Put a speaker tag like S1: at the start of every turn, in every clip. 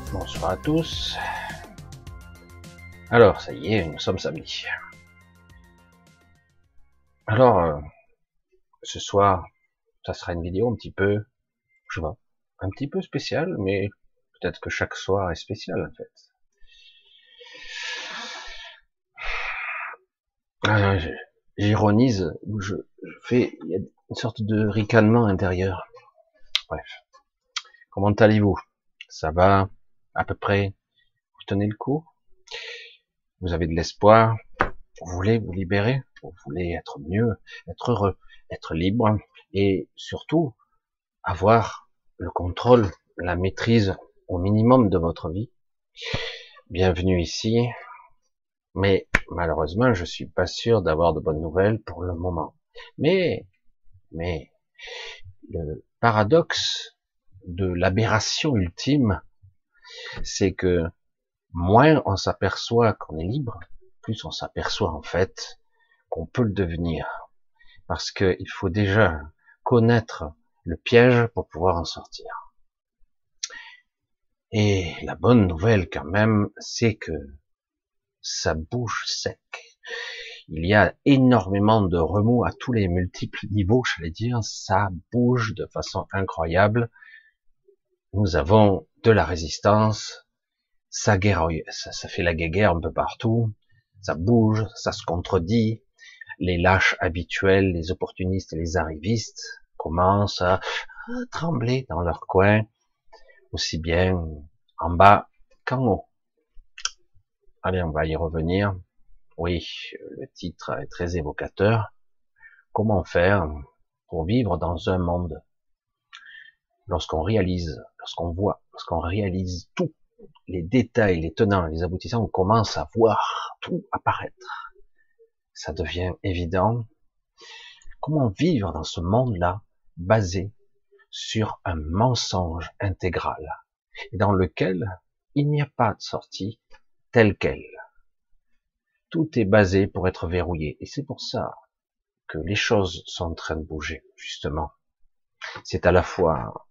S1: Bonsoir à tous. Alors, ça y est, nous sommes samedi. Alors, ce soir, ça sera une vidéo un petit peu, je sais pas, un petit peu spéciale, mais peut-être que chaque soir est spécial en fait. J'ironise, je fais, il y a une sorte de ricanement intérieur. Bref, comment allez-vous? Ça va, à peu près? Vous tenez le coup? Vous avez de l'espoir? Vous voulez vous libérer? Vous voulez être mieux, être heureux, être libre, et surtout avoir le contrôle, la maîtrise au minimum de votre vie. Bienvenue ici, mais malheureusement, je suis pas sûr d'avoir de bonnes nouvelles pour le moment. Mais le paradoxe de l'aberration ultime, c'est que moins on s'aperçoit qu'on est libre, plus on s'aperçoit en fait qu'on peut le devenir. Parce qu'il faut déjà connaître le piège pour pouvoir en sortir. Et la bonne nouvelle quand même, c'est que ça bouge sec. Il y a énormément de remous à tous les multiples niveaux, j'allais dire, ça bouge de façon incroyable. Nous avons de la résistance, ça guerre, ça fait la guerre un peu partout, ça bouge, ça se contredit, les lâches habituels, les opportunistes et les arrivistes commencent à trembler dans leur coin, aussi bien en bas qu'en haut. Allez, on va y revenir. Oui, le titre est très évocateur. Comment faire pour vivre dans un monde lorsqu'on réalise, lorsqu'on voit, lorsqu'on réalise tout, les détails, les tenants, les aboutissants, on commence à voir tout apparaître. Ça devient évident. Comment vivre dans ce monde-là basé sur un mensonge intégral et dans lequel il n'y a pas de sortie telle quelle. Tout est basé pour être verrouillé. Et c'est pour ça que les choses sont en train de bouger, justement. C'est à la fois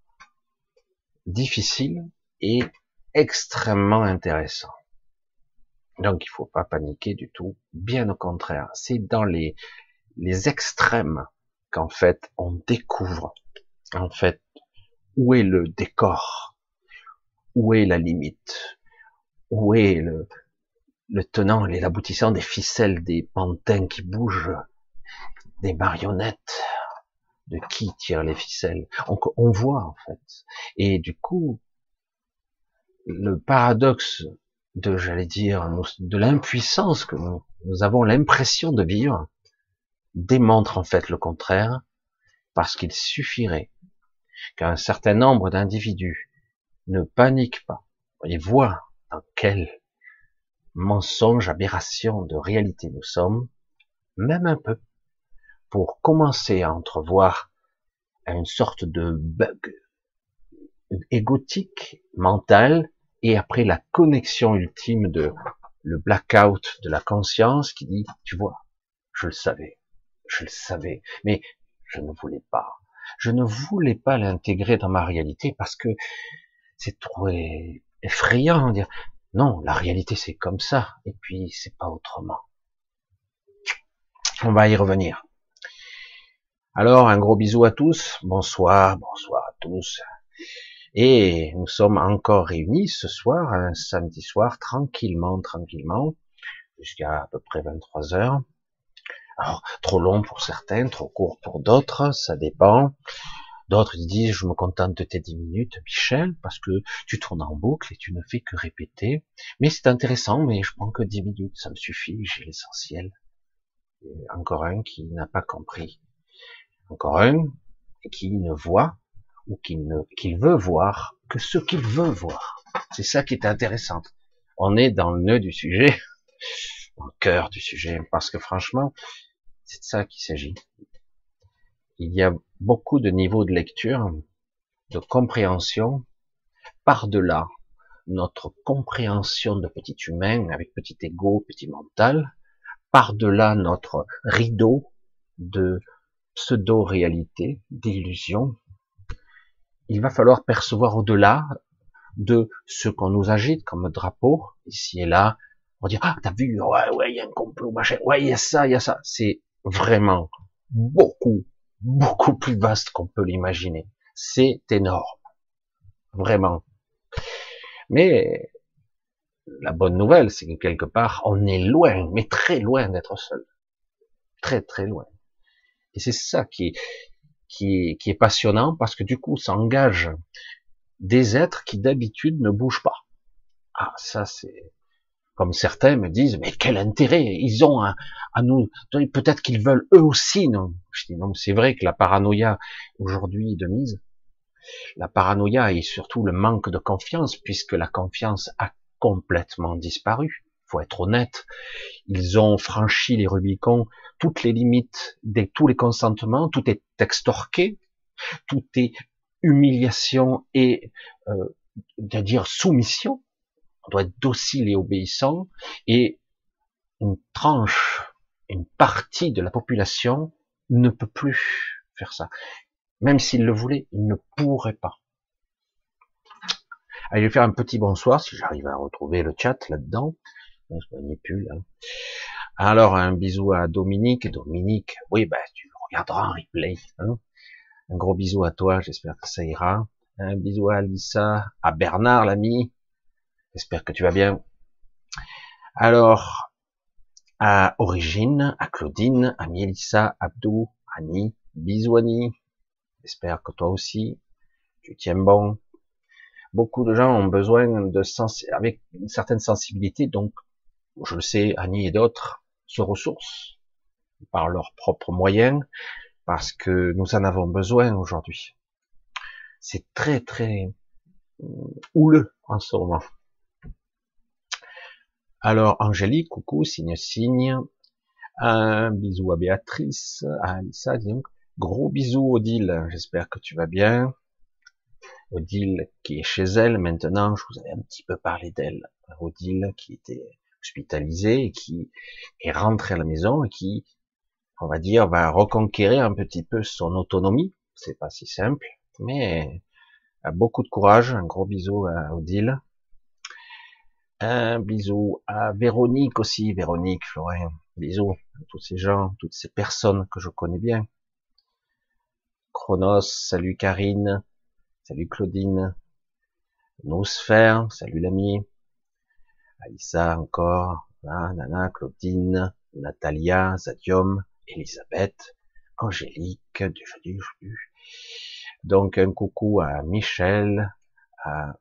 S1: difficile et extrêmement intéressant. Donc il faut pas paniquer du tout. Bien au contraire. C'est dans les extrêmes qu'en fait on découvre en fait où est le décor, où est la limite, où est le tenant et l'aboutissant des ficelles, des pantins qui bougent, des marionnettes, de qui tire les ficelles. On voit en fait. Et du coup, le paradoxe de, j'allais dire, de l'impuissance que nous avons l'impression de vivre, démontre en fait le contraire, parce qu'il suffirait qu'un certain nombre d'individus ne paniquent pas et voient dans quel mensonge, aberration de réalité nous sommes, même un peu, pour commencer à entrevoir une sorte de bug égotique, mental, et après la connexion ultime de le blackout de la conscience qui dit, tu vois, je le savais, mais je ne voulais pas. Je ne voulais pas l'intégrer dans ma réalité parce que c'est trop effrayant de dire, non, la réalité c'est comme ça, et puis c'est pas autrement. On va y revenir. Alors, un gros bisou à tous, bonsoir à tous. Et nous sommes encore réunis ce soir, un samedi soir, tranquillement, jusqu'à à peu près 23 heures. Alors, trop long pour certains, trop court pour d'autres, ça dépend. D'autres disent, je me contente de tes 10 minutes, Michel, parce que tu tournes en boucle et tu ne fais que répéter. Mais c'est intéressant, mais je prends que 10 minutes, ça me suffit, j'ai l'essentiel. Encore un qui n'a pas compris. Encore un qui ne voit ou qu'il veut voir que ce qu'il veut voir. C'est ça qui est intéressant. On est dans le nœud du sujet, dans le cœur du sujet, parce que franchement, c'est de ça qu'il s'agit. Il y a beaucoup de niveaux de lecture, de compréhension, par-delà notre compréhension de petit humain, avec petit ego, petit mental, par-delà notre rideau de pseudo-réalité, d'illusion. Il va falloir percevoir au-delà de ce qu'on nous agite comme drapeau, ici et là, on dit, ah, t'as vu, ouais, ouais, il y a un complot, machin, ouais, il y a ça, il y a ça. C'est vraiment beaucoup, beaucoup plus vaste qu'on peut l'imaginer. C'est énorme. Vraiment. Mais, la bonne nouvelle, c'est que quelque part, on est loin, mais très loin d'être seul. Très, très loin. Et c'est ça qui est passionnant, parce que du coup, ça engage des êtres qui d'habitude ne bougent pas. Ah, ça c'est, comme certains me disent, mais quel intérêt ils ont à nous, peut-être qu'ils veulent eux aussi, non? Je dis non, c'est vrai que la paranoïa aujourd'hui est de mise. La paranoïa et surtout le manque de confiance, puisque la confiance a complètement disparu. Faut être honnête. Ils ont franchi les Rubicons, toutes les limites, tous les consentements, tout est extorqué, tout est humiliation et, c'est-à-dire soumission. On doit être docile et obéissant, et une tranche, une partie de la population ne peut plus faire ça. Même s'il le voulait, il ne pourrait pas. Allez, je vais faire un petit bonsoir, si j'arrive à retrouver le chat là-dedans. Je n'y plus, là. Alors, un bisou à Dominique. Dominique, oui, ben, tu le regarderas en replay. Hein. Un gros bisou à toi, j'espère que ça ira. Un bisou à Lisa, à Bernard, l'ami. J'espère que tu vas bien. Alors, à Origine, à Claudine, à Mélissa, Abdou, Annie, bisous Annie. J'espère que toi aussi, tu tiens bon. Beaucoup de gens ont besoin avec une certaine sensibilité, donc, je le sais, Annie et d'autres se ressourcent par leurs propres moyens, parce que nous en avons besoin aujourd'hui. C'est très, très houleux en ce moment. Alors, Angélique, coucou, signe, un bisou à Béatrice, à Alissa, donc, gros bisous Odile, j'espère que tu vas bien. Odile qui est chez elle maintenant, je vous avais un petit peu parlé d'elle. Odile qui était hospitalisée et qui est rentrée à la maison et qui, on va dire, va reconquérir un petit peu son autonomie. C'est pas si simple, mais a beaucoup de courage. Un gros bisou à Odile. Un bisou à Véronique aussi, Véronique, Florian. Bisous à tous ces gens, toutes ces personnes que je connais bien. Chronos, salut Karine, salut Claudine. Nosphère, salut l'ami. Alissa encore, là, Nana, Claudine, Natalia, Zadium, Elisabeth, Angélique, déjà vu. Donc un coucou à Michel, à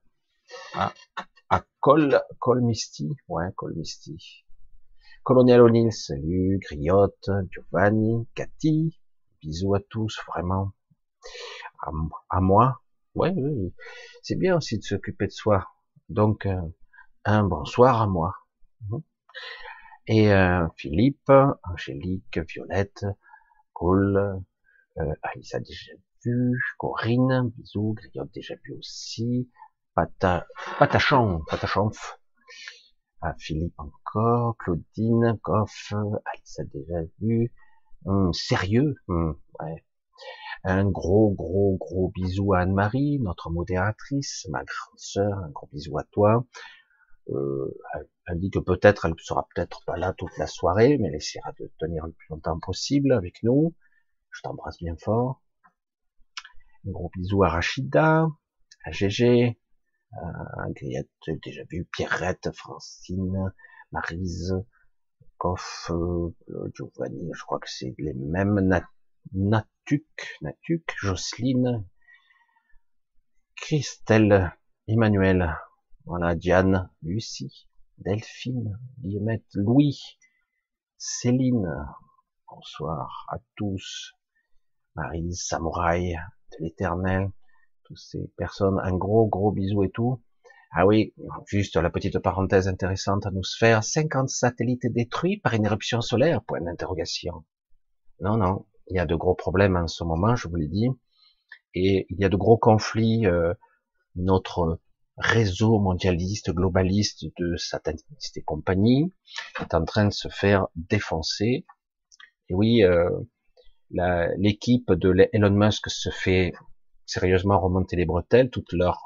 S1: Col Misty, ouais, Col Misty. Colonel O'Neill, salut, Griotte, Giovanni, Cathy, bisous à tous, vraiment. À moi, ouais, oui, c'est bien aussi de s'occuper de soi. Donc, un bonsoir à moi. Et Philippe, Angélique, Violette, Cole, Alissa déjà vu, Corinne, bisous, Griotte déjà vu aussi, Patachanf, Philippe encore, Claudine, Goff, Alissa déjà vu, sérieux, ouais. Un gros bisou à Anne-Marie, notre modératrice, ma grande sœur, un gros bisou à toi. Elle dit que peut-être elle sera peut-être pas là toute la soirée, mais elle essaiera de tenir le plus longtemps possible avec nous. Je t'embrasse bien fort. Un gros bisou à Rachida, à Gégé, à Griette, déjà vu, Pierrette, Francine, Maryse, Koff, Giovanni, je crois que c'est les mêmes, Natuc, Jocelyne, Christelle, Emmanuel, voilà, Diane, Lucie, Delphine, Guillemette, Louis, Céline, bonsoir à tous, Marie, Samouraï, de l'éternel, toutes ces personnes, un gros bisou et tout. Ah oui, juste la petite parenthèse intéressante à nous faire, 50 satellites détruits par une éruption solaire, point d'interrogation. Non, il y a de gros problèmes en ce moment, je vous l'ai dit, et il y a de gros conflits, notre réseau mondialiste, globaliste de satanistes et compagnie est en train de se faire défoncer. Et oui, l'équipe de Elon Musk se fait sérieusement remonter les bretelles, toute leur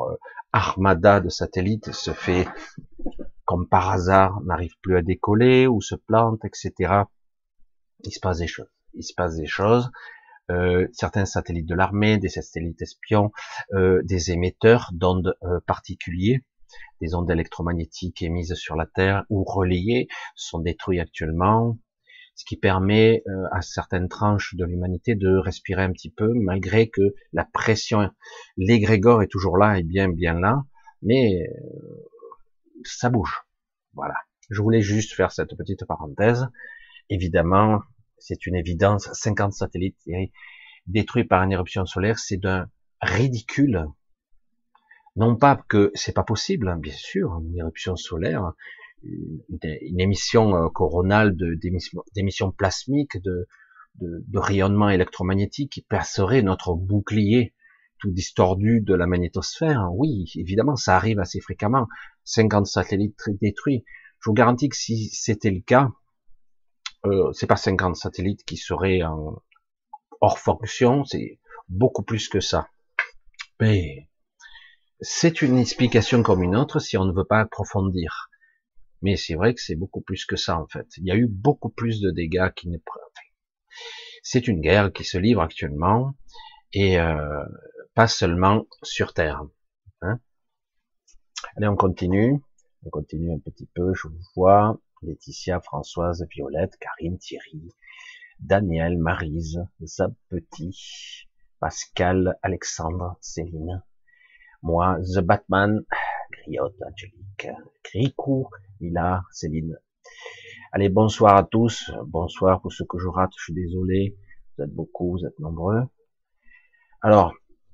S1: armada de satellites se fait, comme par hasard, n'arrive plus à décoller ou se plante, etc. Il se passe des choses. Il se passe des choses. Certains satellites de l'armée, des satellites espions, des émetteurs d'ondes particuliers, des ondes électromagnétiques émises sur la Terre ou relayées, sont détruits actuellement, ce qui permet à certaines tranches de l'humanité de respirer un petit peu, malgré que la pression, l'égrégore est toujours là et bien là, mais ça bouge. Voilà. Je voulais juste faire cette petite parenthèse. Évidemment, c'est une évidence, 50 satellites détruits par une éruption solaire, c'est d'un ridicule. Non pas que c'est pas possible, hein, bien sûr, une éruption solaire, une émission coronale d'émissions plasmiques, de rayonnement électromagnétique qui passerait notre bouclier tout distordu de la magnétosphère. Oui, évidemment, ça arrive assez fréquemment. 50 satellites détruits. Je vous garantis que si c'était le cas, c'est pas 50 satellites qui seraient hors fonction, c'est beaucoup plus que ça. Mais c'est une explication comme une autre si on ne veut pas approfondir. Mais c'est vrai que c'est beaucoup plus que ça en fait. Il y a eu beaucoup plus de dégâts qui ne... C'est une guerre qui se livre actuellement et pas seulement sur Terre. Hein. Allez, on continue un petit peu. Je vous vois Laetitia, Françoise, Violette, Karine, Thierry, Daniel, Maryse, Zab Petit, Pascal, Alexandre, Céline, moi, The Batman, Griotte, Angélique, Gricou, Lila, Céline. Allez, bonsoir à tous, bonsoir pour ceux que je rate, je suis désolé, vous êtes beaucoup, vous êtes nombreux. Alors,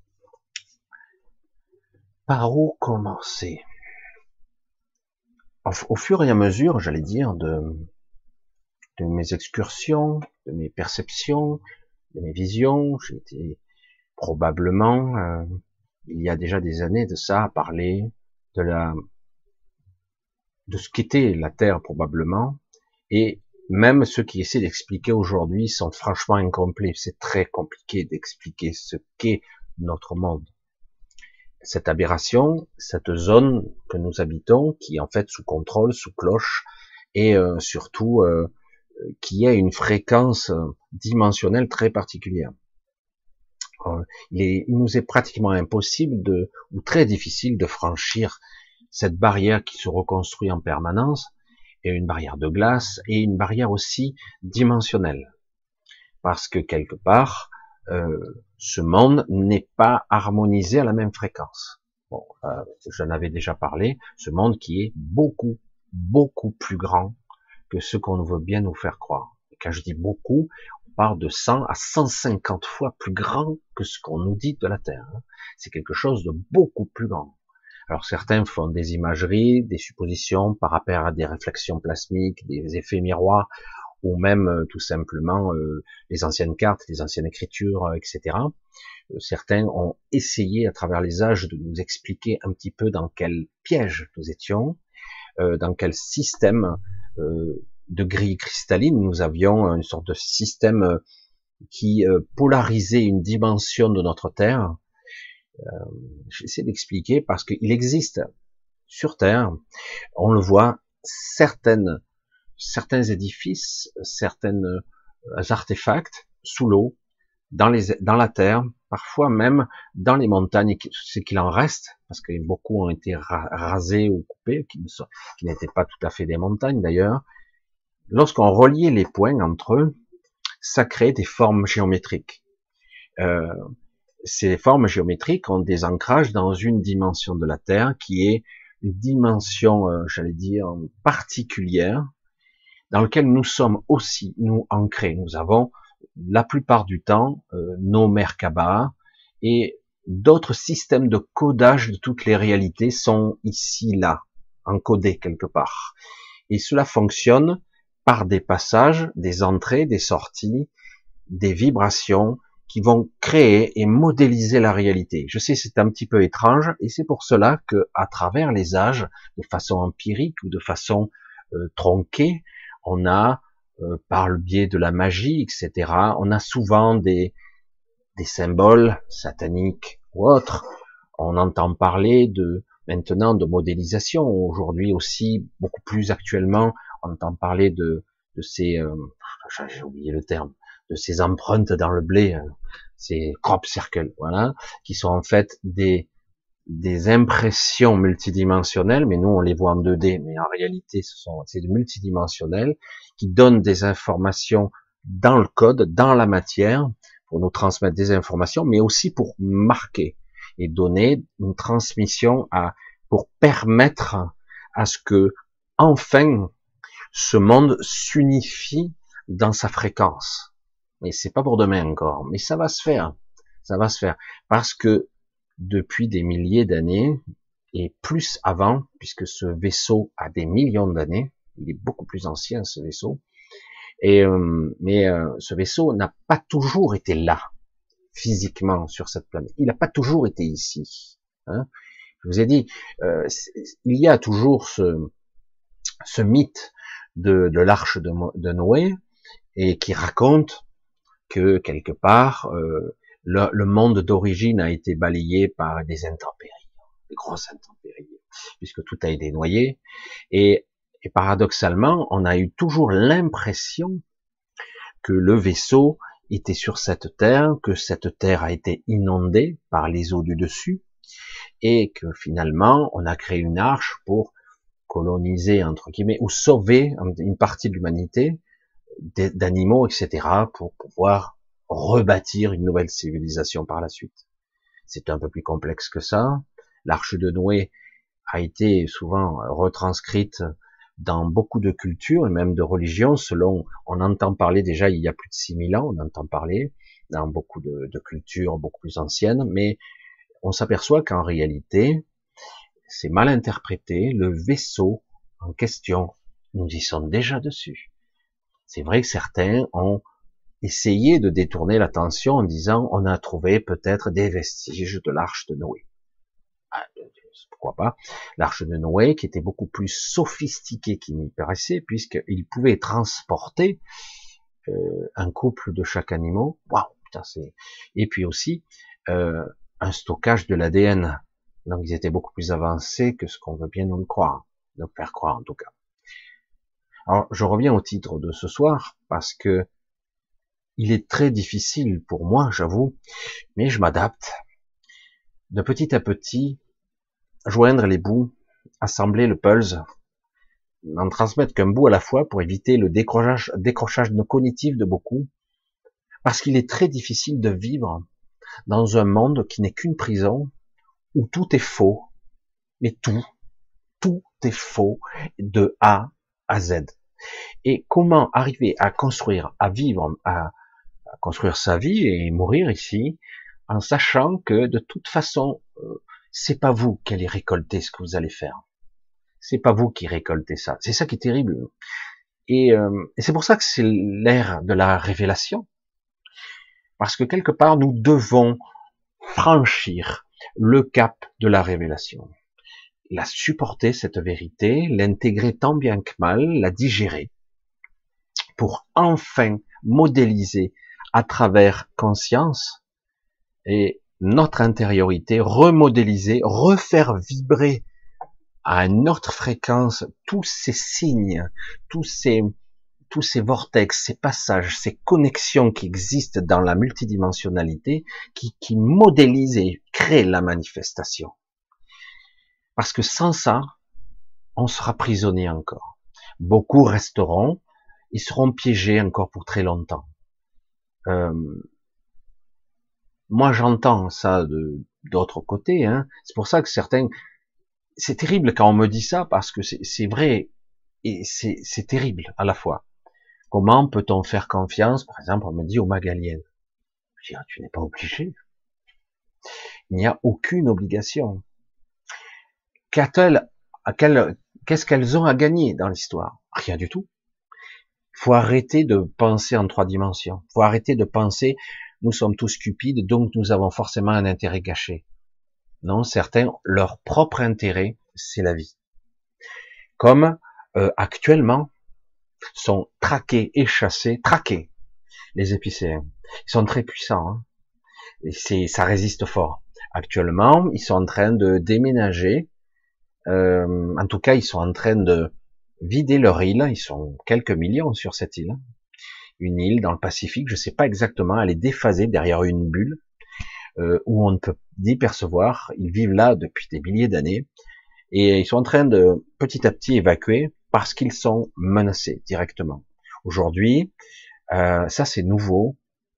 S1: par où commencer? Au fur et à mesure, j'allais dire, de mes excursions, de mes perceptions, de mes visions, j'étais probablement, il y a déjà des années de ça, à parler de ce qu'était la Terre probablement, et même ceux qui essaient d'expliquer aujourd'hui sont franchement incomplets. C'est très compliqué d'expliquer ce qu'est notre monde. Cette aberration, cette zone que nous habitons, qui est en fait sous contrôle, sous cloche, et surtout qui a une fréquence dimensionnelle très particulière. Il nous est pratiquement impossible ou très difficile de franchir cette barrière qui se reconstruit en permanence, et une barrière de glace, et une barrière aussi dimensionnelle. Parce que quelque part, ce monde n'est pas harmonisé à la même fréquence. Bon, j'en avais déjà parlé, ce monde qui est beaucoup, beaucoup plus grand que ce qu'on veut bien nous faire croire. Et quand je dis beaucoup, on parle de 100 à 150 fois plus grand que ce qu'on nous dit de la Terre. C'est quelque chose de beaucoup plus grand. Alors certains font des imageries, des suppositions par rapport à des réflexions plasmiques, des effets miroirs, ou même tout simplement les anciennes cartes, les anciennes écritures, etc. Certains ont essayé à travers les âges de nous expliquer un petit peu dans quel piège nous étions, dans quel système de grille cristalline nous avions, une sorte de système qui polarisait une dimension de notre Terre. J'essaie d'expliquer parce qu'il existe sur Terre, on le voit, certains édifices, certains artefacts sous l'eau, dans la terre, parfois même dans les montagnes, ce qu'il en reste, parce que beaucoup ont été rasés ou coupés, qui n'étaient pas tout à fait des montagnes d'ailleurs. Lorsqu'on reliait les points entre eux, ça crée des formes géométriques. Ces formes géométriques ont des ancrages dans une dimension de la Terre qui est une dimension, j'allais dire, particulière, dans laquelle nous sommes aussi, nous, ancrés. Nous avons, la plupart du temps, nos Merkaba et d'autres systèmes de codage de toutes les réalités sont ici, là, encodés quelque part. Et cela fonctionne par des passages, des entrées, des sorties, des vibrations, qui vont créer et modéliser la réalité. Je sais, c'est un petit peu étrange, et c'est pour cela que, à travers les âges, de façon empirique ou de façon tronquée, on a, par le biais de la magie, etc., on a souvent des symboles sataniques ou autres, On entend parler maintenant de modélisation. Aujourd'hui aussi, beaucoup plus actuellement, on entend parler de ces, j'ai oublié le terme, de ces empreintes dans le blé, ces crop circles, voilà, qui sont en fait des impressions multidimensionnelles, mais nous on les voit en 2D, mais en réalité c'est multidimensionnel, qui donnent des informations dans le code, dans la matière, pour nous transmettre des informations, mais aussi pour marquer et donner une transmission pour permettre à ce que, enfin, ce monde s'unifie dans sa fréquence. Mais c'est pas pour demain encore, mais ça va se faire. Ça va se faire. Parce que, depuis des milliers d'années, et plus avant, puisque ce vaisseau a des millions d'années, il est beaucoup plus ancien ce vaisseau, mais ce vaisseau n'a pas toujours été là, physiquement sur cette planète. Il n'a pas toujours été ici. Hein. Je vous ai dit, il y a toujours ce mythe de l'arche de Noé, et qui raconte que quelque part, le monde d'origine a été balayé par des intempéries, des grosses intempéries, puisque tout a été noyé, et paradoxalement, on a eu toujours l'impression que le vaisseau était sur cette terre, que cette terre a été inondée par les eaux du dessus, et que finalement, on a créé une arche pour coloniser, entre guillemets, ou sauver une partie de l'humanité, d'animaux, etc., pour pouvoir rebâtir une nouvelle civilisation par la suite. C'est un peu plus complexe que ça. L'arche de Noé a été souvent retranscrite dans beaucoup de cultures et même de religions, selon, on entend parler déjà il y a plus de 6000 ans, on entend parler dans beaucoup de cultures beaucoup plus anciennes, mais on s'aperçoit qu'en réalité, c'est mal interprété, le vaisseau en question, nous y sommes déjà dessus. C'est vrai que certains ont essayé de détourner l'attention en disant on a trouvé peut-être des vestiges de l'arche de Noé. Ah, pourquoi pas? L'arche de Noé qui était beaucoup plus sophistiquée qu'il n'y paraissait, puisqu'il pouvait transporter un couple de chaque animal. Waouh, putain, et puis aussi un stockage de l'ADN. Donc ils étaient beaucoup plus avancés que ce qu'on veut bien nous le croire, nous faire croire en tout cas. Alors je reviens au titre de ce soir parce que il est très difficile pour moi, j'avoue, mais je m'adapte. De petit à petit, joindre les bouts, assembler le puzzle, n'en transmettre qu'un bout à la fois pour éviter le décrochage cognitif de beaucoup, parce qu'il est très difficile de vivre dans un monde qui n'est qu'une prison, où tout est faux, mais tout est faux, de A à Z. Et comment arriver à construire, à vivre, à construire sa vie et mourir ici, en sachant que de toute façon, c'est pas vous qui allez récolter ce que vous allez faire. C'est pas vous qui récoltez ça. C'est ça qui est terrible. Et c'est pour ça que c'est l'ère de la révélation. Parce que quelque part, nous devons franchir le cap de la révélation. La supporter, cette vérité, l'intégrer tant bien que mal, la digérer, pour enfin modéliser à travers conscience et notre intériorité, remodéliser, refaire vibrer à une autre fréquence tous ces signes, tous ces vortex, ces passages, ces connexions qui existent dans la multidimensionnalité, qui modélisent et créent la manifestation. Parce que sans ça, on sera prisonnier encore. Beaucoup resteront, ils seront piégés encore pour très longtemps. Moi, j'entends ça d'autres côtés. Hein. C'est pour ça que certains... C'est terrible quand on me dit ça, parce que c'est vrai, et c'est terrible à la fois. Comment peut-on faire confiance? Par exemple, on me dit aux Magaliennes. Je dis, tu n'es pas obligé. Il n'y a aucune obligation. Qu'est-ce qu'elles ont à gagner dans l'histoire? Rien du tout. Il faut arrêter de penser en 3 dimensions. Il faut arrêter de penser, nous sommes tous cupides, donc nous avons forcément un intérêt caché. Non, certains, leur propre intérêt, c'est la vie. Comme actuellement, sont traqués et chassés, les épicéens. Ils sont très puissants, hein, et ça résiste fort. Actuellement, ils sont en train de déménager. En tout cas, ils sont en train de vider leur île. Ils sont quelques millions sur cette île. Une île dans le Pacifique, je sais pas exactement. Elle est déphasée derrière une bulle où on ne peut ni percevoir. Ils vivent là depuis des milliers d'années et ils sont en train de petit à petit évacuer parce qu'ils sont menacés directement. Aujourd'hui, ça c'est nouveau.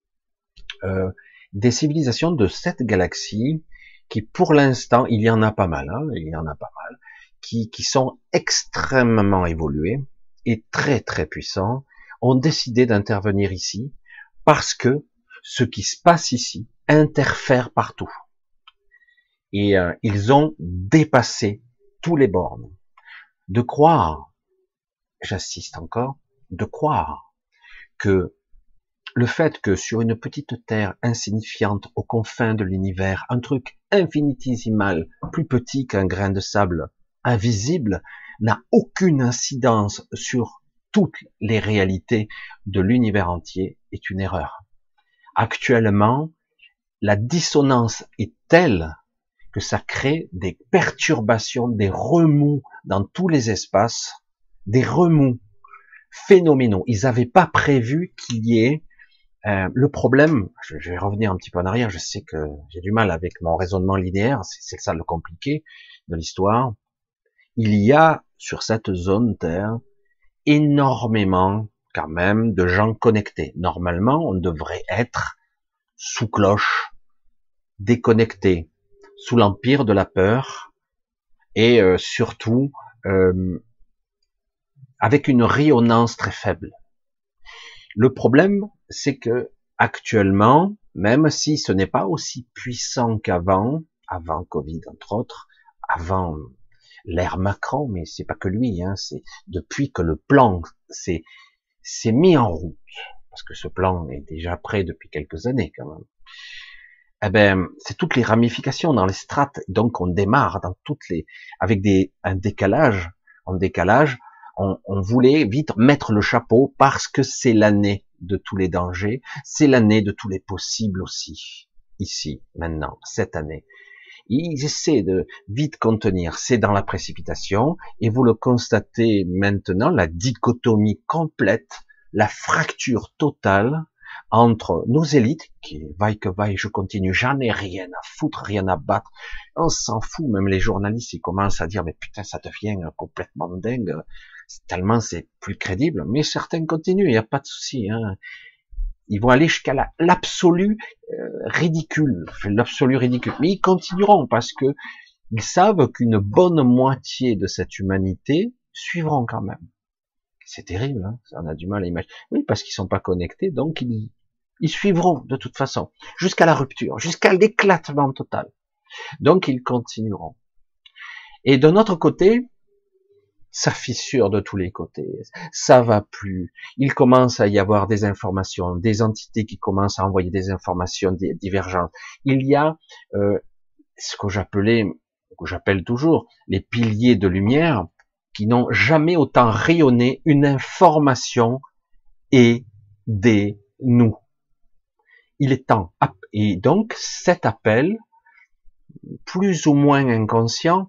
S1: Des civilisations de cette galaxie qui, pour l'instant, il y en a pas mal, hein, il y en a pas mal, qui sont extrêmement évolués et très très puissants, ont décidé d'intervenir ici parce que ce qui se passe ici interfère partout. Et ils ont dépassé tous les bornes. De croire, j'assiste encore, de croire que le fait que sur une petite terre insignifiante aux confins de l'univers, un truc infinitésimal, plus petit qu'un grain de sable, invisible, n'a aucune incidence sur toutes les réalités de l'univers entier est une erreur. Actuellement, la dissonance est telle que ça crée des perturbations, des remous dans tous les espaces, des remous phénoménaux. Ils n'avaient pas prévu qu'il y ait le problème, je vais revenir un petit peu en arrière, je sais que j'ai du mal avec mon raisonnement linéaire, c'est ça le compliqué de l'histoire. Il y a sur cette zone Terre énormément quand même de gens connectés. Normalement, on devrait être sous cloche, déconnecté, sous l'empire de la peur et surtout avec une rayonnance très faible. Le problème, c'est que actuellement, même si ce n'est pas aussi puissant qu'avant, avant Covid entre autres, avant l'ère Macron, mais c'est pas que lui, hein, c'est depuis que le plan s'est mis en route, parce que ce plan est déjà prêt depuis quelques années quand même. Eh ben, c'est toutes les ramifications dans les strates, donc on démarre dans toutes les, avec un décalage, en décalage. On voulait vite mettre le chapeau parce que c'est l'année de tous les dangers, c'est l'année de tous les possibles aussi, ici, maintenant, cette année. Ils essaient de vite contenir, c'est dans la précipitation, et vous le constatez maintenant, la dichotomie complète, la fracture totale entre nos élites, qui vaille que vaille, je continue, j'en ai rien à foutre, rien à battre, on s'en fout, même les journalistes, ils commencent à dire, mais putain, ça devient complètement dingue, tellement c'est plus crédible, mais certains continuent, il n'y a pas de souci, hein. Ils vont aller jusqu'à l'absolu ridicule, l'absolu ridicule, mais ils continueront parce que ils savent qu'une bonne moitié de cette humanité suivront quand même. C'est terrible, hein, on a du mal à imaginer. Oui, parce qu'ils sont pas connectés, donc ils suivront de toute façon, jusqu'à la rupture, jusqu'à l'éclatement total. Donc ils continueront. Et de notre côté, ça fissure de tous les côtés, ça va plus. Il commence à y avoir des informations, des entités qui commencent à envoyer des informations divergentes. Il y a ce que j'appelle toujours les piliers de lumière, qui n'ont jamais autant rayonné une information et des nous. Il est temps. Et donc, cet appel, plus ou moins inconscient,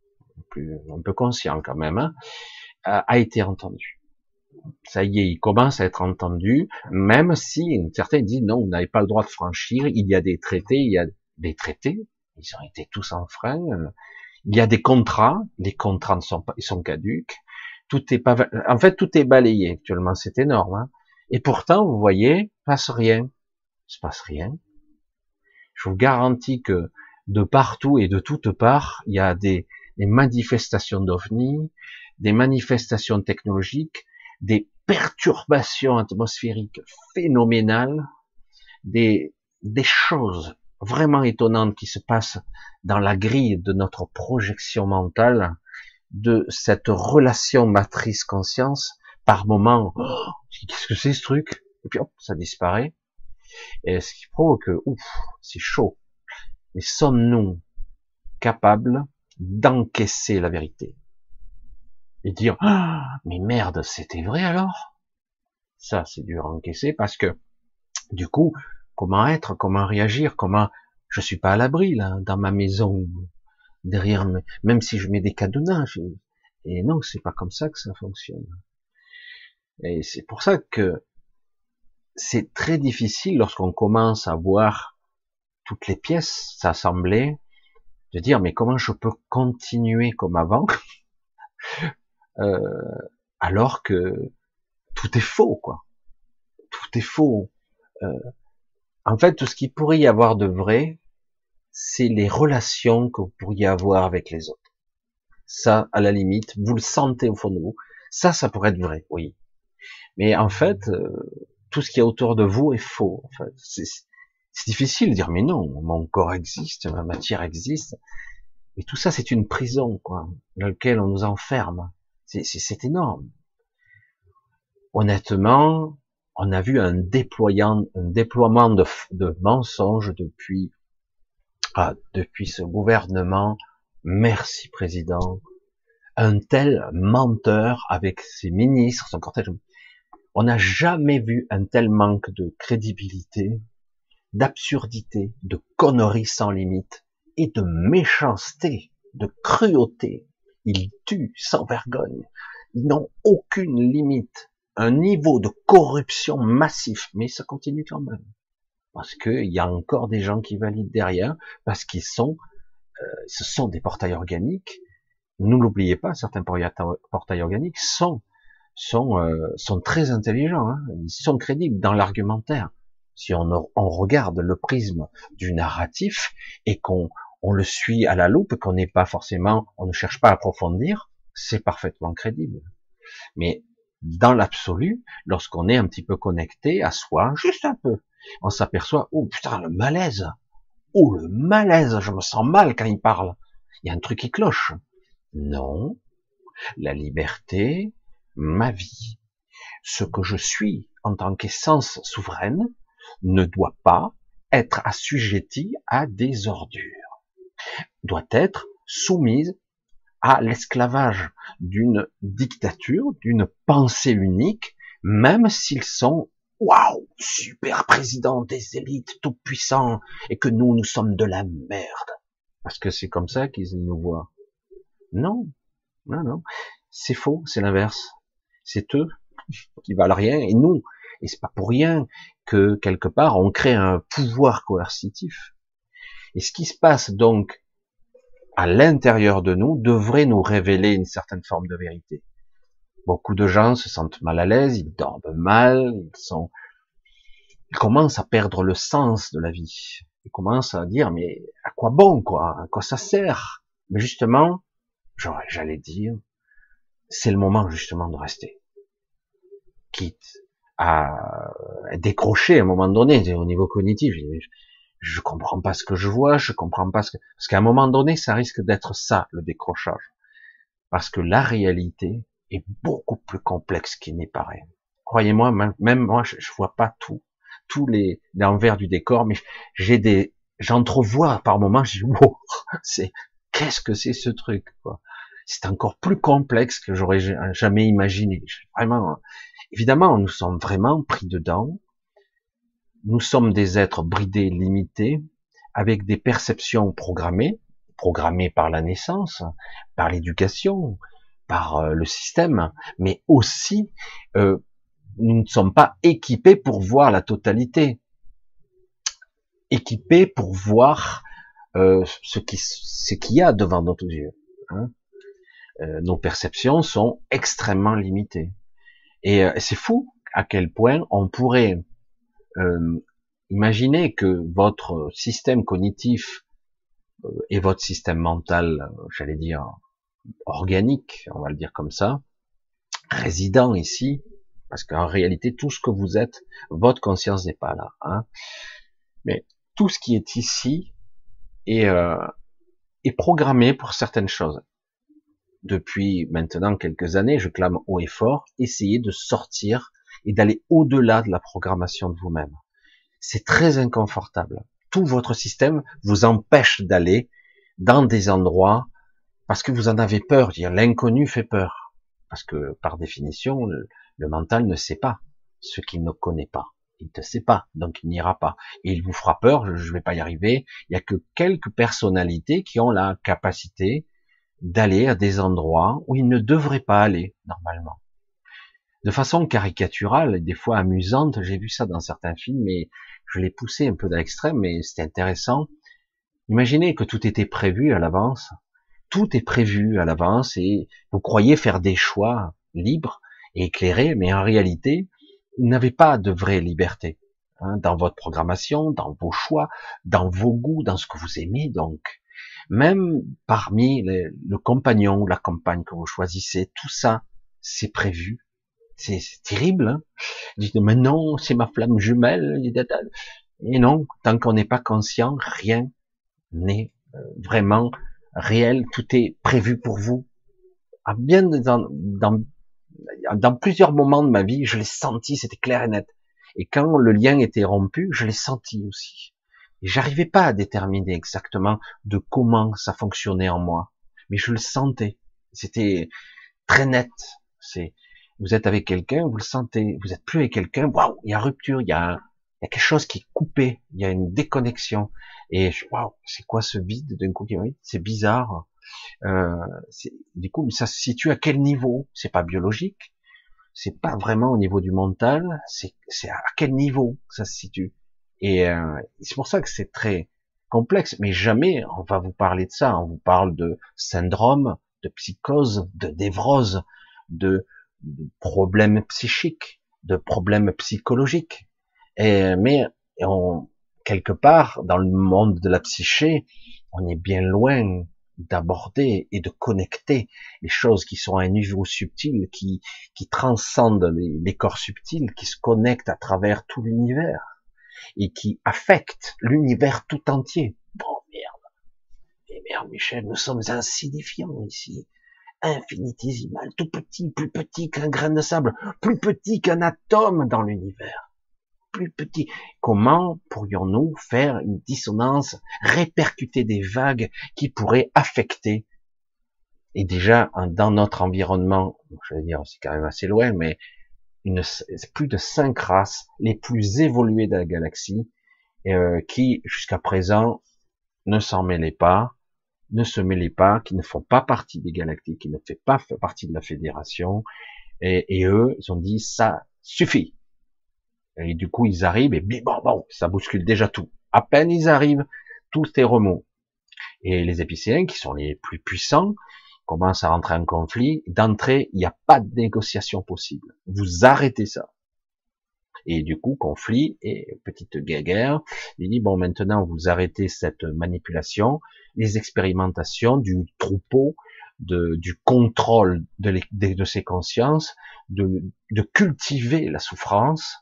S1: un peu conscient quand même, hein, a été entendu. Ça y est, il commence à être entendu, même si certains disent non, vous n'avez pas le droit de franchir, il y a des traités, ils ont été tous enfreints, il y a des contrats, les contrats ils sont caduques, tout est pas, en fait, tout est balayé actuellement, c'est énorme, hein. Et pourtant, vous voyez, il se passe rien. Je vous garantis que de partout et de toutes parts, il y a des manifestations d'OVNI, des manifestations technologiques, des perturbations atmosphériques phénoménales, des choses vraiment étonnantes qui se passent dans la grille de notre projection mentale, de cette relation matrice-conscience. Par moment, oh, qu'est-ce que c'est ce truc? Et puis hop, ça disparaît. Et ce qui provoque, ouf, c'est chaud. Mais sommes-nous capables d'encaisser la vérité et dire ah, mais merde, c'était vrai alors? Ça, c'est dur à encaisser parce que du coup, comment être, comment réagir, comment Je suis pas à l'abri là, dans ma maison, derrière, même si je mets des cadenas. Et non, c'est pas comme ça que ça fonctionne. Et c'est pour ça que c'est très difficile lorsqu'on commence à voir toutes les pièces s'assembler, de dire mais comment je peux continuer comme avant euh, alors que tout est faux, quoi. Tout est faux. Euh, en fait, tout ce qu'il pourrait y avoir de vrai, c'est les relations que vous pourriez avoir avec les autres. Ça, à la limite, vous le sentez au fond de vous. Ça pourrait être vrai, oui. Mais en fait, tout ce qui est autour de vous est faux. En fait, c'est difficile de dire, mais non, mon corps existe, ma matière existe. Mais tout ça, c'est une prison, quoi, dans laquelle on nous enferme. C'est énorme. Honnêtement, on a vu un déploiement de mensonges depuis ce gouvernement. Merci, président. Un tel menteur avec ses ministres, son cortège. On n'a jamais vu un tel manque de crédibilité, d'absurdité, de conneries sans limite et de méchanceté, de cruauté. Ils tuent sans vergogne. Ils n'ont aucune limite. Un niveau de corruption massif, mais ça continue quand même. Parce qu'il y a encore des gens qui valident derrière, parce ce sont des portails organiques. Ne l'oubliez pas, certains portails organiques sont très intelligents, hein. Ils sont crédibles dans l'argumentaire. Si on regarde le prisme du narratif et qu'on le suit à la loupe, qu'on n'est pas forcément, on ne cherche pas à approfondir, c'est parfaitement crédible. Mais dans l'absolu, lorsqu'on est un petit peu connecté à soi, juste un peu, on s'aperçoit, oh putain, le malaise, je me sens mal quand il parle. Il y a un truc qui cloche. Non, la liberté, ma vie, ce que je suis en tant qu'essence souveraine, ne doit pas être assujetti à des ordures, doit être soumise à l'esclavage d'une dictature, d'une pensée unique, même s'ils sont waouh, super président des élites tout puissants et que nous sommes de la merde. Parce que c'est comme ça qu'ils nous voient. Non, non, non. C'est faux, c'est l'inverse. C'est eux qui valent rien et nous. Et c'est pas pour rien que quelque part on crée un pouvoir coercitif. Et ce qui se passe donc à l'intérieur de nous devrait nous révéler une certaine forme de vérité. Beaucoup de gens se sentent mal à l'aise, ils dorment mal, ils commencent à perdre le sens de la vie. Ils commencent à dire mais à quoi bon, quoi, à quoi ça sert? Mais justement, j'allais dire, c'est le moment justement de rester, quitte à décrocher à un moment donné au niveau cognitif. Je comprends pas ce que je vois, je comprends pas parce qu'à un moment donné, ça risque d'être ça le décrochage, parce que la réalité est beaucoup plus complexe qu'il n'y paraît. Croyez-moi, même moi, je vois pas tous l'envers du décor, mais j'entrevois par moments, je dis wow, qu'est-ce que c'est ce truc, quoi. C'est encore plus complexe que j'aurais jamais imaginé. Vraiment, évidemment, nous sommes vraiment pris dedans. Nous sommes des êtres bridés, limités, avec des perceptions programmées par la naissance, par l'éducation, par le système, mais aussi nous ne sommes pas équipés pour voir la totalité, équipés pour voir ce qu'il y a devant nos yeux. Hein. Nos perceptions sont extrêmement limitées. Et c'est fou à quel point on pourrait imaginer que votre système cognitif et votre système mental, j'allais dire organique, on va le dire comme ça, résident ici, parce qu'en réalité, tout ce que vous êtes, votre conscience n'est pas là. Hein, mais tout ce qui est ici est programmé pour certaines choses. Depuis maintenant quelques années, je clame haut et fort, essayez de sortir et d'aller au-delà de la programmation de vous-même. C'est très inconfortable. Tout votre système vous empêche d'aller dans des endroits parce que vous en avez peur. Dire l'inconnu fait peur. Parce que par définition, le mental ne sait pas ce qu'il ne connaît pas. Il ne sait pas, donc il n'ira pas. Et il vous fera peur, je ne vais pas y arriver. Il y a que quelques personnalités qui ont la capacité d'aller à des endroits où ils ne devraient pas aller, normalement. De façon caricaturale, et des fois amusante, j'ai vu ça dans certains films, et je l'ai poussé un peu dans l'extrême, mais c'était intéressant. Imaginez que tout était prévu à l'avance. Tout est prévu à l'avance, et vous croyez faire des choix libres et éclairés, mais en réalité, vous n'avez pas de vraie liberté, hein, dans votre programmation, dans vos choix, dans vos goûts, dans ce que vous aimez. Donc, même parmi le compagnon ou la compagne que vous choisissez, tout ça, c'est prévu. C'est terrible. Hein. Dites, mais non, c'est ma flamme jumelle. Et non, tant qu'on n'est pas conscient, rien n'est vraiment réel. Tout est prévu pour vous. À bien dans plusieurs moments de ma vie, je l'ai senti, c'était clair et net. Et quand le lien était rompu, je l'ai senti aussi. Et j'arrivais pas à déterminer exactement de comment ça fonctionnait en moi, mais je le sentais. C'était très net. C'est, vous êtes avec quelqu'un, vous le sentez. Vous êtes plus avec quelqu'un, waouh, il y a rupture, il y a quelque chose qui est coupé, il y a une déconnexion. Et waouh, c'est quoi ce vide d'un coup? C'est bizarre. Du coup, ça se situe à quel niveau? C'est pas biologique, c'est pas vraiment au niveau du mental, c'est à quel niveau ça se situe. Et c'est pour ça que c'est très complexe, mais jamais on va vous parler de ça. On vous parle de syndrome, de psychose, de névrose, de problèmes psychiques, de problèmes psychologiques. Mais quelque part, dans le monde de la psyché, on est bien loin d'aborder et de connecter les choses qui sont à un niveau subtil, qui transcendent les corps subtils, qui se connectent à travers tout l'univers et qui affectent l'univers tout entier. Oh merde, et merde Michel, nous sommes insignifiants ici, infinitésimal, tout petit, plus petit qu'un grain de sable, plus petit qu'un atome dans l'univers. Plus petit. Comment pourrions-nous faire une dissonance, répercuter des vagues qui pourraient affecter, et déjà dans notre environnement, je vais dire c'est quand même assez loin, mais plus de 5 races les plus évoluées de la galaxie, qui jusqu'à présent ne s'en mêlaient pas, ne se mêlaient pas, qui ne font pas partie des galactiques, qui ne font pas partie de la fédération, et eux, ils ont dit ça suffit. Et du coup, ils arrivent et bon, ça bouscule déjà tout. À peine ils arrivent, tout est remous. Et les épicéens, qui sont les plus puissants, commencent à rentrer en conflit. D'entrée, il n'y a pas de négociation possible. Vous arrêtez ça. Et du coup, conflit et petite guerre. Il dit, bon, maintenant, vous arrêtez cette manipulation, les expérimentations du troupeau, du contrôle de ces consciences, de cultiver la souffrance,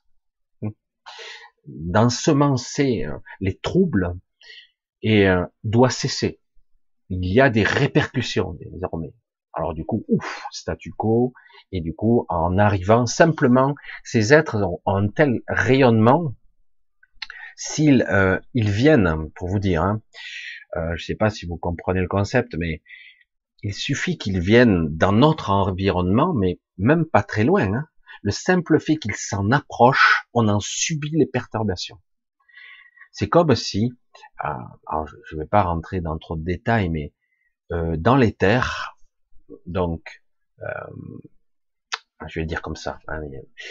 S1: d'ensemencer les troubles, et doit cesser. Il y a des répercussions désormais. Alors du coup, statu quo, et du coup, en arrivant simplement, ces êtres ont un tel rayonnement, s'ils ils viennent, pour vous dire, hein, je sais pas si vous comprenez le concept, mais il suffit qu'ils viennent dans notre environnement, mais même pas très loin, hein. Le simple fait qu'ils s'en approchent, on en subit les perturbations. C'est comme si, alors je ne vais pas rentrer dans trop de détails, mais dans l'éther, donc, je vais le dire comme ça, hein,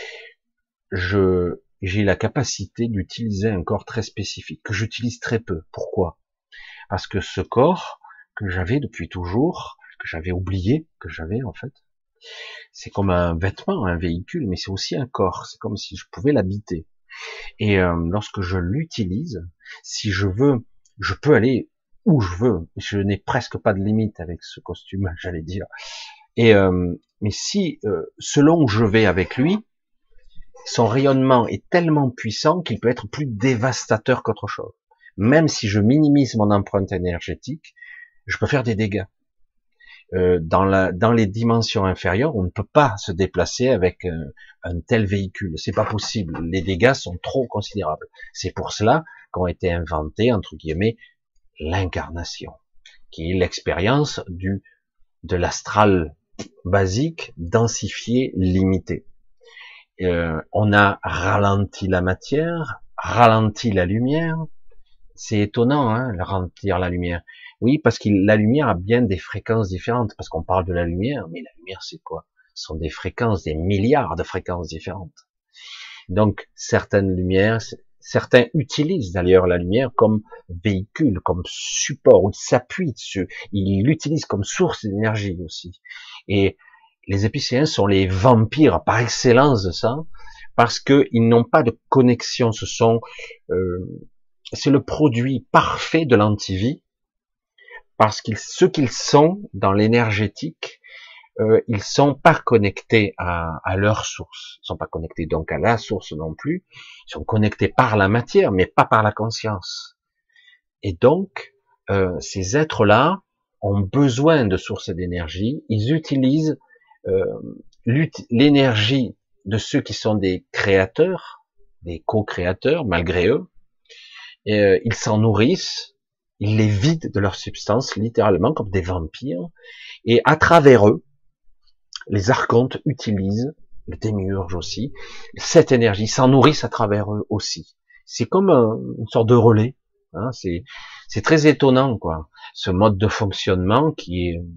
S1: j'ai la capacité d'utiliser un corps très spécifique, que j'utilise très peu. Pourquoi? Parce que ce corps, que j'avais depuis toujours, que j'avais oublié, que j'avais en fait, c'est comme un vêtement, un véhicule, mais c'est aussi un corps, c'est comme si je pouvais l'habiter. Et lorsque je l'utilise, si je veux, je peux aller où je veux. Je n'ai presque pas de limite avec ce costume, j'allais dire. Et mais si selon où je vais avec lui, son rayonnement est tellement puissant qu'il peut être plus dévastateur qu'autre chose. Même si je minimise mon empreinte énergétique, je peux faire des dégâts. Dans les dimensions inférieures, on ne peut pas se déplacer avec un tel véhicule. C'est pas possible. Les dégâts sont trop considérables. C'est pour cela qu'ont été inventés, entre guillemets, l'incarnation, qui est l'expérience de l'astral basique, densifié, limité. On a ralenti la matière, ralenti la lumière. C'est étonnant, hein, ralentir la lumière. Oui, parce que la lumière a bien des fréquences différentes, parce qu'on parle de la lumière, mais la lumière c'est quoi? Ce sont des fréquences, des milliards de fréquences différentes. Donc certaines lumières, certains utilisent d'ailleurs la lumière comme véhicule, comme support, ou s'appuient dessus. Ils l'utilisent comme source d'énergie aussi. Et les épicéens sont les vampires par excellence de ça, parce qu'ils n'ont pas de connexion. C'est le produit parfait de l'antivie, parce qu'ils, ce qu'ils sont dans l'énergétique, ils sont pas connectés à leur source. Ils sont pas connectés donc à la source non plus. Ils sont connectés par la matière, mais pas par la conscience. Et donc, ces êtres-là ont besoin de sources d'énergie. Ils utilisent l'énergie de ceux qui sont des créateurs, des co-créateurs, malgré eux. Et, ils s'en nourrissent, ils les vident de leur substance, littéralement, comme des vampires. Et à travers eux, les archontes utilisent, le démiurge aussi, cette énergie, s'en nourrissent à travers eux aussi. C'est comme une sorte de relais. Hein, c'est très étonnant, quoi. Ce mode de fonctionnement qui est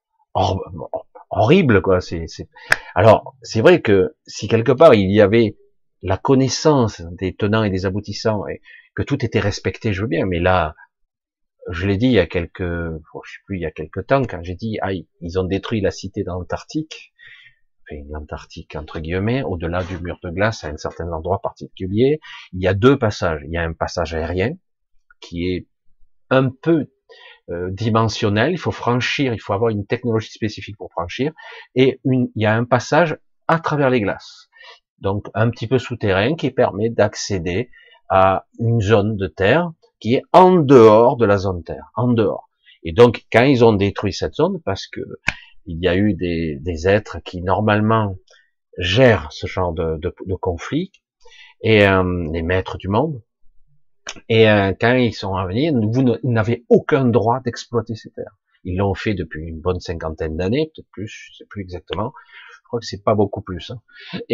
S1: horrible, quoi. Alors, c'est vrai que si quelque part il y avait la connaissance des tenants et des aboutissants et que tout était respecté, je veux bien, mais là, je l'ai dit il y a je sais plus, il y a quelques temps, quand j'ai dit, ils ont détruit la cité d'Antarctique, enfin, l'Antarctique entre guillemets, au-delà du mur de glace, à un certain endroit particulier, il y a deux passages. Il y a un passage aérien, qui est un peu dimensionnel, il faut franchir, il faut avoir une technologie spécifique pour franchir, et il y a un passage à travers les glaces, donc un petit peu souterrain, qui permet d'accéder à une zone de terre qui est en dehors de la zone terre, en dehors. Et donc, quand ils ont détruit cette zone, parce que il y a eu des êtres qui normalement gèrent ce genre de conflit, et les maîtres du monde, et quand ils sont revenus, vous n'avez aucun droit d'exploiter ces terres. Ils l'ont fait depuis une bonne cinquantaine d'années, peut-être plus, je sais plus exactement. Je crois que c'est pas beaucoup plus. Hein.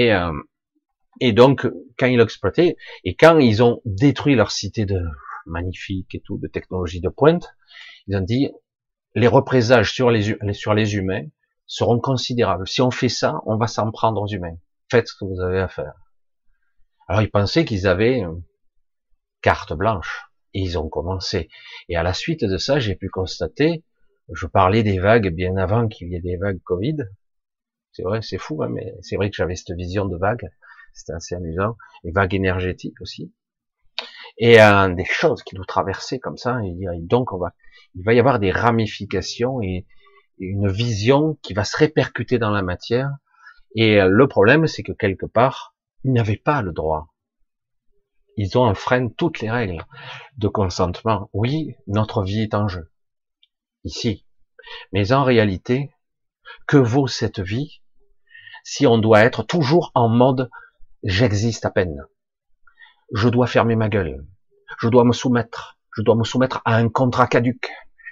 S1: Et donc, quand ils l'ont exploité, et quand ils ont détruit leur cité de magnifique et tout, de technologie de pointe, ils ont dit, les représailles sur les humains seront considérables. Si on fait ça, on va s'en prendre aux humains. Faites ce que vous avez à faire. Alors, ils pensaient qu'ils avaient carte blanche. Et ils ont commencé. Et à la suite de ça, j'ai pu constater, je parlais des vagues bien avant qu'il y ait des vagues Covid. C'est vrai, c'est fou, hein, mais c'est vrai que j'avais cette vision de vagues. C'était assez amusant. Et vagues énergétiques aussi. Et des choses qui nous traversaient comme ça. Et donc, il va y avoir des ramifications et une vision qui va se répercuter dans la matière. Et le problème, c'est que quelque part, ils n'avaient pas le droit. Ils ont enfreint toutes les règles de consentement. Oui, notre vie est en jeu, ici. Mais en réalité, que vaut cette vie si on doit être toujours en mode j'existe à peine, je dois fermer ma gueule, je dois me soumettre à un contrat caduc,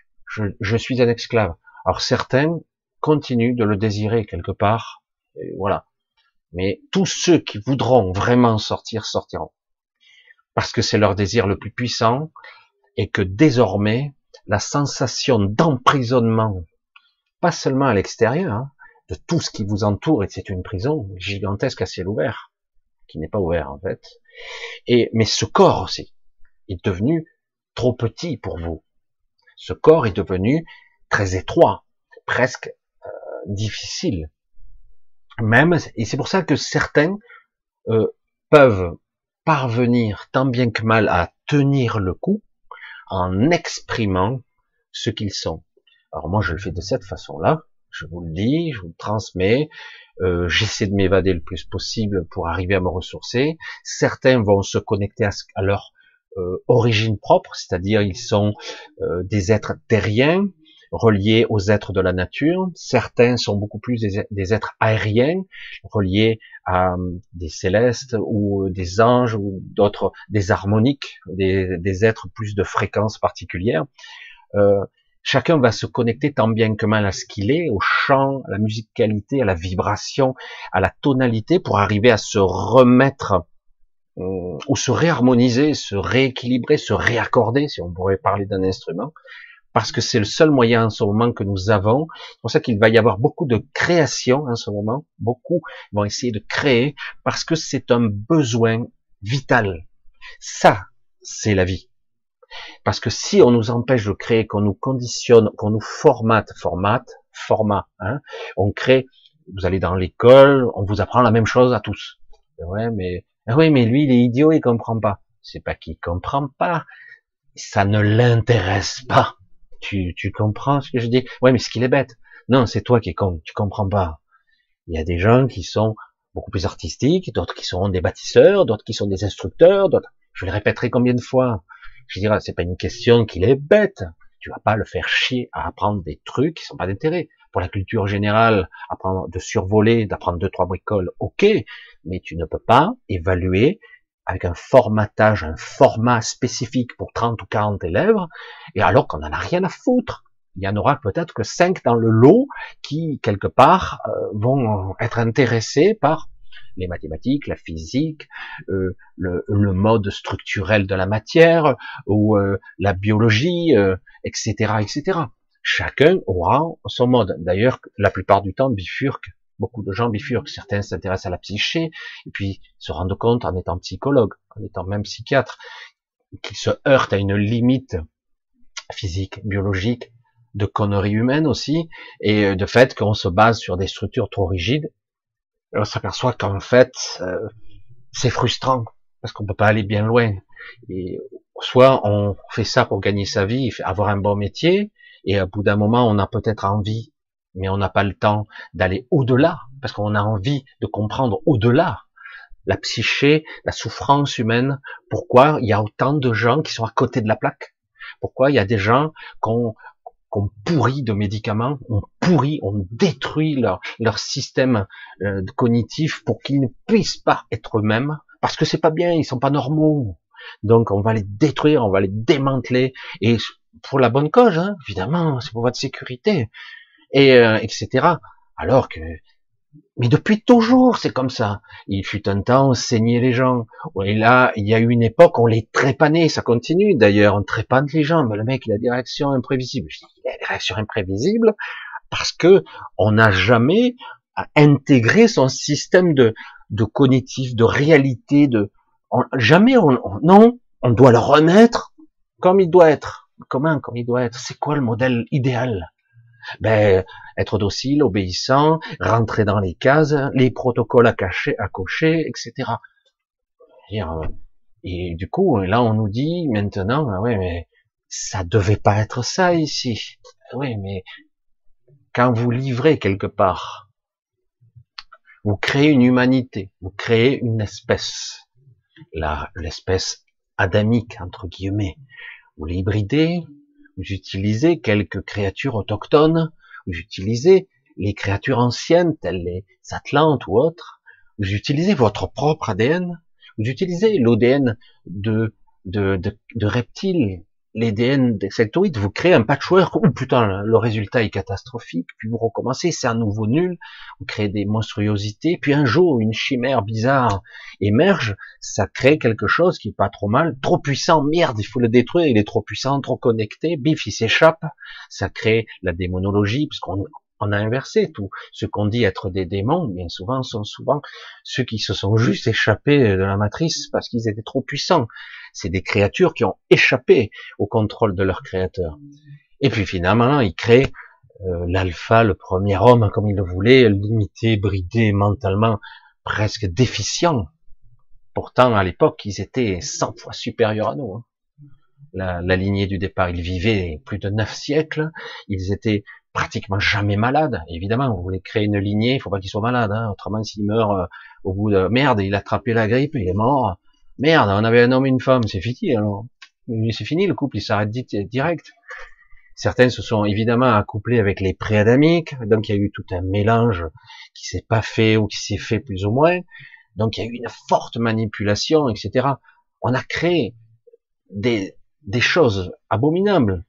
S1: je suis un esclave. Alors certains continuent de le désirer quelque part, et voilà. Mais tous ceux qui voudront vraiment sortir, sortiront. Parce que c'est leur désir le plus puissant, et que désormais, la sensation d'emprisonnement, pas seulement à l'extérieur, hein, de tout ce qui vous entoure, et c'est une prison gigantesque à ciel ouvert, qui n'est pas ouvert en fait, mais ce corps aussi est devenu trop petit pour vous. Ce corps est devenu très étroit, presque difficile. Même, et c'est pour ça que certains peuvent parvenir tant bien que mal à tenir le coup en exprimant ce qu'ils sont. Alors moi je le fais de cette façon-là, je vous le dis, je vous le transmets, j'essaie de m'évader le plus possible pour arriver à me ressourcer. Certains vont se connecter à leur origine propre, c'est-à-dire ils sont des êtres terriens, reliés aux êtres de la nature. Certains sont beaucoup plus des êtres aériens, reliés à des célestes ou des anges ou d'autres, des harmoniques, des êtres plus de fréquences particulières. Chacun va se connecter tant bien que mal à ce qu'il est, au chant, à la musicalité, à la vibration, à la tonalité, pour arriver à se remettre ou se réharmoniser, se rééquilibrer, se réaccorder, si on pourrait parler d'un instrument, parce que c'est le seul moyen en ce moment que nous avons. C'est pour ça qu'il va y avoir beaucoup de création en ce moment. Beaucoup vont essayer de créer, parce que c'est un besoin vital. Ça, c'est la vie. Parce que si on nous empêche de créer, qu'on nous conditionne, qu'on nous format, hein, on crée, vous allez dans l'école, on vous apprend la même chose à tous. Ouais, mais, ah oui, mais lui, il est idiot, il comprend pas. C'est pas qu'il comprend pas, ça ne l'intéresse pas. Tu comprends ce que je dis? Ouais, mais ce qu'il est bête. Non, c'est toi qui es con, tu comprends pas. Il y a des gens qui sont beaucoup plus artistiques, d'autres qui sont des bâtisseurs, d'autres qui sont des instructeurs, d'autres, je le répéterai combien de fois? Je dirais, c'est pas une question qu'il est bête. Tu vas pas le faire chier à apprendre des trucs qui sont pas d'intérêt. Pour la culture générale, apprendre de survoler, d'apprendre deux, trois bricoles, ok, mais tu ne peux pas évaluer avec un formatage, un format spécifique pour 30 ou 40 élèves, et alors qu'on en a rien à foutre. Il y en aura peut-être que 5 dans le lot qui, quelque part, vont être intéressés par les mathématiques, la physique, le mode structurel de la matière, ou la biologie, etc., etc. Chacun aura son mode. D'ailleurs, la plupart du temps, bifurquent. Beaucoup de gens bifurquent. Certains s'intéressent à la psyché, et puis se rendent compte, en étant psychologue, en étant même psychiatre, qu'ils se heurtent à une limite physique, biologique, de conneries humaines aussi, et de fait qu'on se base sur des structures trop rigides. Et on s'aperçoit qu'en fait, c'est frustrant, parce qu'on peut pas aller bien loin. Et soit on fait ça pour gagner sa vie, avoir un bon métier, et au bout d'un moment, on a peut-être envie, mais on n'a pas le temps d'aller au-delà, parce qu'on a envie de comprendre au-delà la psyché, la souffrance humaine, pourquoi il y a autant de gens qui sont à côté de la plaque, pourquoi il y a des gens qu'on pourrit de médicaments, on détruit leur système cognitif pour qu'ils ne puissent pas être eux-mêmes, parce que c'est pas bien, ils sont pas normaux. Donc on va les détruire, on va les démanteler, et pour la bonne cause, hein, évidemment, c'est pour votre sécurité, et etc. Alors que, mais depuis toujours, c'est comme ça. Il fut un temps, on saignait les gens. Et là, il y a eu une époque, on les trépanait, ça continue d'ailleurs, on trépane les gens. Mais le mec, il a des réactions imprévisibles. Je dis, il a des réactions imprévisibles parce que on n'a jamais intégré son système de cognitif, de réalité, jamais non, on doit le remettre comme il doit être. Comment, comme il doit être? C'est quoi le modèle idéal? Ben, être docile, obéissant, rentrer dans les cases, les protocoles à cocher, etc. Et du coup, là, on nous dit maintenant, ah ouais, mais ça devait pas être ça ici. Oui, mais quand vous livrez quelque part, vous créez une humanité, vous créez une espèce, l'espèce adamique entre guillemets. Vous l'hybridez, vous utilisez quelques créatures autochtones, vous utilisez les créatures anciennes telles les Atlantes ou autres, vous utilisez votre propre ADN, vous utilisez l'ADN de reptiles, l'ADN d'insectoïdes, vous créez un patchwork, ou putain, le résultat est catastrophique, puis vous recommencez, c'est un nouveau nul, vous créez des monstruosités, puis un jour, une chimère bizarre émerge, ça crée quelque chose qui est pas trop mal, trop puissant, merde, il faut le détruire, il est trop puissant, trop connecté, bif, il s'échappe, ça crée la démonologie, puisqu'on a inversé tout. Ce qu'on dit être des démons, bien souvent, sont souvent ceux qui se sont juste échappés de la matrice parce qu'ils étaient trop puissants. C'est des créatures qui ont échappé au contrôle de leur créateur. Et puis finalement, ils créent l'alpha, le premier homme, comme ils le voulaient, limité, bridé mentalement, presque déficient. Pourtant, à l'époque, ils étaient 100 fois supérieurs à nous. Hein. La lignée du départ, ils vivaient plus de 9 siècles, ils étaient pratiquement jamais malades. Évidemment, vous voulez créer une lignée, il faut pas qu'ils soient malades, hein. Autrement, s'il meurt au bout de merde, il a attrapé la grippe, il est mort. Merde, on avait un homme et une femme, c'est fini alors. C'est fini, le couple, il s'arrête direct. Certains se sont évidemment accouplés avec les pré-adamiques, donc il y a eu tout un mélange qui s'est pas fait ou qui s'est fait plus ou moins. Donc il y a eu une forte manipulation, etc. On a créé des choses abominables.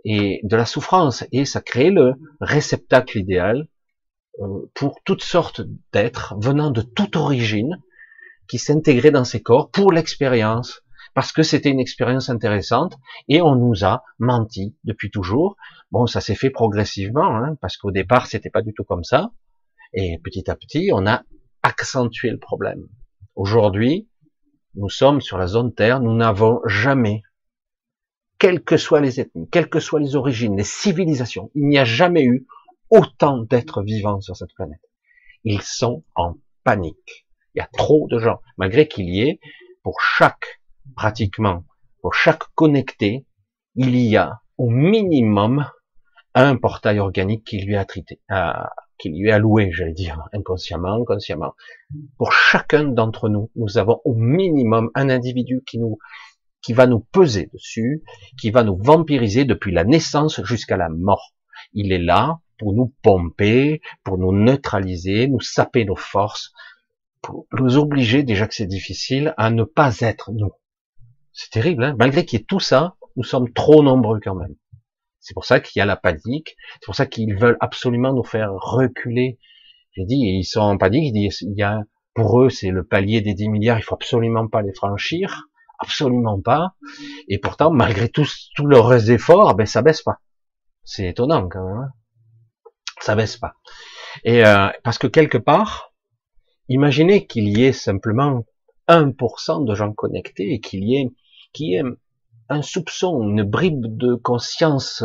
S1: et de la souffrance, et ça crée le réceptacle idéal pour toutes sortes d'êtres venant de toute origine qui s'intégraient dans ces corps pour l'expérience, parce que c'était une expérience intéressante, et on nous a menti depuis toujours. Bon, ça s'est fait progressivement, hein, parce qu'au départ c'était pas du tout comme ça, et petit à petit on a accentué le problème. Aujourd'hui, nous sommes sur la zone Terre, nous n'avons jamais, quelles que soient les ethnies, quelles que soient les origines, les civilisations, il n'y a jamais eu autant d'êtres vivants sur cette planète. Ils sont en panique. Il y a trop de gens, malgré qu'il y ait, pratiquement, pour chaque connecté, il y a au minimum un portail organique qui lui qui lui est alloué, j'allais dire, inconsciemment, consciemment. Pour chacun d'entre nous, nous avons au minimum un individu qui va nous peser dessus, qui va nous vampiriser depuis la naissance jusqu'à la mort. Il est là pour nous pomper, pour nous neutraliser, nous saper nos forces, pour nous obliger, déjà que c'est difficile, à ne pas être nous. C'est terrible, hein. Malgré qu'il y ait tout ça, nous sommes trop nombreux quand même. C'est pour ça qu'il y a la panique, c'est pour ça qu'ils veulent absolument nous faire reculer. J'ai dit, ils sont en panique, ils disent, pour eux, c'est le palier des 10 milliards, il faut absolument pas les franchir, absolument pas. Et pourtant, malgré tous leurs efforts, ben ça baisse pas. C'est étonnant quand même, hein. Ça baisse pas. Et parce que quelque part, imaginez qu'il y ait simplement 1% de gens connectés et qu'il y ait un soupçon, une bribe de conscience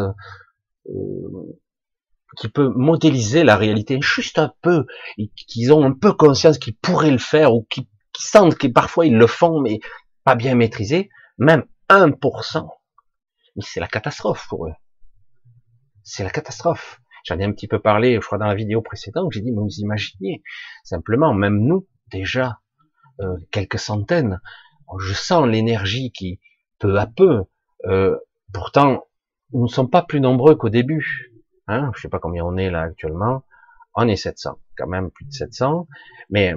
S1: qui peut modéliser la réalité juste un peu, qu'ils ont un peu conscience qu'ils pourraient le faire ou qui sentent que parfois ils le font mais pas bien maîtrisé, même 1%, mais c'est la catastrophe pour eux. C'est la catastrophe. J'en ai un petit peu parlé, je crois, dans la vidéo précédente, j'ai dit, mais vous imaginez, simplement, même nous, déjà, quelques centaines, je sens l'énergie qui, peu à peu, pourtant, nous ne sommes pas plus nombreux qu'au début, hein, je sais pas combien on est là actuellement, on est 700, quand même plus de 700, mais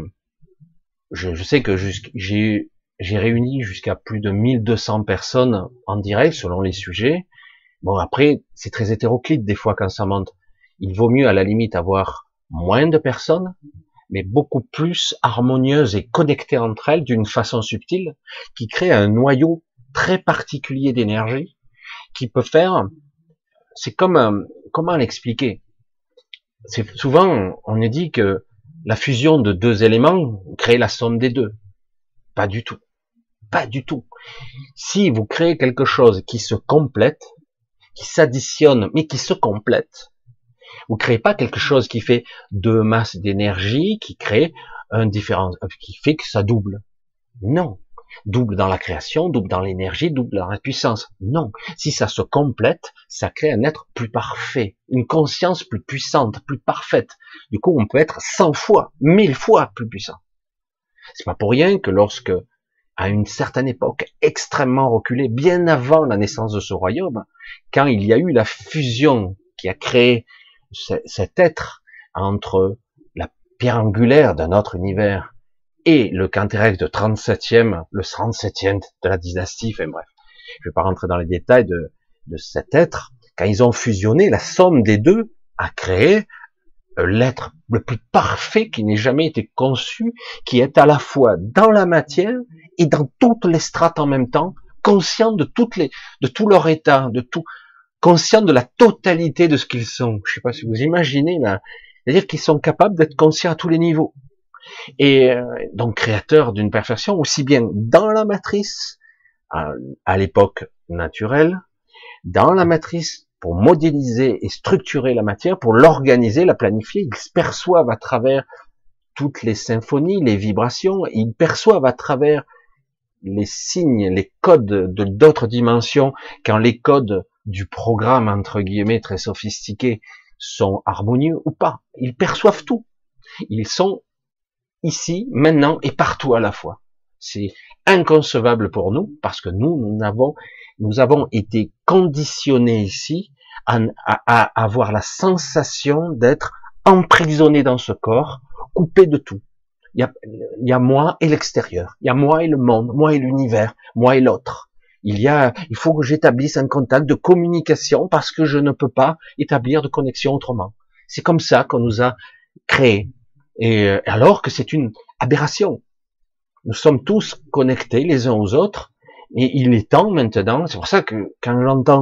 S1: je sais que j'ai réuni jusqu'à plus de 1200 personnes en direct, selon les sujets. Bon, après, c'est très hétéroclite des fois quand ça monte. Il vaut mieux à la limite avoir moins de personnes, mais beaucoup plus harmonieuses et connectées entre elles d'une façon subtile, qui crée un noyau très particulier d'énergie, qui peut faire, c'est comme, comment l'expliquer? C'est souvent, on nous dit que la fusion de deux éléments crée la somme des deux. Pas du tout. Pas du tout. Si vous créez quelque chose qui se complète, qui s'additionne, mais qui se complète, vous créez pas quelque chose qui fait deux masses d'énergie, qui crée un différent, qui fait que ça double. Non. Double dans la création, double dans l'énergie, double dans la puissance. Non. Si ça se complète, ça crée un être plus parfait, une conscience plus puissante, plus parfaite. Du coup, on peut être 100 fois, 1000 fois plus puissant. C'est pas pour rien que lorsque, à une certaine époque extrêmement reculée, bien avant la naissance de ce royaume, quand il y a eu la fusion qui a créé cet être entre la pierre angulaire d'un autre univers et le Cantérex de 37e, le 37e de la dynastie, enfin bref, je vais pas rentrer dans les détails de cet être, quand ils ont fusionné, la somme des deux a créé l'être le plus parfait qui n'ait jamais été conçu, qui est à la fois dans la matière et dans toutes les strates en même temps, conscient de tout leur état, conscient de la totalité de ce qu'ils sont. Je sais pas si vous imaginez là, c'est-à-dire qu'ils sont capables d'être conscients à tous les niveaux. Et donc créateurs d'une perfection, aussi bien dans la matrice, à l'époque naturelle, dans la matrice pour modéliser et structurer la matière, pour l'organiser, la planifier. Ils perçoivent à travers toutes les symphonies, les vibrations, ils perçoivent à travers les signes, les codes de d'autres dimensions, quand les codes du programme, entre guillemets, très sophistiqués, sont harmonieux ou pas. Ils perçoivent tout. Ils sont ici, maintenant et partout à la fois. C'est inconcevable pour nous, parce que nous avons été conditionnés ici à avoir la sensation d'être emprisonnés dans ce corps, coupés de tout. Il y a moi et l'extérieur, il y a moi et le monde, moi et l'univers, moi et l'autre. il faut que j'établisse un contact de communication parce que je ne peux pas établir de connexion autrement. C'est comme ça qu'on nous a créés. Et alors que c'est une aberration. Nous sommes tous connectés les uns aux autres, et il est temps maintenant. C'est pour ça que quand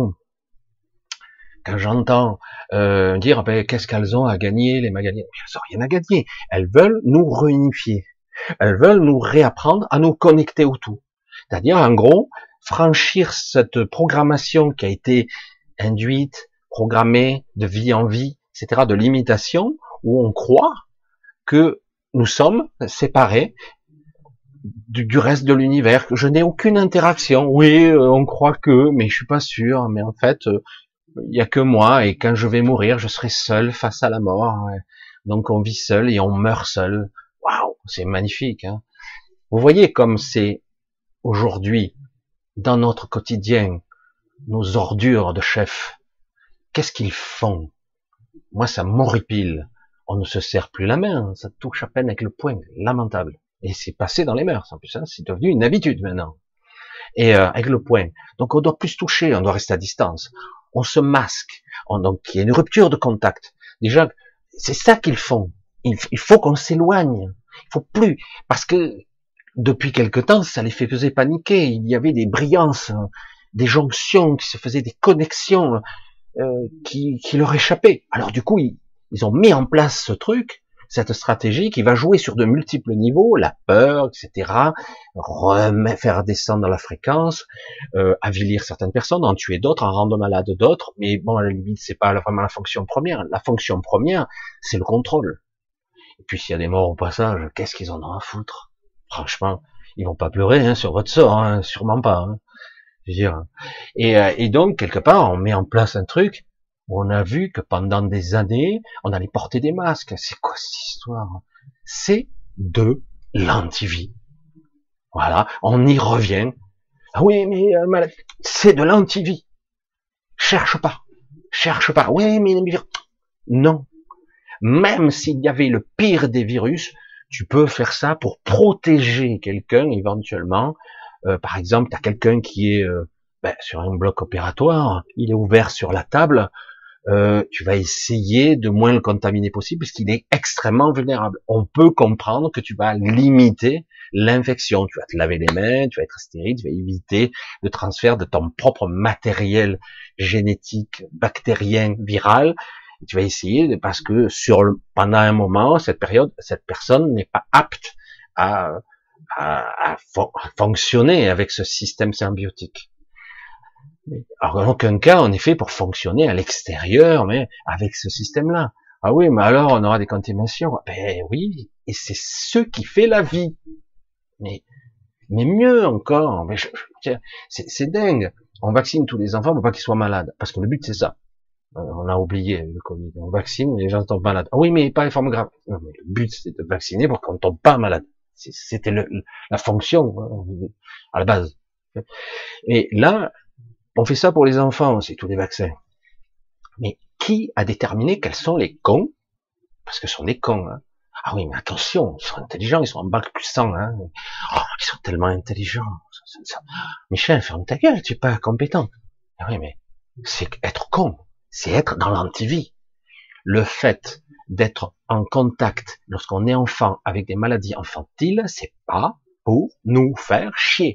S1: j'entends dire ben, qu'est-ce qu'elles ont à gagner les Maganiennes, elles n'ont rien à gagner. Elles veulent nous réunifier. Elles veulent nous réapprendre à nous connecter au tout. C'est-à-dire, en gros, franchir cette programmation qui a été induite, programmée de vie en vie, etc., de limitation, où on croit que nous sommes séparés du reste de l'univers, que je n'ai aucune interaction. Oui, on croit que, mais je suis pas sûr. Mais en fait, il y a que moi, et quand je vais mourir, je serai seul face à la mort. Ouais. Donc on vit seul et on meurt seul. Waouh, c'est magnifique. Hein. Vous voyez comme c'est aujourd'hui dans notre quotidien, nos ordures de chef. Qu'est-ce qu'ils font? Moi, ça m'horripile. On ne se serre plus la main, ça touche à peine avec le poing, lamentable. Et c'est passé dans les mœurs, en plus, hein. C'est devenu une habitude maintenant. Et avec le poing. Donc on doit plus se toucher, on doit rester à distance. On se masque. Donc il y a une rupture de contact. Déjà, c'est ça qu'ils font. Il faut qu'on s'éloigne. Il faut plus, parce que depuis quelque temps, ça les faisait paniquer. Il y avait des brillances, des jonctions qui se faisaient, des connexions qui leur échappaient. Alors du coup, ils ont mis en place ce truc, cette stratégie qui va jouer sur de multiples niveaux, la peur, etc., faire descendre la fréquence, avilir certaines personnes, en tuer d'autres, en rendre malades d'autres, mais bon, à la limite, c'est pas vraiment la fonction première. La fonction première, c'est le contrôle. Et puis s'il y a des morts au passage, qu'est-ce qu'ils en ont à foutre? Franchement, ils vont pas pleurer hein, sur votre sort, hein, sûrement pas. Hein, je veux dire. Et donc, quelque part, on met en place un truc où on a vu que pendant des années, on allait porter des masques. C'est quoi cette histoire? C'est de l'antivie. Voilà, on y revient. Ah oui, mais c'est de l'antivie. Cherche pas. Cherche pas. Oui, mais non. Même s'il y avait le pire des virus, tu peux faire ça pour protéger quelqu'un éventuellement. Par exemple, tu as quelqu'un qui est sur un bloc opératoire, il est ouvert sur la table, tu vas essayer de moins le contaminer possible puisqu'il est extrêmement vulnérable. On peut comprendre que tu vas limiter l'infection, tu vas te laver les mains, tu vas être stérile, tu vas éviter le transfert de ton propre matériel génétique, bactérien, viral. Et tu vas essayer parce que pendant un moment, cette personne n'est pas apte à fonctionner avec ce système symbiotique. Alors, en aucun cas, on est fait pour fonctionner à l'extérieur, mais avec ce système-là. Ah oui, mais alors, on aura des contaminations. Ben oui, et c'est ce qui fait la vie. Mais mieux encore, c'est dingue. On vaccine tous les enfants pour pas qu'ils soient malades, parce que le but c'est ça. On a oublié le Covid. On vaccine, les gens tombent malades. Ah oui, mais pas les formes graves. Non, mais le but c'est de vacciner pour qu'on ne tombe pas malade. C'était la fonction à la base. Et là, on fait ça pour les enfants, c'est tous les vaccins. Mais qui a déterminé quels sont les cons? Parce que ce sont des cons. Hein. Ah oui, mais attention, ils sont intelligents, ils sont en bac plus 100. Hein. Oh, ils sont tellement intelligents. Michel, ferme ta gueule, tu es pas compétent. Ah oui, mais c'est être con, c'est être dans l'antivie. Le fait d'être en contact lorsqu'on est enfant avec des maladies infantiles, c'est pas pour nous faire chier.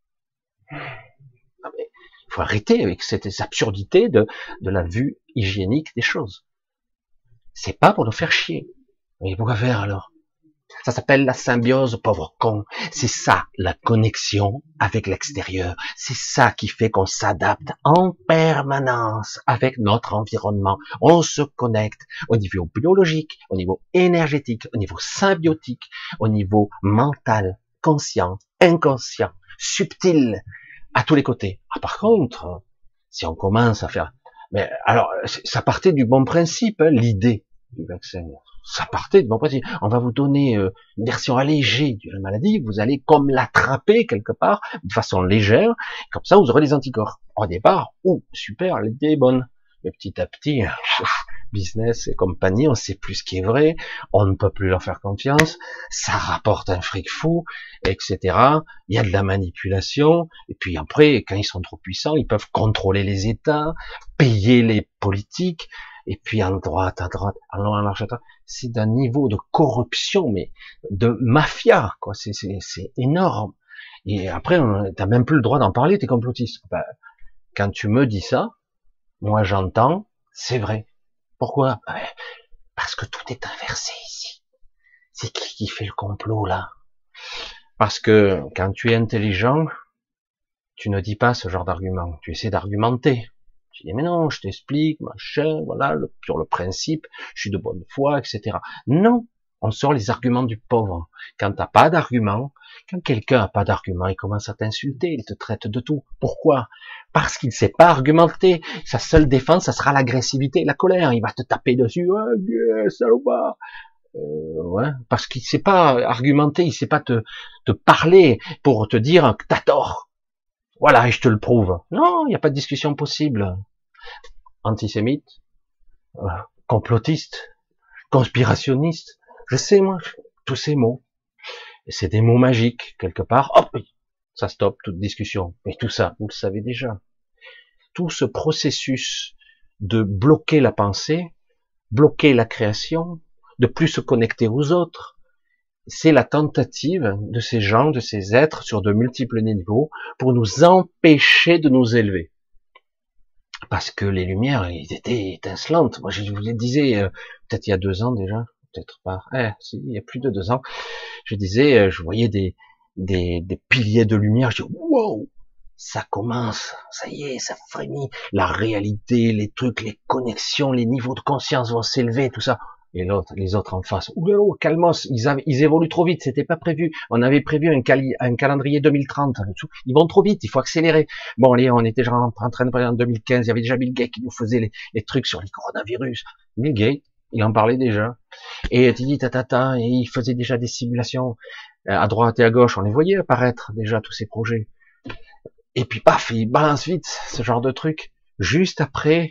S1: Il faut arrêter avec cette absurdité de la vue hygiénique des choses. C'est pas pour nous faire chier. Mais pourquoi faire alors? Ça s'appelle la symbiose, pauvre con. C'est ça, la connexion avec l'extérieur. C'est ça qui fait qu'on s'adapte en permanence avec notre environnement. On se connecte au niveau biologique, au niveau énergétique, au niveau symbiotique, au niveau mental, conscient, inconscient, subtil, à tous les côtés. Ah, par contre, si on commence à faire... Mais alors, ça partait du bon principe, hein, l'idée du vaccin. Ça partait du bon principe. On va vous donner une version allégée de la maladie, vous allez comme l'attraper quelque part, de façon légère, comme ça vous aurez des anticorps. Au départ, super, l'idée est bonne. Mais petit à petit, business et compagnie, on sait plus ce qui est vrai, on ne peut plus leur faire confiance, ça rapporte un fric fou, etc. Il y a de la manipulation, et puis après, quand ils sont trop puissants, ils peuvent contrôler les États, payer les politiques, et puis à droite, à large, c'est d'un niveau de corruption, mais de mafia, quoi. C'est énorme. Et après, t'as même plus le droit d'en parler, t'es complotiste. Ben, quand tu me dis ça, moi j'entends, c'est vrai. Pourquoi? Ben, parce que tout est inversé ici. C'est qui fait le complot là? Parce que quand tu es intelligent, tu ne dis pas ce genre d'argument. Tu essaies d'argumenter. Tu dis mais non, je t'explique, machin, voilà, sur le principe, je suis de bonne foi, etc. Non, on sort les arguments du pauvre. Quand t'as pas d'argument, quand quelqu'un a pas d'argument, il commence à t'insulter, il te traite de tout. Pourquoi? Parce qu'il ne sait pas argumenter. Sa seule défense, ça sera l'agressivité, la colère. Il va te taper dessus, oh, salopard. Ouais, parce qu'il sait pas argumenter, il sait pas te parler pour te dire que t'as tort. Voilà, et je te le prouve. Non, il n'y a pas de discussion possible. Antisémite, euh, complotiste, conspirationniste, je sais moi, tous ces mots. Et c'est des mots magiques, quelque part. Hop, ça stoppe toute discussion. Et tout ça, vous le savez déjà. Tout ce processus de bloquer la pensée, bloquer la création, de plus se connecter aux autres, c'est la tentative de ces gens, de ces êtres sur de multiples niveaux pour nous empêcher de nous élever. Parce que les lumières, ils étaient étincelantes. Moi, je vous le disais, peut-être il y a 2 ans déjà, peut-être pas, si, il y a plus de 2 ans, je disais, je voyais des piliers de lumière, je dis, wow, ça commence, ça y est, ça frémit, la réalité, les trucs, les connexions, les niveaux de conscience vont s'élever, tout ça. Et les autres en face, oulala, calmos, ils évoluent trop vite, c'était pas prévu. On avait prévu un calendrier 2030. Ils vont trop vite, il faut accélérer. Bon, allez, on était déjà en train de parler en 2015. Il y avait déjà Bill Gates qui nous faisait les trucs sur les coronavirus. Bill Gates, il en parlait déjà. Et titi tatata, et il faisait déjà des simulations à droite et à gauche. On les voyait apparaître déjà tous ces projets. Et puis paf, il balance vite ce genre de truc. Juste après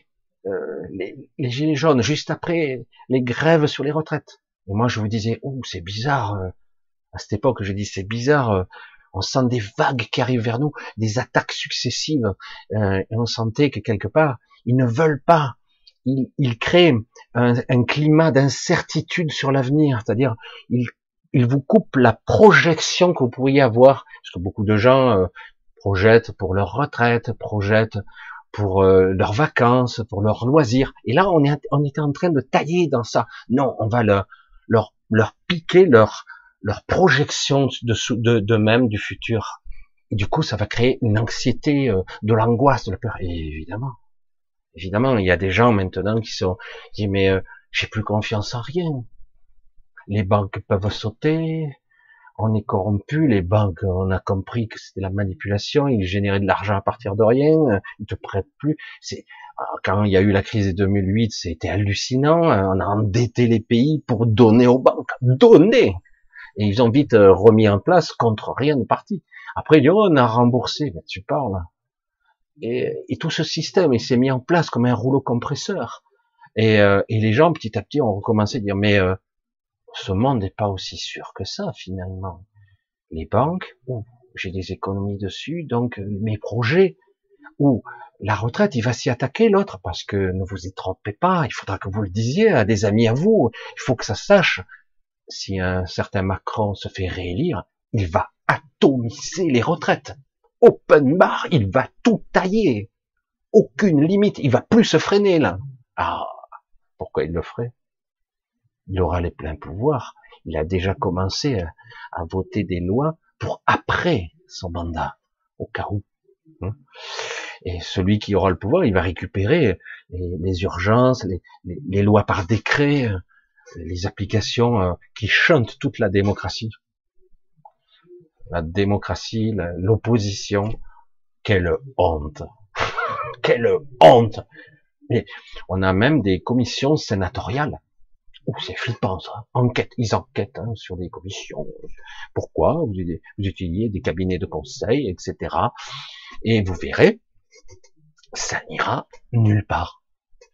S1: les gilets jaunes, juste après les grèves sur les retraites. Et moi, je vous disais, oh, c'est bizarre. À cette époque, je dis, c'est bizarre. On sent des vagues qui arrivent vers nous, des attaques successives. Et on sentait que quelque part, ils ne veulent pas. Ils créent un climat d'incertitude sur l'avenir. C'est-à-dire, ils vous coupent la projection que vous pourriez avoir. Parce que beaucoup de gens projettent pour leur retraite, projettent pour leurs vacances, pour leurs loisirs. Et là, on était en train de tailler dans ça. Non, on va leur piquer leur projection d'eux-mêmes du futur. Et du coup, ça va créer une anxiété, de l'angoisse, de la peur. Et évidemment, il y a des gens maintenant qui disent mais j'ai plus confiance en rien. Les banques peuvent sauter. On est corrompu, les banques, on a compris que c'était la manipulation, ils généraient de l'argent à partir de rien, ils te prêtent plus. Quand il y a eu la crise de 2008, c'était hallucinant, on a endetté les pays pour donner aux banques, donner. Et ils ont vite remis en place contre rien de parti. Après, ils disent, oh, on a remboursé, mais tu parles. Et tout ce système, il s'est mis en place comme un rouleau compresseur. Et les gens, petit à petit, ont recommencé à dire, mais ce monde n'est pas aussi sûr que ça, finalement. Les banques, j'ai des économies dessus, donc mes projets, ou la retraite, il va s'y attaquer l'autre, parce que ne vous y trompez pas, il faudra que vous le disiez à des amis à vous, il faut que ça sache, si un certain Macron se fait réélire, il va atomiser les retraites. Open bar, il va tout tailler. Aucune limite, il va plus se freiner là. Ah, pourquoi il le ferait? Il aura les pleins pouvoirs. Il a déjà commencé à voter des lois pour après son mandat, au cas où. Et celui qui aura le pouvoir, il va récupérer les urgences, les lois par décret, les applications qui chantent toute la démocratie. La démocratie, l'opposition, quelle honte. Quelle honte. Mais on a même des commissions sénatoriales. C'est flippant ça. Ils enquêtent sur des commissions. Pourquoi vous utilisez des cabinets de conseil, etc. Et vous verrez, ça n'ira nulle part.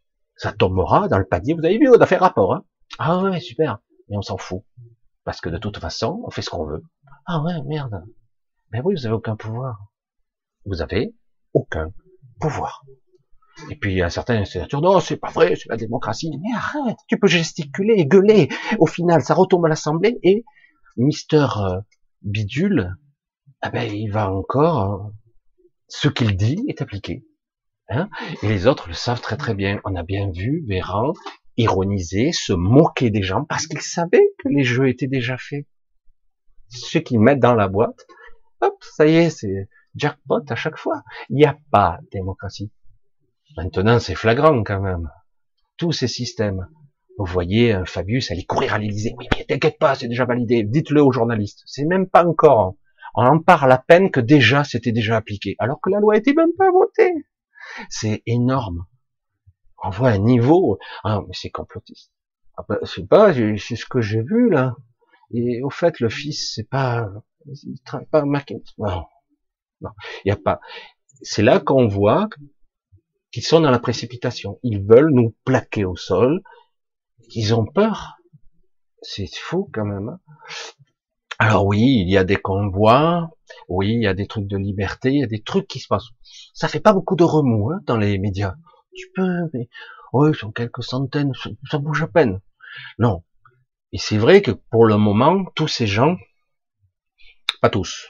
S1: Ça tombera dans le panier. Vous avez vu, on a fait rapport. Hein. Ah ouais, super. Mais on s'en fout. Parce que de toute façon, on fait ce qu'on veut. Ah ouais, merde. Ben oui, vous avez aucun pouvoir. Vous avez aucun pouvoir. Et puis, il y a certains sénateurs, non, c'est pas vrai, c'est la démocratie. Mais arrête, tu peux gesticuler et gueuler. Au final, ça retombe à l'Assemblée et Mister Bidule, ah ben, il va encore, ce qu'il dit est appliqué. Hein, et les autres le savent très très bien. On a bien vu Véran ironiser, se moquer des gens parce qu'ils savaient que les jeux étaient déjà faits. Ceux qu'ils mettent dans la boîte, hop, ça y est, c'est jackpot à chaque fois. Il n'y a pas de démocratie. Maintenant, c'est flagrant quand même. Tous ces systèmes. Vous voyez, Fabius allait courir à l'Élysée. Oui, mais t'inquiète pas, c'est déjà validé. Dites-le aux journalistes. C'est même pas encore. On en parle à peine que déjà, c'était déjà appliqué. Alors que la loi était même pas votée. C'est énorme. On voit un niveau. Ah, mais c'est complotiste. Ah, ben, je sais pas, c'est ce que j'ai vu là. Et au fait, le fils, c'est pas, il travaille pas marqué. Non, non, il y a pas. C'est là qu'on voit qu'ils sont dans la précipitation. Ils veulent nous plaquer au sol. Ils ont peur. C'est fou quand même. Hein. Alors oui, il y a des convois. Oui, il y a des trucs de liberté. Il y a des trucs qui se passent. Ça fait pas beaucoup de remous hein, dans les médias. Tu peux, mais oui, ils sont quelques centaines. Ça bouge à peine. Non. Et c'est vrai que pour le moment, tous ces gens, pas tous,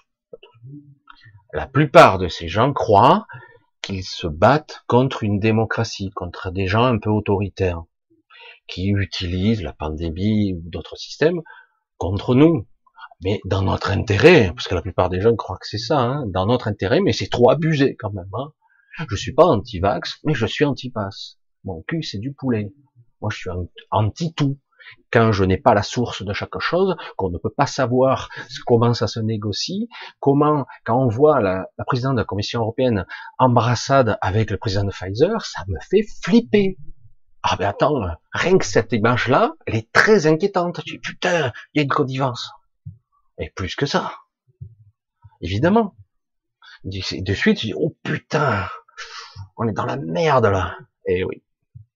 S1: la plupart de ces gens croient qu'ils se battent contre une démocratie, contre des gens un peu autoritaires, qui utilisent la pandémie ou d'autres systèmes contre nous. Mais dans notre intérêt, parce que la plupart des gens croient que c'est ça, hein, dans notre intérêt, mais c'est trop abusé quand même. Hein. Je suis pas anti-vax, mais je suis anti-pass. Mon cul, c'est du poulet. Moi, je suis anti-tout. Quand je n'ai pas la source de chaque chose, qu'on ne peut pas savoir comment ça se négocie, comment, quand on voit la présidente de la Commission européenne embrassade avec le président de Pfizer, ça me fait flipper. Ah ben attends, rien que cette image-là, elle est très inquiétante. Tu dis, putain, il y a une connivence. Et plus que ça, évidemment. De suite, je dis, oh putain, on est dans la merde là. Et oui,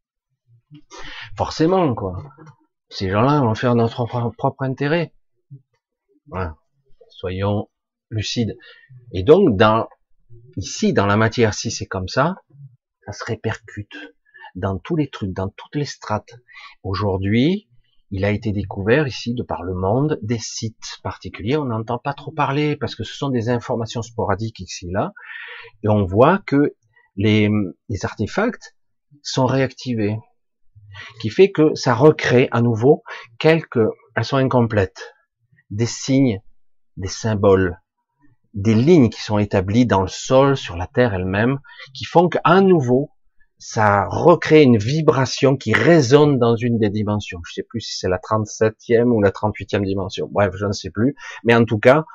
S1: forcément quoi. Ces gens-là vont faire notre propre intérêt. Voilà. Soyons lucides. Et donc, ici, dans la matière, si c'est comme ça se répercute dans tous les trucs, dans toutes les strates. Aujourd'hui, il a été découvert ici, de par le monde, des sites particuliers. On n'entend pas trop parler parce que ce sont des informations sporadiques ici et là. Et on voit que les artefacts sont réactivés. Qui fait que ça recrée à nouveau elles sont incomplètes, des signes, des symboles, des lignes qui sont établies dans le sol, sur la terre elle-même, qui font qu'à nouveau, ça recrée une vibration qui résonne dans une des dimensions. Je sais plus si c'est la 37e ou la 38e dimension. Bref, je ne sais plus. Mais en tout cas,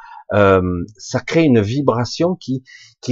S1: ça crée une vibration qui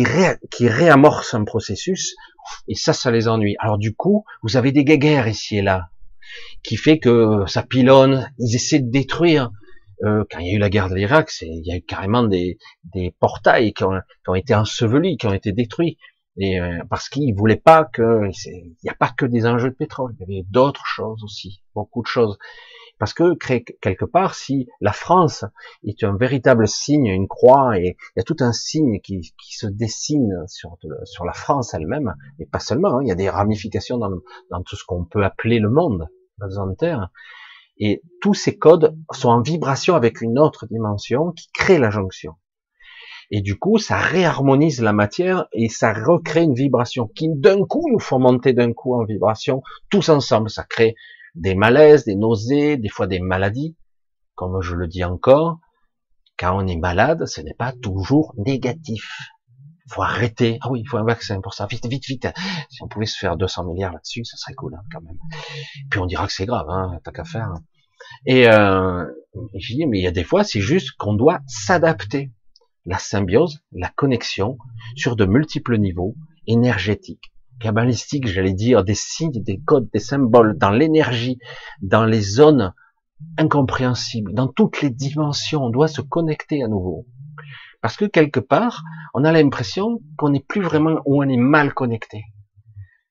S1: réamorce un processus. Et ça les ennuie. Alors du coup, vous avez des guéguerres ici et là, qui fait que ça pilonne, ils essaient de détruire. Quand il y a eu la guerre de l'Irak, il y a eu carrément des portails qui ont été ensevelis, qui ont été détruits. Et parce qu'ils voulaient pas il n'y a pas que des enjeux de pétrole, il y avait d'autres choses aussi, beaucoup de choses. Parce que quelque part, si la France est un véritable signe, une croix, et il y a tout un signe qui se dessine sur la France elle-même, et pas seulement, hein, il y a des ramifications dans tout ce qu'on peut appeler le monde, la zone Terre, et tous ces codes sont en vibration avec une autre dimension qui crée la jonction. Et du coup, ça réharmonise la matière et ça recrée une vibration qui d'un coup nous font monter d'un coup en vibration tous ensemble. Ça crée des malaises, des nausées, des fois des maladies. Comme je le dis encore, quand on est malade, ce n'est pas toujours négatif. Il faut arrêter. Ah oui, il faut un vaccin pour ça. Vite, vite, vite. Si on pouvait se faire 200 milliards là-dessus, ça serait cool hein, quand même. Puis on dira que c'est grave, hein, t'as qu'à faire. Et je dis, mais il y a des fois, c'est juste qu'on doit s'adapter. La symbiose, la connexion sur de multiples niveaux énergétiques, cabalistiques, j'allais dire, des signes, des codes, des symboles, dans l'énergie, dans les zones incompréhensibles, dans toutes les dimensions, on doit se connecter à nouveau. Parce que quelque part, on a l'impression qu'on n'est plus vraiment, ou on est mal connecté.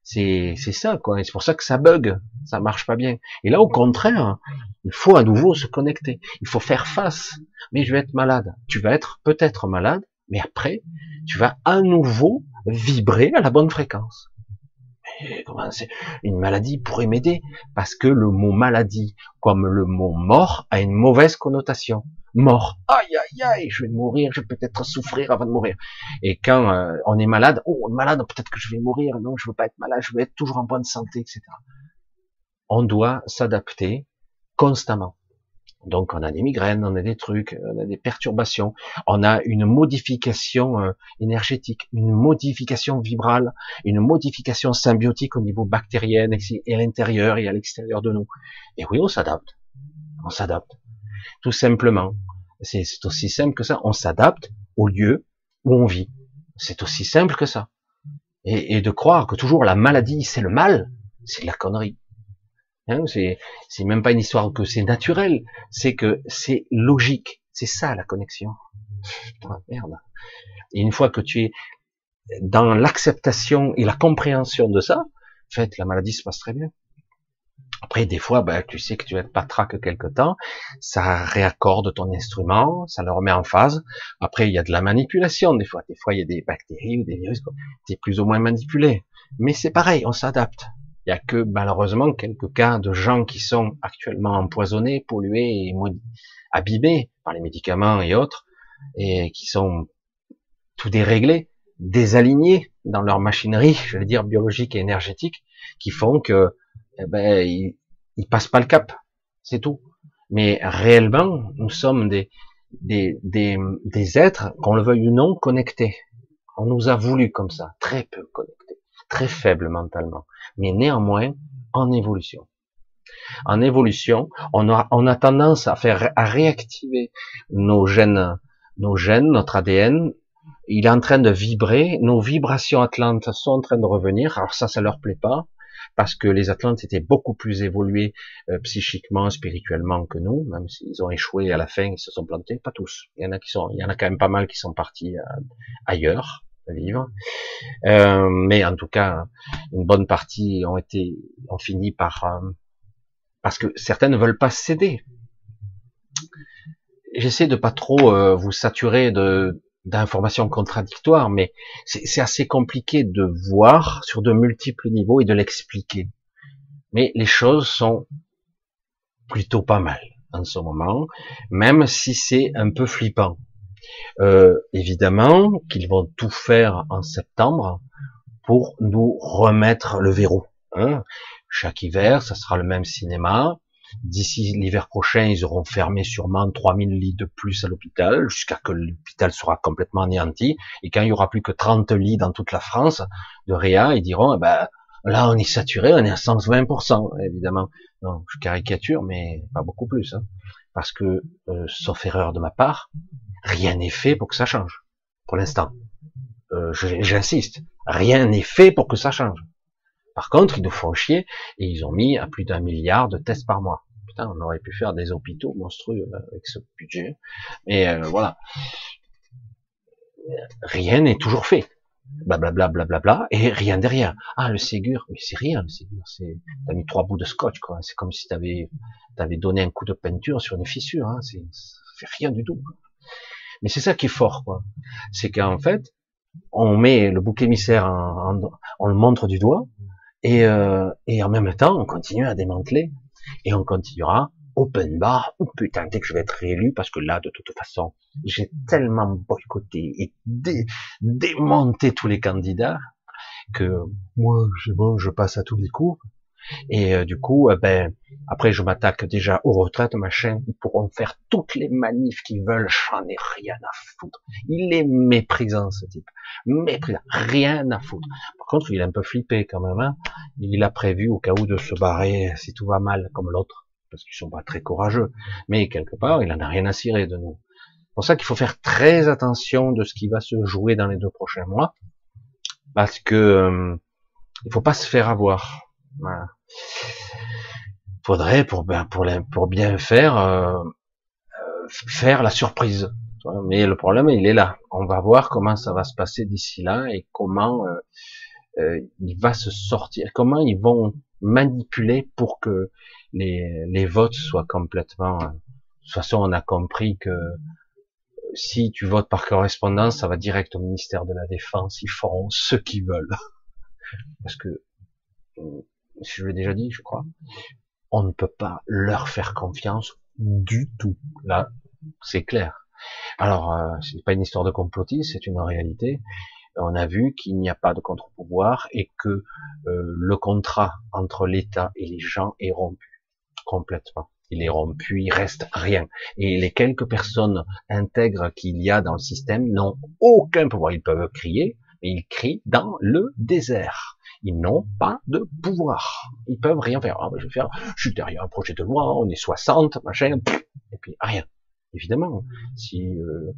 S1: C'est ça, quoi. Et c'est pour ça que ça bug, ça marche pas bien. Et là, au contraire, il faut à nouveau se connecter. Il faut faire face. Mais je vais être malade. Tu vas être peut-être malade, mais après, tu vas à nouveau vibrer à la bonne fréquence. Et comment c'est une maladie pourrait m'aider parce que le mot maladie, comme le mot mort, a une mauvaise connotation. Mort, aïe aïe aïe, je vais mourir, je vais peut-être souffrir avant de mourir. Et quand on est malade, oh malade, peut-être que je vais mourir. Non, je veux pas être malade, je veux être toujours en bonne santé, etc. On doit s'adapter constamment. Donc on a des migraines, on a des trucs, on a des perturbations, on a une modification énergétique, une modification vibrale, une modification symbiotique au niveau bactérien et à l'intérieur et à l'extérieur de nous. Et oui, on s'adapte, tout simplement. C'est aussi simple que ça, on s'adapte au lieu où on vit. C'est aussi simple que ça. Et de croire que toujours la maladie c'est le mal, c'est de la connerie. Hein, c'est même pas une histoire que c'est naturel, c'est que c'est logique. C'est ça la connexion. Putain, merde. Et une fois que tu es dans l'acceptation et la compréhension de ça, en fait, la maladie se passe très bien. Après, des fois, ben, tu sais que tu vas être patraque quelque temps, ça réaccorde ton instrument, ça le remet en phase. Après, il y a de la manipulation, des fois. Des fois, il y a des bactéries ou des virus, tu es plus ou moins manipulé. Mais c'est pareil, on s'adapte. Il y a que, malheureusement, quelques cas de gens qui sont actuellement empoisonnés, pollués et abîmés par les médicaments et autres, et qui sont tout déréglés, désalignés dans leur machinerie, je vais dire, biologique et énergétique, qui font que, eh ben, ils passent pas le cap. C'est tout. Mais réellement, nous sommes des êtres, qu'on le veuille ou non, connectés. On nous a voulu comme ça, très peu connectés, très faibles mentalement, mais néanmoins en évolution. En évolution, on a tendance à réactiver nos gènes, notre ADN. Il est en train de vibrer, nos vibrations atlantes sont en train de revenir. Alors ça leur plaît pas, parce que les Atlantes étaient beaucoup plus évolués psychiquement, spirituellement que nous, même s'ils ont échoué à la fin, ils se sont plantés, pas tous. Il y en a quand même pas mal qui sont partis ailleurs vivre. Mais en tout cas, une bonne partie ont fini par parce que certains ne veulent pas céder. J'essaie de pas trop vous saturer d'informations contradictoires, mais c'est assez compliqué de voir sur de multiples niveaux et de l'expliquer. Mais les choses sont plutôt pas mal en ce moment, même si c'est un peu flippant. Évidemment qu'ils vont tout faire en septembre pour nous remettre le verrou. Hein. Chaque hiver, ça sera le même cinéma. D'ici l'hiver prochain, ils auront fermé sûrement 3000 lits de plus à l'hôpital, jusqu'à que l'hôpital sera complètement anéanti. Et quand il y aura plus que 30 lits dans toute la France de réa, ils diront, eh ben, là, on est saturé, on est à 120%, évidemment. Non, je caricature, mais pas beaucoup plus. Hein. Parce que, sauf erreur de ma part, rien n'est fait pour que ça change. Pour l'instant. J'insiste. Rien n'est fait pour que ça change. Par contre, ils nous font chier et ils ont mis à plus d'1 milliard de tests par mois. Putain, on aurait pu faire des hôpitaux monstrueux avec ce budget. Mais voilà. Rien n'est toujours fait. Blablabla, blablabla, et rien derrière. Ah, le Ségur, mais c'est rien, le Ségur. T'as mis 3 bouts de scotch, quoi. C'est comme si t'avais donné un coup de peinture sur une fissure, hein. Ça fait rien du tout, quoi. Mais c'est ça qui est fort, quoi. C'est qu'en fait, on met le bouc émissaire, on le montre du doigt, et en même temps, on continue à démanteler, et on continuera open bar, ou putain, dès que je vais être réélu, parce que là, de toute façon, j'ai tellement boycotté et démonté tous les candidats, que moi, c'est bon, je passe à tous les coups, et du coup, ben, après, je m'attaque déjà aux retraites, machin, ils pourront faire toutes les manifs qu'ils veulent, j'en ai rien à foutre. Il est méprisant, ce type. Méprisant. Rien à foutre. Par contre, il est un peu flippé quand même, hein. Il a prévu au cas où de se barrer si tout va mal, comme l'autre, parce qu'ils sont pas très courageux. Mais quelque part, il en a rien à cirer de nous. C'est pour ça qu'il faut faire très attention de ce qui va se jouer dans les 2 prochains mois, parce que il faut pas se faire avoir. Voilà. Faudrait pour bien faire faire la surprise. Mais le problème il est là. On va voir comment ça va se passer d'ici là et comment il va se sortir. Comment ils vont manipuler pour que les votes soient complètement... De toute façon, on a compris que si tu votes par correspondance, ça va direct au ministère de la Défense. Ils feront ce qu'ils veulent. Parce que, je l'ai déjà dit, je crois, on ne peut pas leur faire confiance du tout. Là, c'est clair. Alors, c'est pas une histoire de complotisme, c'est une réalité. On a vu qu'il n'y a pas de contre-pouvoir et que le contrat entre l'État et les gens est rompu complètement. Il est rompu, il reste rien. Et les quelques personnes intègres qu'il y a dans le système n'ont aucun pouvoir. Ils peuvent crier, mais ils crient dans le désert. Ils n'ont pas de pouvoir. Ils peuvent rien faire. Ah, ben, je suis derrière un projet de loi, on est 60, machin, et puis rien. Évidemment, si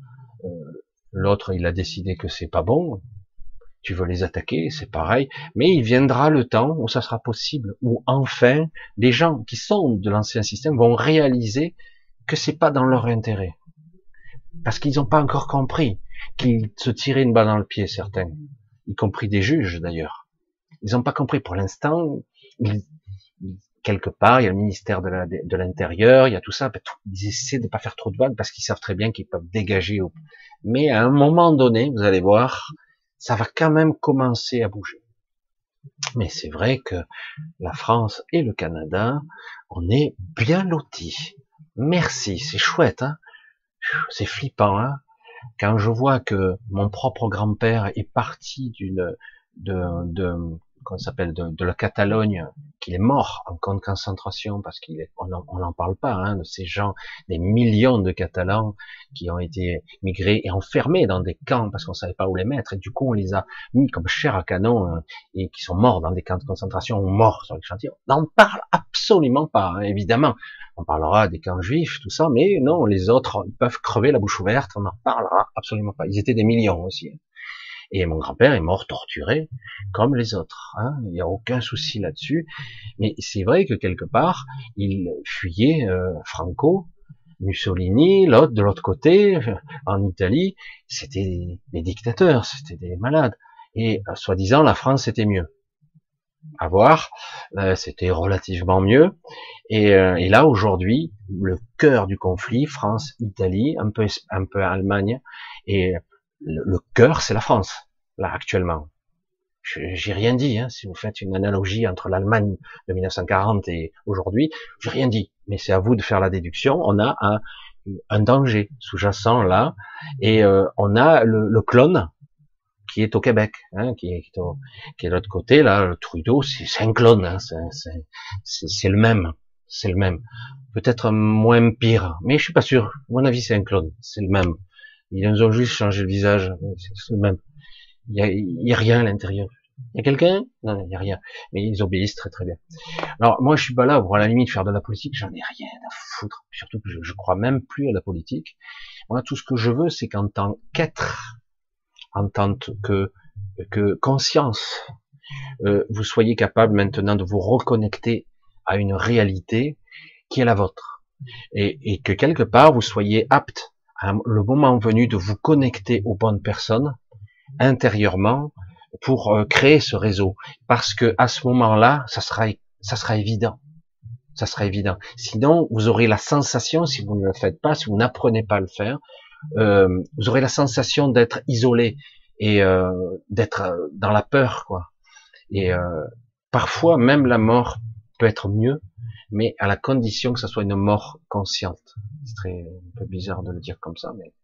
S1: l'autre il a décidé que c'est pas bon, tu veux les attaquer, c'est pareil, mais il viendra le temps où ça sera possible, où enfin les gens qui sont de l'ancien système vont réaliser que c'est pas dans leur intérêt, parce qu'ils n'ont pas encore compris qu'ils se tiraient une balle dans le pied, certains, y compris des juges d'ailleurs. Ils n'ont pas compris pour l'instant. Quelque part, il y a le ministère de l'Intérieur, il y a tout ça. Ils essaient de pas faire trop de vagues parce qu'ils savent très bien qu'ils peuvent dégager. Mais à un moment donné, vous allez voir, ça va quand même commencer à bouger. Mais c'est vrai que la France et le Canada, on est bien lotis. Merci, c'est chouette, hein, c'est flippant, hein. Quand je vois que mon propre grand-père est parti comment ça s'appelle, de la Catalogne, qu'il est mort en camp de concentration parce on n'en parle pas, hein, de ces gens, des millions de Catalans qui ont été migrés et enfermés dans des camps parce qu'on savait pas où les mettre, et du coup on les a mis comme chair à canon, hein, et qui sont morts dans des camps de concentration ou morts sur les chantiers. On n'en parle absolument pas, hein, évidemment. On parlera des camps juifs, tout ça, mais non, les autres, ils peuvent crever la bouche ouverte, on n'en parlera absolument pas. Ils étaient des millions aussi. Et mon grand-père est mort torturé, comme les autres, hein. Il n'y a aucun souci là-dessus. Mais c'est vrai que quelque part, il fuyait Franco, Mussolini, l'autre de l'autre côté, en Italie, c'était des dictateurs, c'était des malades. Et soi-disant, la France était mieux. À voir, c'était relativement mieux. Et là, aujourd'hui, le cœur du conflit, France-Italie, un peu Allemagne, et le cœur, c'est la France, là, actuellement. J'ai rien dit, hein, si vous faites une analogie entre l'Allemagne de 1940 et aujourd'hui, j'ai rien dit, mais c'est à vous de faire la déduction. On a un danger sous-jacent là, et on a le clone qui est au Québec, hein, qui est de l'autre côté, là, le Trudeau, c'est un clone, hein, c'est le même, c'est le même. Peut-être moins pire, mais je suis pas sûr. À mon avis, c'est un clone, c'est le même. Ils nous ont juste changé le visage, c'est le même. Il y a rien à l'intérieur. Il y a quelqu'un? Non, il y a rien. Mais ils obéissent très très bien. Alors moi, je suis pas là pour à la limite faire de la politique. J'en ai rien à foutre. Surtout que je crois même plus à la politique. Moi, tout ce que je veux, c'est qu'en tant qu'être, en tant que conscience, vous soyez capable maintenant de vous reconnecter à une réalité qui est la vôtre, et que quelque part vous soyez apte le moment venu de vous connecter aux bonnes personnes intérieurement pour créer ce réseau, parce que à ce moment-là, ça sera évident, ça sera évident. Sinon, vous aurez la sensation, si vous ne le faites pas, si vous n'apprenez pas à le faire, vous aurez la sensation d'être isolé et d'être dans la peur, quoi. Et parfois, même la mort peut être mieux, mais à la condition que ça soit une mort consciente. C'est un peu bizarre de le dire comme ça, mais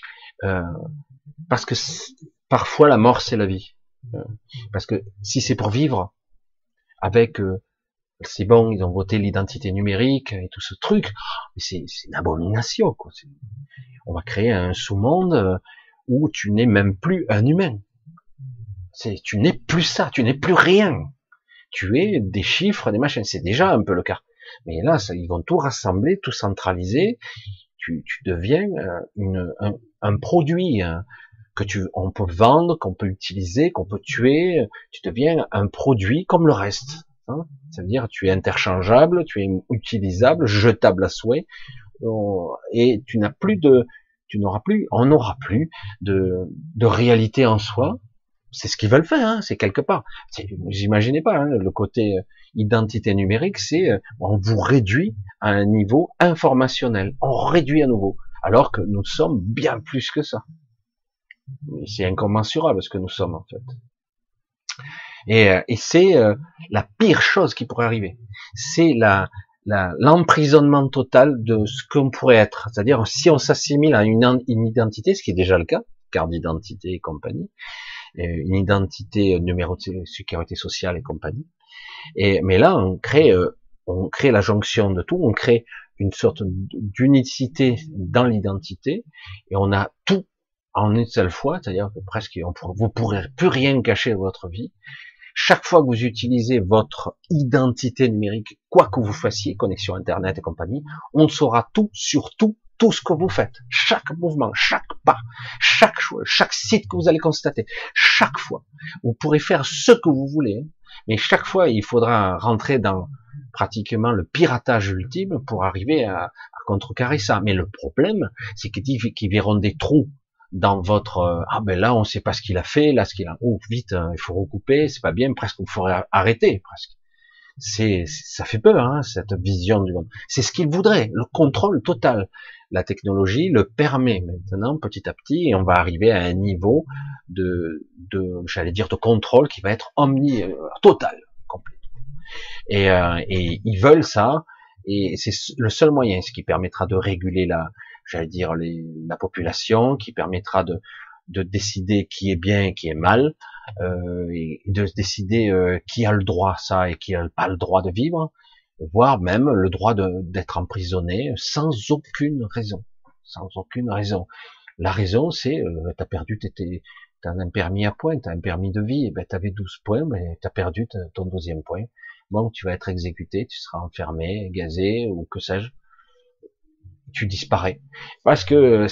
S1: parce que parfois la mort c'est la vie. Parce que si c'est pour vivre avec, c'est bon, ils ont voté l'identité numérique et tout ce truc, c'est une abomination, quoi. On va créer un sous-monde où tu n'es même plus un humain. Tu n'es plus ça, tu n'es plus rien. Tu es des chiffres, des machins. C'est déjà un peu le cas. Mais là, ils vont tout rassembler, tout centraliser. Tu deviens un produit on peut vendre, qu'on peut utiliser, qu'on peut tuer. Tu deviens un produit comme le reste. Hein. Ça veut dire tu es interchangeable, tu es utilisable, jetable à souhait, et on n'aura plus de réalité en soi. C'est ce qu'ils veulent faire, hein, c'est quelque part. Vous imaginez pas, hein, le côté identité numérique, c'est on vous réduit à un niveau informationnel, on réduit à nouveau, alors que nous sommes bien plus que ça. C'est incommensurable ce que nous sommes en fait. Et c'est la pire chose qui pourrait arriver. C'est l'emprisonnement total de ce qu'on pourrait être. C'est-à-dire si on s'assimile à une identité, ce qui est déjà le cas, carte d'identité et compagnie, une identité numéro de sécurité sociale et compagnie. Mais là, on crée la jonction de tout, on crée une sorte d'unicité dans l'identité, et on a tout en une seule fois, c'est-à-dire que presque vous pourrez plus rien cacher de votre vie. Chaque fois que vous utilisez votre identité numérique, quoi que vous fassiez, connexion Internet et compagnie, on saura tout sur tout, tout ce que vous faites. Chaque mouvement, chaque pas, chaque chose, chaque site que vous allez constater, chaque fois. Vous pourrez faire ce que vous voulez, mais chaque fois, il faudra rentrer dans pratiquement le piratage ultime pour arriver à contrecarrer ça. Mais le problème, c'est qu'ils verront des trous dans votre ah ben là on sait pas ce qu'il a fait, là ce qu'il a vite il faut recouper, c'est pas bien, presque il faudrait arrêter presque. Ça fait peur hein, cette vision du monde. C'est ce qu'il voudrait, le contrôle total. La technologie le permet maintenant petit à petit et on va arriver à un niveau j'allais dire de contrôle qui va être total, complet. Et ils veulent ça et c'est le seul moyen, ce qui permettra de réguler j'allais dire la population, qui permettra de décider qui est bien et qui est mal, et de décider qui a le droit à ça et qui a pas le droit de vivre, voire même le droit d'être emprisonné sans aucune raison, sans aucune raison. La raison, c'est t'as perdu t'as un permis à points, t'as un permis de vie, ben t'avais 12 points, ben t'as perdu ton 12e point. Bon, tu vas être exécuté, tu seras enfermé, gazé ou que sais-je. Tu disparais. Parce que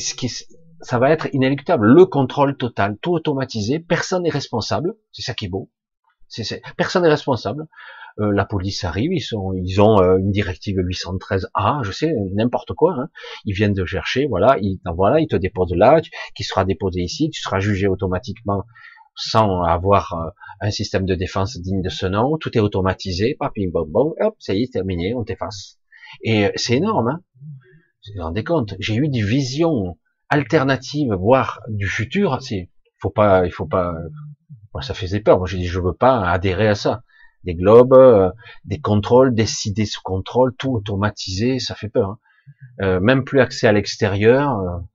S1: ça va être inéluctable. Le contrôle total, tout automatisé, personne n'est responsable. C'est ça qui est beau. Personne n'est responsable. La police arrive, ils ont une directive 813A, je sais, n'importe quoi. Hein. Ils viennent de chercher, voilà, ils te déposent là, qui sera déposé ici, tu seras jugé automatiquement sans avoir un système de défense digne de ce nom. Tout est automatisé, papim, bom, bom, hop, ça y est, terminé, on t'efface. Et c'est énorme. Hein. Vous vous rendez compte, j'ai eu des visions alternatives, voire du futur. Il faut pas. Moi, ça faisait peur. Moi, j'ai dit, je veux pas adhérer à ça. Des globes, des contrôles, décider sous contrôle, tout automatisé, ça fait peur. Hein. Même plus accès à l'extérieur,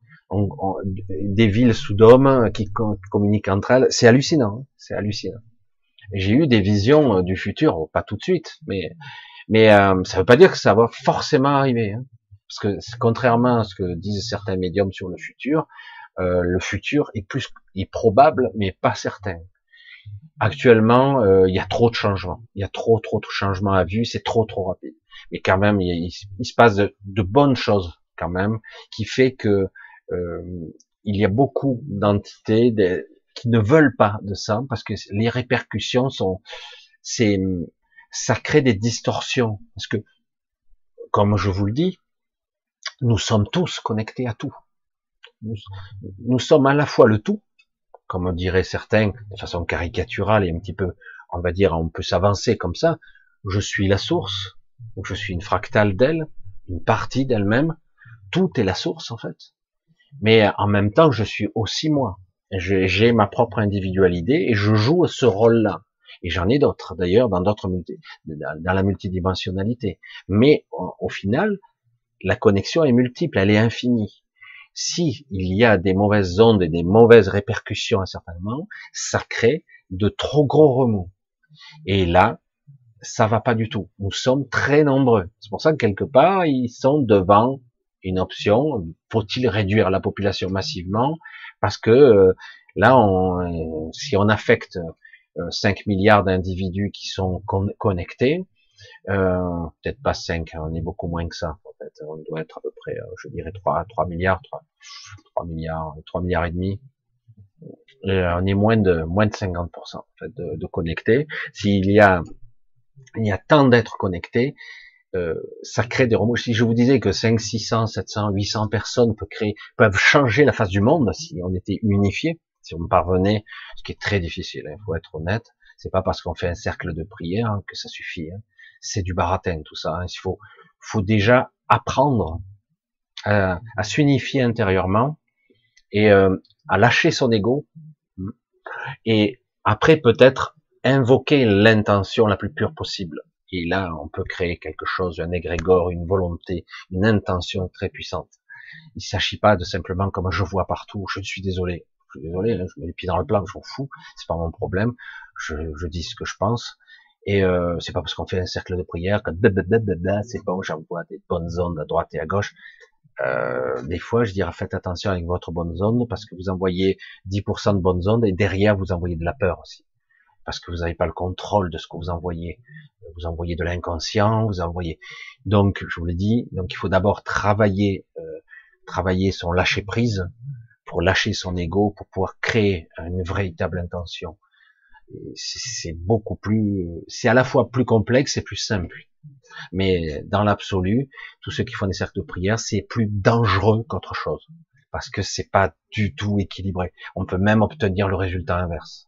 S1: des villes sous dôme qui communiquent entre elles, c'est hallucinant. Hein, c'est hallucinant. Et j'ai eu des visions du futur, pas tout de suite, mais ça veut pas dire que ça va forcément arriver. Hein. Parce que contrairement à ce que disent certains médiums sur le futur est probable, mais pas certain. Actuellement, il y a trop de changements. Il y a trop de changements à vue, c'est trop rapide. Mais quand même, il se passe de bonnes choses quand même, qui fait que il y a beaucoup d'entités qui ne veulent pas de ça, parce que les répercussions ça crée des distorsions. Parce que, comme je vous le dis, nous sommes tous connectés à tout. Nous sommes à la fois le tout, comme diraient certains, de façon caricaturale et un petit peu, on va dire, on peut s'avancer comme ça. Je suis la source, ou je suis une fractale d'elle, une partie d'elle-même. Tout est la source, en fait. Mais en même temps, je suis aussi moi. J'ai ma propre individualité et je joue ce rôle-là. Et j'en ai d'autres, d'ailleurs, dans la multidimensionnalité. Mais au final, la connexion est multiple, elle est infinie. Si il y a des mauvaises ondes et des mauvaises répercussions à certains moments, ça crée de trop gros remous. Et là, ça va pas du tout. Nous sommes très nombreux. C'est pour ça que quelque part, ils sont devant une option. Faut-il réduire la population massivement? Parce que là, si on affecte 5 milliards d'individus qui sont connectés, peut-être pas 5, on est beaucoup moins que ça. En fait, on doit être à peu près, je dirais 3 milliards, 3 milliards et demi. On est moins de 50% en fait, de connectés. Il y a tant d'êtres connectés, ça crée des remous. Si je vous disais que 5, 600, 700, 800 personnes peuvent changer la face du monde si on était unifiés, Si on parvenait, ce qui est très difficile, il faut être honnête, c'est pas parce qu'on fait un cercle de prière que ça suffit. C'est du baratin tout ça. Faut déjà apprendre à s'unifier intérieurement et à lâcher son ego. Et après peut-être invoquer l'intention la plus pure possible. Et là, on peut créer quelque chose, un égrégore, une volonté, une intention très puissante. Il ne s'agit pas de simplement, comme je vois partout, je suis désolé, hein, je mets les pieds dans le plat, je m'en fous, c'est pas mon problème, je dis ce que je pense, et c'est pas parce qu'on fait un cercle de prière que c'est bon, j'envoie des bonnes ondes à droite et à gauche. Des fois, je dirais faites attention avec votre bonne onde, parce que vous envoyez 10% de bonnes ondes, et derrière, vous envoyez de la peur aussi, parce que vous n'avez pas le contrôle de ce que vous envoyez. Vous envoyez de l'inconscient, vous envoyez. Donc, je vous l'ai dit, donc il faut d'abord travailler son lâcher prise pour lâcher son ego, pour pouvoir créer une véritable intention. C'est beaucoup plus, c'est à la fois plus complexe et plus simple. Mais dans l'absolu, tous ceux qui font des cercles de prière, c'est plus dangereux qu'autre chose. Parce que c'est pas du tout équilibré. On peut même obtenir le résultat inverse.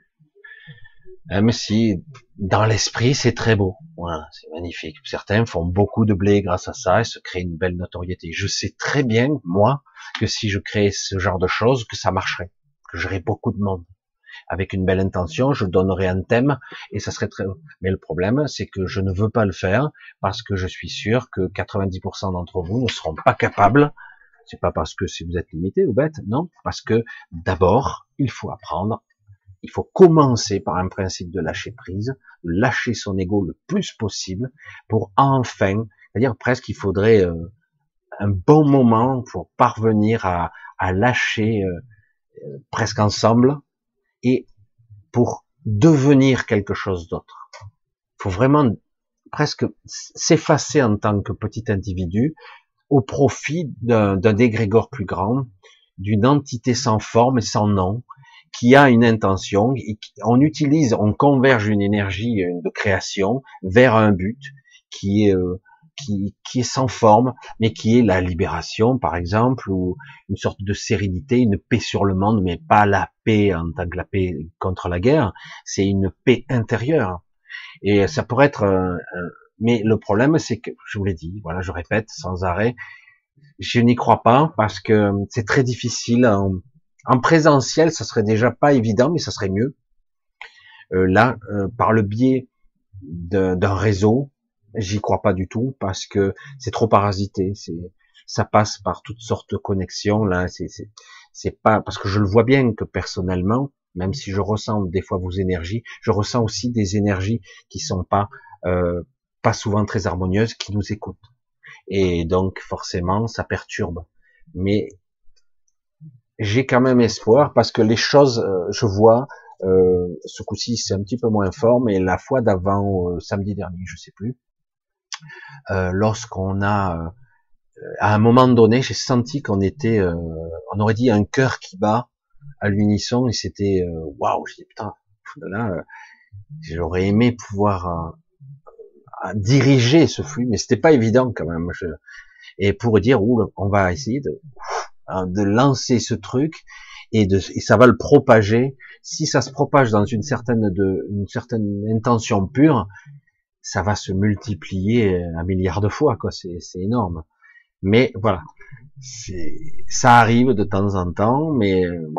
S1: Même si, dans l'esprit, c'est très beau. Voilà, c'est magnifique. Certains font beaucoup de blé grâce à ça et se créent une belle notoriété. Je sais très bien, moi, que si je créais ce genre de choses, que ça marcherait. Que j'aurais beaucoup de monde. Avec une belle intention, je donnerais un thème et ça serait très... Mais le problème, c'est que je ne veux pas le faire parce que je suis sûr que 90% d'entre vous ne seront pas capables. C'est pas parce que si vous êtes limité ou bête, non. Parce que d'abord, il faut apprendre. Il faut commencer par un principe de lâcher prise, lâcher son ego le plus possible pour enfin, c'est-à-dire presque il faudrait un bon moment pour parvenir à lâcher presque ensemble et pour devenir quelque chose d'autre. Il faut vraiment presque s'effacer en tant que petit individu au profit d'un égrégore plus grand, d'une entité sans forme et sans nom, qui a une intention, et on converge une énergie de création vers un but qui est sans forme, mais qui est la libération, par exemple, ou une sorte de sérénité, une paix sur le monde, mais pas la paix en tant que la paix contre la guerre, c'est une paix intérieure. Et ça pourrait être mais le problème, c'est que, je vous l'ai dit, voilà, je répète sans arrêt, je n'y crois pas parce que c'est très difficile. En présentiel, ça serait déjà pas évident, mais ça serait mieux. Là, par le biais d'un réseau, j'y crois pas du tout parce que c'est trop parasité. Ça passe par toutes sortes de connexions. Là, c'est pas parce que je le vois bien que personnellement, même si je ressens des fois vos énergies, je ressens aussi des énergies qui sont pas souvent très harmonieuses, qui nous écoutent. Et donc forcément, ça perturbe. Mais j'ai quand même espoir parce que les choses, je vois, ce coup-ci c'est un petit peu moins fort, mais la fois d'avant, samedi dernier, je sais plus, lorsqu'on a, à un moment donné, j'ai senti qu'on était, on aurait dit un cœur qui bat à l'unisson et c'était, waouh, je dis putain, là, j'aurais aimé pouvoir diriger ce flux, mais c'était pas évident quand même. Et pour dire, on va essayer de lancer ce truc et ça va le propager. Si ça se propage dans une certaine intention pure, ça va se multiplier un milliard de fois, quoi. C'est énorme. Mais voilà, ça arrive de temps en temps, mais bon,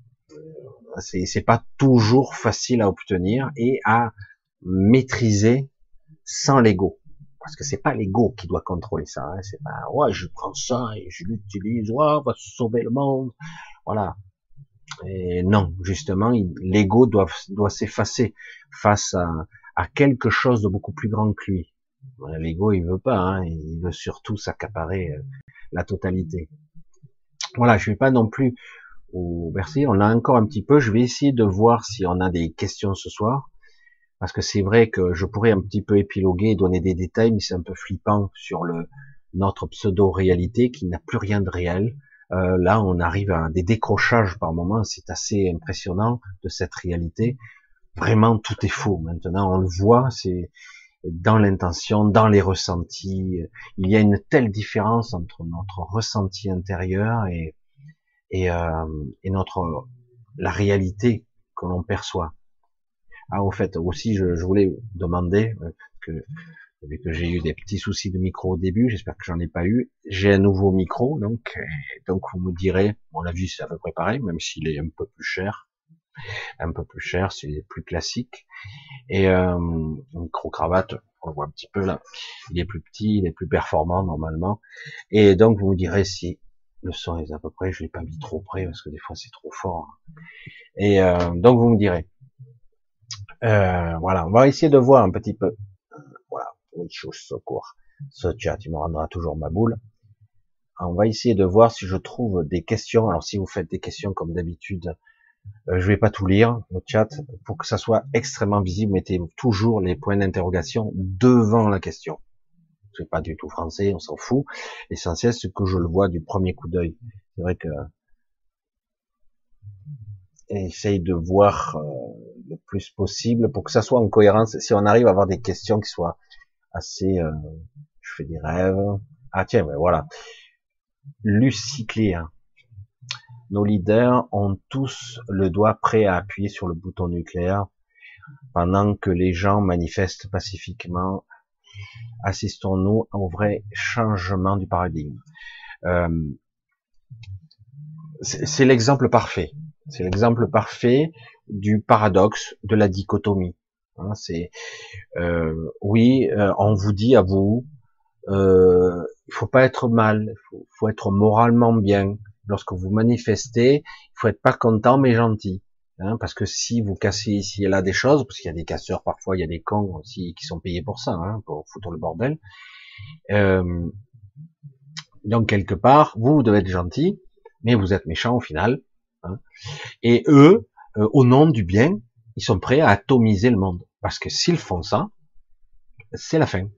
S1: c'est pas toujours facile à obtenir et à maîtriser sans l'ego. Parce que c'est pas l'ego qui doit contrôler ça. Hein. C'est pas, ouais, je prends ça et je l'utilise, ouais, on va sauver le monde. Voilà. Et non, justement, l'ego doit s'effacer face à quelque chose de beaucoup plus grand que lui. L'ego, il veut pas, hein, il veut surtout s'accaparer la totalité. Voilà, je vais pas non plus au Bercy, on a encore un petit peu, je vais essayer de voir si on a des questions ce soir, parce que c'est vrai que je pourrais un petit peu épiloguer et donner des détails, mais c'est un peu flippant sur notre pseudo-réalité qui n'a plus rien de réel. Là, on arrive à des décrochages par moments, c'est assez impressionnant de cette réalité. Vraiment, tout est faux. Maintenant, on le voit, c'est dans l'intention, dans les ressentis. Il y a une telle différence entre notre ressenti intérieur et notre la réalité que l'on perçoit. Ah, au fait, aussi, je voulais demander, que, vu que j'ai eu des petits soucis de micro au début, j'espère que j'en ai pas eu. J'ai un nouveau micro, donc vous me direz, mon avis c'est à peu près pareil, même s'il est un peu plus cher, c'est plus classique. Et micro cravate, on le voit un petit peu là, il est plus petit, il est plus performant normalement. Et donc vous me direz si le son est à peu près, je l'ai pas mis trop près parce que des fois c'est trop fort. Et donc vous me direz. Voilà, on va essayer de voir un petit peu. Voilà, oui, chose secours. Ce chat, il me rendra toujours ma boule. On va essayer de voir si je trouve des questions. Alors si vous faites des questions comme d'habitude, je vais pas tout lire le chat. Pour que ça soit extrêmement visible, mettez toujours les points d'interrogation devant la question. C'est pas du tout français, on s'en fout. L'essentiel, c'est que je le vois du premier coup d'œil. C'est vrai que essaye de voir le plus possible pour que ça soit en cohérence. Si on arrive à avoir des questions qui soient assez, je fais des rêves. Ah tiens, ben voilà. Lucie Cléa. Nos leaders ont tous le doigt prêt à appuyer sur le bouton nucléaire pendant que les gens manifestent pacifiquement. Assistons-nous au vrai changement du paradigme. Euh, c'est l'exemple parfait. C'est l'exemple parfait du paradoxe, de la dichotomie. Hein, c'est oui, on vous dit à vous, il faut pas être mal, faut être moralement bien. Lorsque vous manifestez, il faut être pas content mais gentil. Hein, parce que si vous cassez ici et là des choses, parce qu'il y a des casseurs parfois, il y a des cons aussi qui sont payés pour ça, hein, pour foutre le bordel. Euh, donc quelque part, vous devez être gentil, mais vous êtes méchant au final. Hein. Et eux, au nom du bien, ils sont prêts à atomiser le monde. Parce que s'ils font ça, c'est la fin.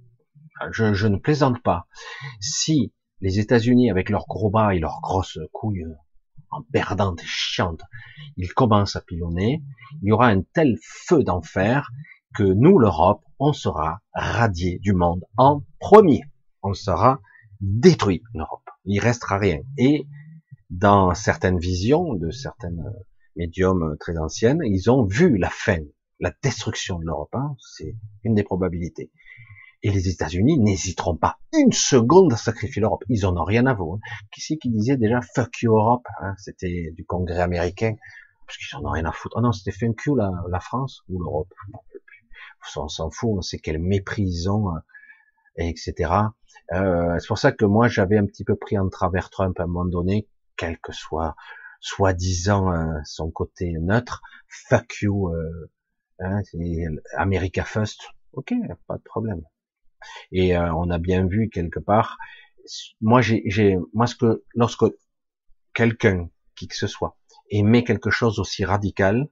S1: Je ne plaisante pas. Si les États-Unis, avec leurs gros bras et leurs grosses couilles en perdantes et chiantes, ils commencent à pilonner, il y aura un tel feu d'enfer que nous, l'Europe, on sera radié du monde en premier. On sera détruit, l'Europe. Il restera rien. Et dans certaines visions de certaines médiums très anciennes, ils ont vu la fin, la destruction de l'Europe. Hein, c'est une des probabilités. Et les États-Unis n'hésiteront pas une seconde à sacrifier l'Europe. Ils en ont rien à voir. Qui c'est qui disait déjà fuck you Europe, hein, c'était du Congrès américain, parce qu'ils en ont rien à foutre. Oh non, c'était fuck you la France ou l'Europe. On s'en fout, on sait quel méprisant, etc. C'est pour ça que moi j'avais un petit peu pris en travers Trump à un moment donné, quel que soit soi-disant son côté neutre. Fuck you, hein, c'est America First. Ok, pas de problème. Et on a bien vu quelque part. Moi, moi ce que lorsque quelqu'un, qui que ce soit, émet quelque chose aussi radical,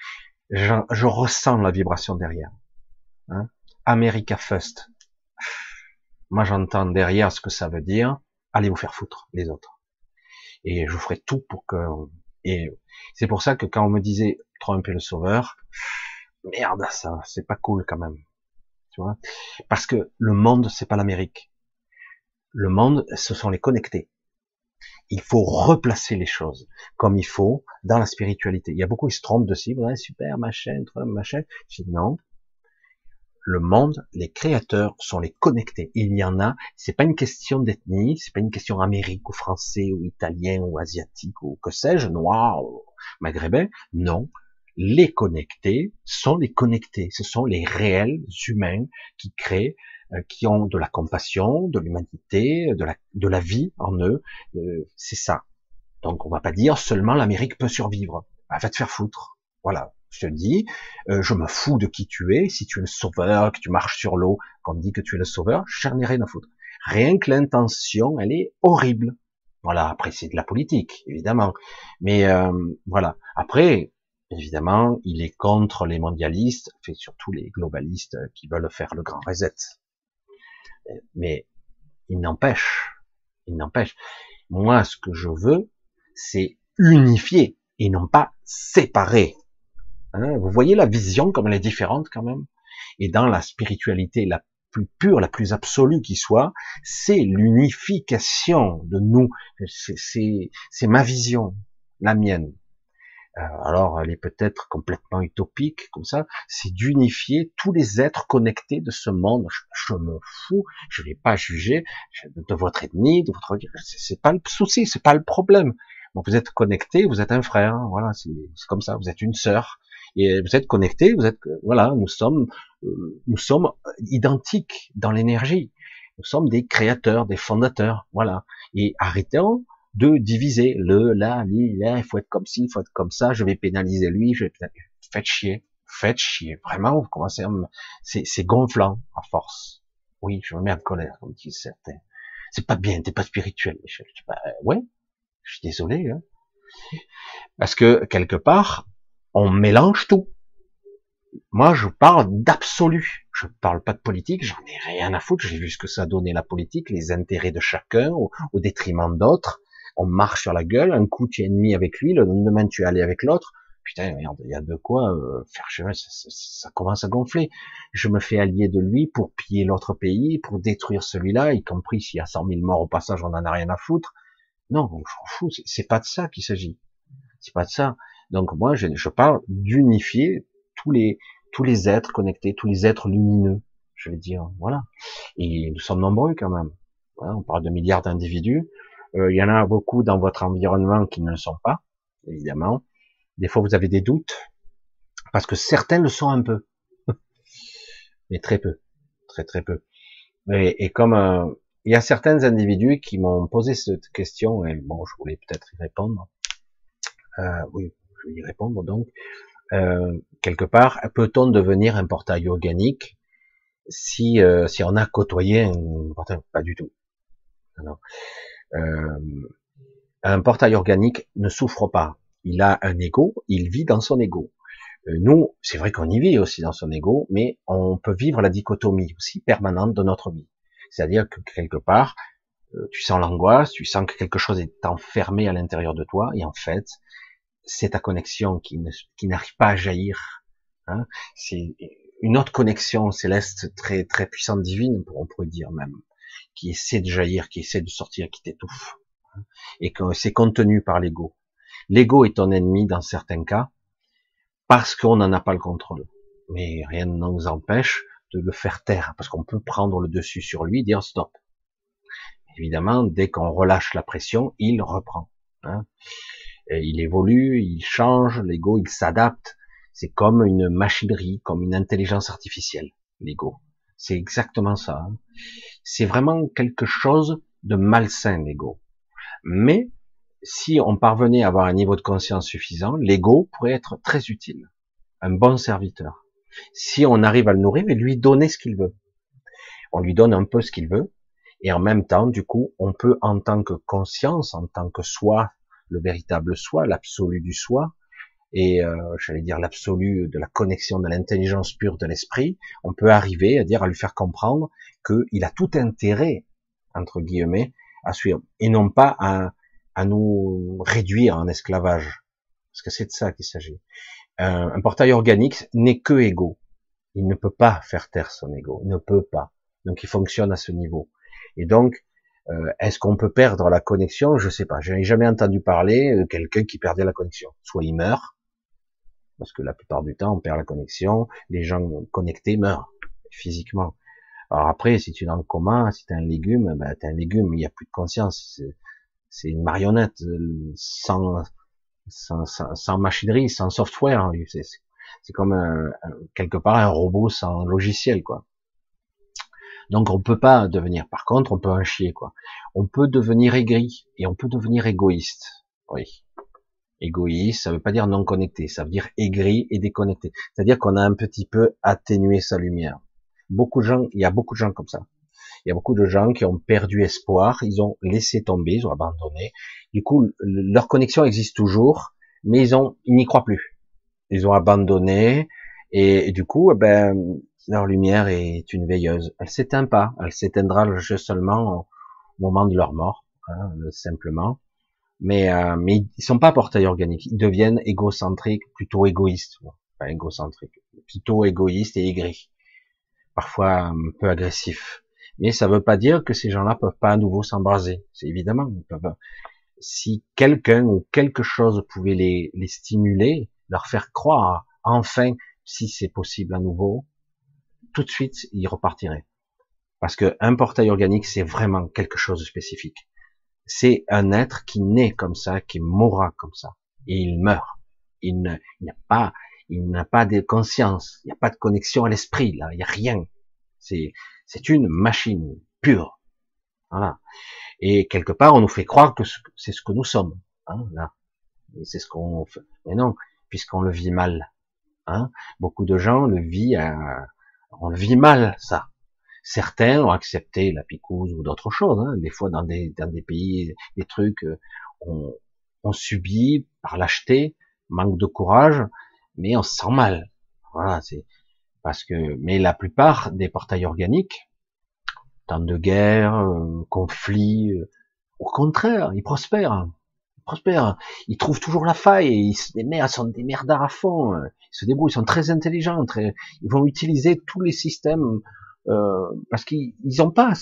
S1: je ressens la vibration derrière. Hein. America First. Moi, j'entends derrière ce que ça veut dire. Allez vous faire foutre, les autres. Et je ferai tout pour que. Et c'est pour ça que quand on me disait Trump est le sauveur, merde, ça, c'est pas cool quand même. Tu vois, parce que le monde, c'est pas l'Amérique. Le monde, ce sont les connectés. Il faut replacer les choses comme il faut dans la spiritualité. Il y a beaucoup qui se trompent de cible, ouais, super, machin, machin. Je dis non. Le monde, les créateurs sont les connectés. Il y en a. C'est pas une question d'ethnie, c'est pas une question amérique ou français ou italien ou asiatique ou que sais-je, noir ou maghrébin. Non. Les connectés sont les connectés. Ce sont les réels humains qui créent, qui ont de la compassion, de l'humanité, de la vie en eux. C'est ça. Donc on va pas dire seulement l'Amérique peut survivre. Bah, va te faire foutre. Voilà. Je te dis, je me fous de qui tu es. Si tu es le sauveur, que tu marches sur l'eau, qu'on me dit que tu es le sauveur, j'en ai rien à foutre. Rien que l'intention, elle est horrible. Voilà. Après c'est de la politique, évidemment. Mais voilà. Après, évidemment, il est contre les mondialistes, fait surtout les globalistes qui veulent faire le grand reset. Mais il n'empêche. Moi, ce que je veux, c'est unifier et non pas séparer. Hein, vous voyez la vision comme elle est différente quand même. Et dans la spiritualité la plus pure, la plus absolue qui soit, c'est l'unification de nous. C'est ma vision, la mienne. Alors elle est peut-être complètement utopique, comme ça, c'est d'unifier tous les êtres connectés de ce monde. Je me fous, je vais pas juger de votre ethnie, de votre, c'est pas le souci, c'est pas le problème. Donc vous êtes connectés, vous êtes un frère, hein, voilà, c'est comme ça, vous êtes une sœur, et vous êtes connectés, vous êtes, voilà, nous sommes identiques dans l'énergie. Nous sommes des créateurs, des fondateurs, voilà. Et arrêtons de diviser le, là, lui, là, il faut être comme ci, il faut être comme ça, je vais pénaliser lui, faites chier, vraiment, vous commencez à me, c'est gonflant, à force. Oui, je me mets en colère, comme disent certains. C'est pas bien, t'es pas spirituel, Michel. Je dis, bah, ouais, je suis désolé, hein. Parce que, quelque part, on mélange tout. Moi, je parle d'absolu. Je parle pas de politique, j'en ai rien à foutre. J'ai vu ce que ça a donné la politique, les intérêts de chacun au détriment d'autres. On marche sur la gueule. Un coup, tu es ennemi avec lui, le lendemain, tu es allé avec l'autre. Putain, merde, il y a de quoi faire chemin. Ça commence à gonfler. Je me fais allier de lui pour piller l'autre pays, pour détruire celui-là, y compris s'il y a 100 000 morts au passage, on en a rien à foutre. Non, je m'en fous. C'est pas de ça qu'il s'agit. C'est pas de ça. Donc moi, je parle d'unifier tous les êtres connectés, tous les êtres lumineux, je vais dire, voilà. Et nous sommes nombreux quand même. Voilà, on parle de milliards d'individus. Il y en a beaucoup dans votre environnement qui ne le sont pas, évidemment. Des fois, vous avez des doutes, parce que certains le sont un peu, mais très peu, très très peu. Et comme il y a certains individus qui m'ont posé cette question, et bon, je voulais peut-être y répondre. Oui, je vais y répondre donc. Quelque part, peut-on devenir un portail organique si on a côtoyé un portail? Pas du tout. Non. Un portail organique ne souffre pas. Il a un ego, il vit dans son ego. Nous, c'est vrai qu'on y vit aussi dans son ego, mais on peut vivre la dichotomie aussi permanente de notre vie. C'est-à-dire que quelque part, tu sens l'angoisse, tu sens que quelque chose est enfermé à l'intérieur de toi, et en fait, c'est ta connexion qui n'arrive pas à jaillir. Hein, c'est une autre connexion céleste très très puissante, divine, on pourrait dire même, qui essaie de jaillir, qui essaie de sortir, qui t'étouffe, hein, et que c'est contenu par l'ego. L'ego est ton ennemi dans certains cas parce qu'on n'en a pas le contrôle, mais rien ne nous empêche de le faire taire, parce qu'on peut prendre le dessus sur lui et dire stop. Évidemment, dès qu'on relâche la pression, il reprend. Hein. Et il évolue, il change, l'ego, il s'adapte. C'est comme une machinerie, comme une intelligence artificielle, l'ego. C'est exactement ça. Hein. C'est vraiment quelque chose de malsain, l'ego. Mais si on parvenait à avoir un niveau de conscience suffisant, l'ego pourrait être très utile, un bon serviteur. Si on arrive à le nourrir et lui donner ce qu'il veut. On lui donne un peu ce qu'il veut, et en même temps, du coup, on peut, en tant que conscience, en tant que soi, le véritable soi, l'absolu du soi, et j'allais dire l'absolu de la connexion de l'intelligence pure de l'esprit, on peut arriver à lui faire comprendre qu'il a tout intérêt, entre guillemets, à suivre, et non pas à nous réduire en esclavage, parce que c'est de ça qu'il s'agit. Un portail organique n'est que égo, il ne peut pas faire taire son ego, il ne peut pas, donc il fonctionne à ce niveau, et donc est-ce qu'on peut perdre la connexion? Je sais pas. Je n'ai jamais entendu parler de quelqu'un qui perdait la connexion. Soit il meurt, parce que la plupart du temps on perd la connexion. Les gens connectés meurent physiquement. Alors après, si tu es dans le coma, si tu es un légume, ben t'es un légume. Il n'y a plus de conscience. C'est une marionnette sans machinerie, sans software. C'est comme quelque part un robot sans logiciel, quoi. Donc on peut pas devenir, par contre, on peut en chier, quoi. On peut devenir aigri et on peut devenir égoïste. Oui. Égoïste, ça veut pas dire non connecté, ça veut dire aigri et déconnecté. C'est-à-dire qu'on a un petit peu atténué sa lumière. Il y a beaucoup de gens comme ça. Il y a beaucoup de gens qui ont perdu espoir, ils ont laissé tomber, ils ont abandonné. Du coup, leur connexion existe toujours, mais ils n'y croient plus. Ils ont abandonné, et du coup, leur lumière est une veilleuse. Elle s'éteint pas. Elle s'éteindra seulement au moment de leur mort, hein, simplement. Mais ils sont pas portails organiques. Ils deviennent égocentriques, plutôt égoïstes. Enfin, égocentriques. Plutôt égoïstes et aigris. Parfois un peu agressifs. Mais ça veut pas dire que ces gens-là peuvent pas à nouveau s'embraser. C'est évidemment, ils peuvent. si quelqu'un ou quelque chose pouvait les stimuler, leur faire croire, enfin, si c'est possible à nouveau, tout de suite, ils repartiraient. Parce que un portail organique, c'est vraiment quelque chose de spécifique. C'est un être qui naît comme ça, qui mourra comme ça, et il meurt. Il n'a pas de conscience, il n'y a pas de connexion à l'esprit, là, il n'y a rien. C'est une machine pure. Voilà. Et quelque part, on nous fait croire que c'est ce que nous sommes, hein, là. Et c'est ce qu'on fait. Mais non, puisqu'on le vit mal. Hein. Beaucoup de gens on le vit mal, ça. Certains ont accepté la picouse ou d'autres choses. Hein. Des fois, dans des pays, des trucs, on subit par lâcheté, manque de courage, mais on se sent mal. Voilà, c'est parce que. Mais la plupart des portails organiques, temps de guerre, conflits, au contraire, ils prospèrent. Ils prospèrent. Ils trouvent toujours la faille. Et les mecs sont des merdards à fond. Ils se débrouillent. Ils sont très intelligents. Ils vont utiliser tous les systèmes parce qu'ils n'ont pas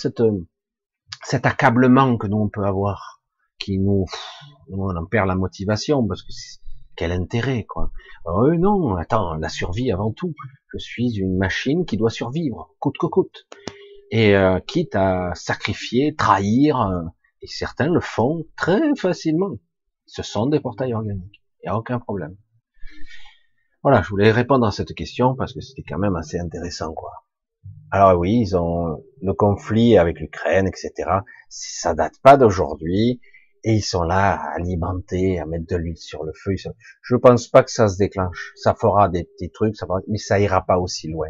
S1: cet accablement que nous on peut avoir, qui nous on en perd la motivation parce que quel intérêt quoi. Non, attends, la survie avant tout. Je suis une machine qui doit survivre coûte que coûte. Et quitte à sacrifier, trahir, et certains le font très facilement. Ce sont des portails organiques, il n'y a aucun problème. Voilà, je voulais répondre à cette question parce que c'était quand même assez intéressant, quoi. Alors oui, ils ont le conflit avec l'Ukraine, etc. Ça date pas d'aujourd'hui, et ils sont là à alimenter, à mettre de l'huile sur le feu. Je pense pas que ça se déclenche. Ça fera des petits trucs, mais ça ira pas aussi loin.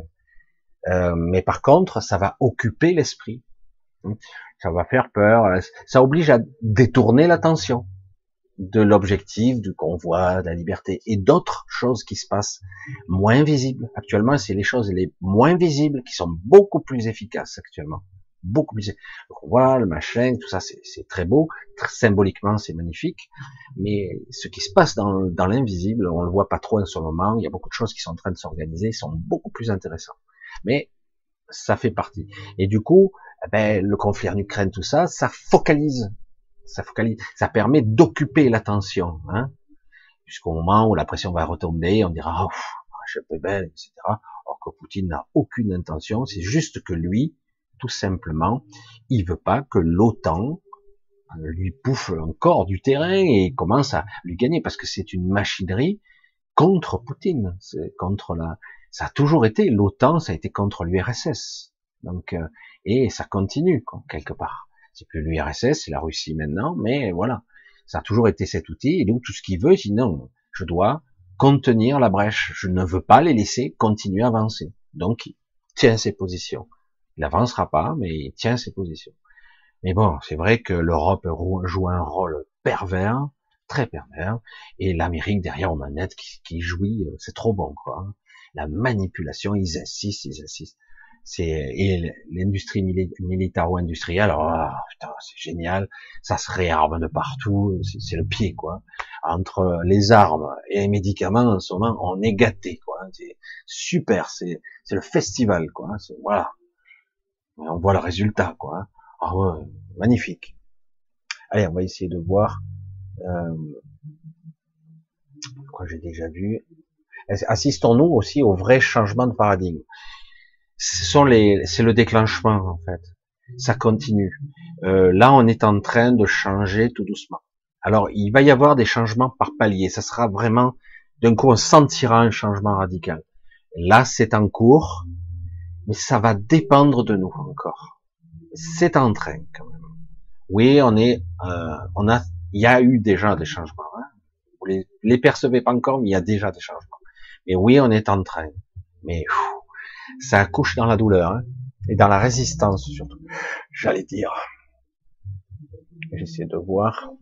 S1: Mais par contre, ça va occuper l'esprit. Ça va faire peur. Ça oblige à détourner l'attention de l'objectif, du convoi, de la liberté et d'autres choses qui se passent moins visibles. Actuellement, c'est les choses les moins visibles qui sont beaucoup plus efficaces actuellement. Beaucoup plus. Le convoi, le machin, tout ça, c'est très beau. Symboliquement, c'est magnifique. Mais ce qui se passe dans l'invisible, on le voit pas trop en ce moment. Il y a beaucoup de choses qui sont en train de s'organiser, sont beaucoup plus intéressantes. Mais ça fait partie. Et du coup, le conflit en Ukraine, tout ça, ça focalise, ça permet d'occuper l'attention, hein, jusqu'au moment où la pression va retomber, on dira, oh, je peux belle, etc. Or que Poutine n'a aucune intention, c'est juste que lui, tout simplement, il veut pas que l'OTAN lui bouffe encore du terrain et commence à lui gagner, parce que c'est une machinerie contre Poutine, c'est contre ça a toujours été, l'OTAN, ça a été contre l'URSS. Donc, et ça continue, quoi, quelque part. C'est plus l'URSS, c'est la Russie maintenant, mais voilà. Ça a toujours été cet outil, et donc tout ce qu'il veut, sinon, je dois contenir la brèche. Je ne veux pas les laisser continuer à avancer. Donc, il tient ses positions. Il n'avancera pas, mais il tient ses positions. Mais bon, c'est vrai que l'Europe joue un rôle pervers, très pervers, et l'Amérique derrière aux manettes qui jouit, c'est trop bon, quoi. La manipulation, ils insistent. Et l'industrie militaro-industrielle, oh, putain, c'est génial, ça se réarme de partout, c'est le pied, quoi. Entre les armes et les médicaments, en ce moment, on est gâté, quoi. C'est super, c'est le festival, quoi. Voilà. Et on voit le résultat, quoi. Ah ouais, magnifique. Allez, on va essayer de voir. Quoi j'ai déjà vu. Assistons-nous aussi au vrai changement de paradigme. C'est le déclenchement en fait. Ça continue. Là, on est en train de changer tout doucement. Alors, il va y avoir des changements par paliers. Ça sera vraiment d'un coup, on sentira un changement radical. Là, c'est en cours, mais ça va dépendre de nous encore. C'est en train quand même. Oui, il y a eu déjà des changements. Hein. Vous les percevez pas encore, mais il y a déjà des changements. Mais oui, on est en train. Mais ça accouche dans la douleur hein, et dans la résistance surtout. J'allais dire. J'essaie de voir.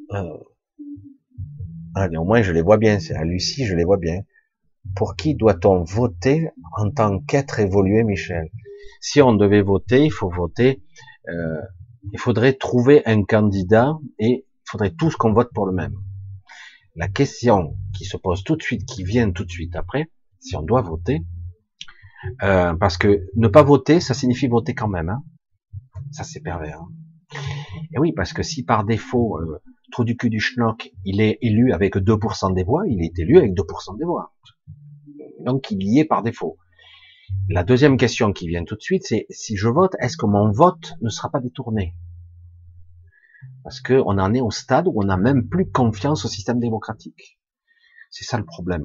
S1: Allez, au moins je les vois bien. C'est à Lucie, je les vois bien. Pour qui doit-on voter en tant qu'être évolué, Michel? Si on devait voter, il faut voter. Il faudrait trouver un candidat et il faudrait tous qu'on vote pour le même. La question qui se pose tout de suite, qui vient tout de suite après, si on doit voter, parce que ne pas voter, ça signifie voter quand même. Hein. Ça c'est pervers. Hein. Et oui, parce que si par défaut trou du cul du schnock, il est élu avec 2% des voix, il est élu avec 2% des voix. Donc il y est par défaut. La deuxième question qui vient tout de suite, c'est si je vote, est-ce que mon vote ne sera pas détourné? Parce que on en est au stade où on n'a même plus confiance au système démocratique. C'est ça le problème.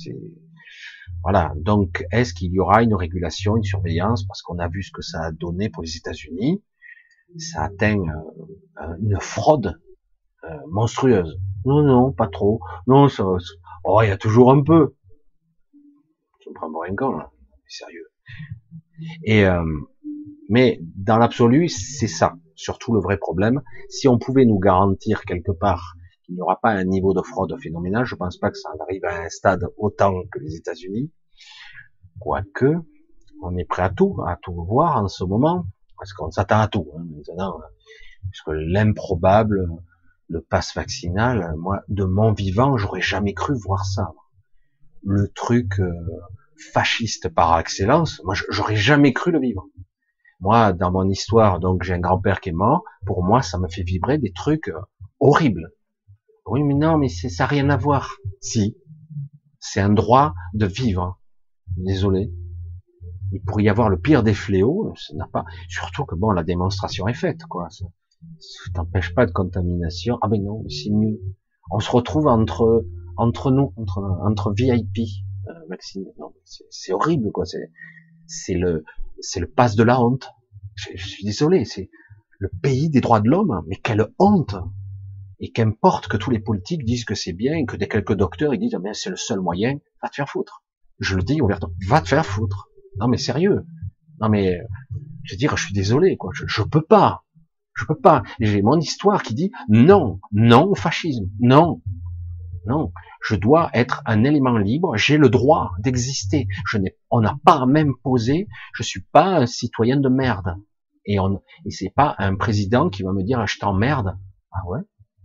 S1: Voilà. Donc, est-ce qu'il y aura une régulation, une surveillance? Parce qu'on a vu ce que ça a donné pour les États-Unis. Ça atteint une fraude monstrueuse. Non, non, pas trop. Non, oh, il y a toujours un peu. Je me prends pour un con, là. Sérieux. Et mais dans l'absolu, c'est ça, surtout le vrai problème. Si on pouvait nous garantir quelque part qu'il n'y aura pas un niveau de fraude phénoménal, je pense pas que ça arrive à un stade autant que les États-Unis. Quoique, on est prêt à tout voir en ce moment, parce qu'on s'attend à tout, hein, maintenant, puisque l'improbable, le pass vaccinal, moi, de mon vivant, j'aurais jamais cru voir ça. Le truc fasciste par excellence, moi, j'aurais jamais cru le vivre. Moi, dans mon histoire, donc j'ai un grand-père qui est mort, pour moi, ça me fait vibrer des trucs horribles. Oui, mais non, mais ça n'a rien à voir. Si, c'est un droit de vivre. Désolé. Il pourrait y avoir le pire des fléaux, ça n'a pas. Surtout que bon, la démonstration est faite, quoi. Ça t'empêche pas de contamination. Ah mais non, mais c'est mieux. On se retrouve entre nous, entre VIP vaccinés. Non, c'est horrible, quoi. C'est le pass de la honte. Je suis désolé, c'est le pays des droits de l'homme, mais quelle honte! Et qu'importe que tous les politiques disent que c'est bien, et que des quelques docteurs ils disent ah ben c'est le seul moyen, va te faire foutre. Je le dis ouvertement, va te faire foutre. Non mais sérieux. Non mais je veux dire, je suis désolé quoi, je peux pas. Je peux pas. J'ai mon histoire qui dit non, non au fascisme, non. Non, je dois être un élément libre, j'ai le droit d'exister. On n'a pas à m'imposer, je suis pas un citoyen de merde. Et c'est pas un président qui va me dire, je t'emmerde. Ah ouais?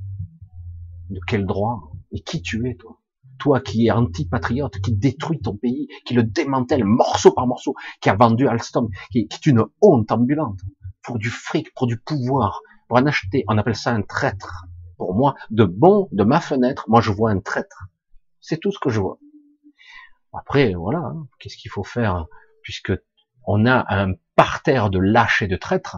S1: De quel droit? Et qui tu es, toi? Toi qui es anti-patriote, qui détruit ton pays, qui le démantèle morceau par morceau, qui a vendu Alstom, qui est une honte ambulante, pour du fric, pour du pouvoir, pour en acheter, on appelle ça un traître. Pour moi, de ma fenêtre, moi je vois un traître. C'est tout ce que je vois. Après, voilà, hein, qu'est-ce qu'il faut faire, puisque on a un parterre de lâches et de traîtres.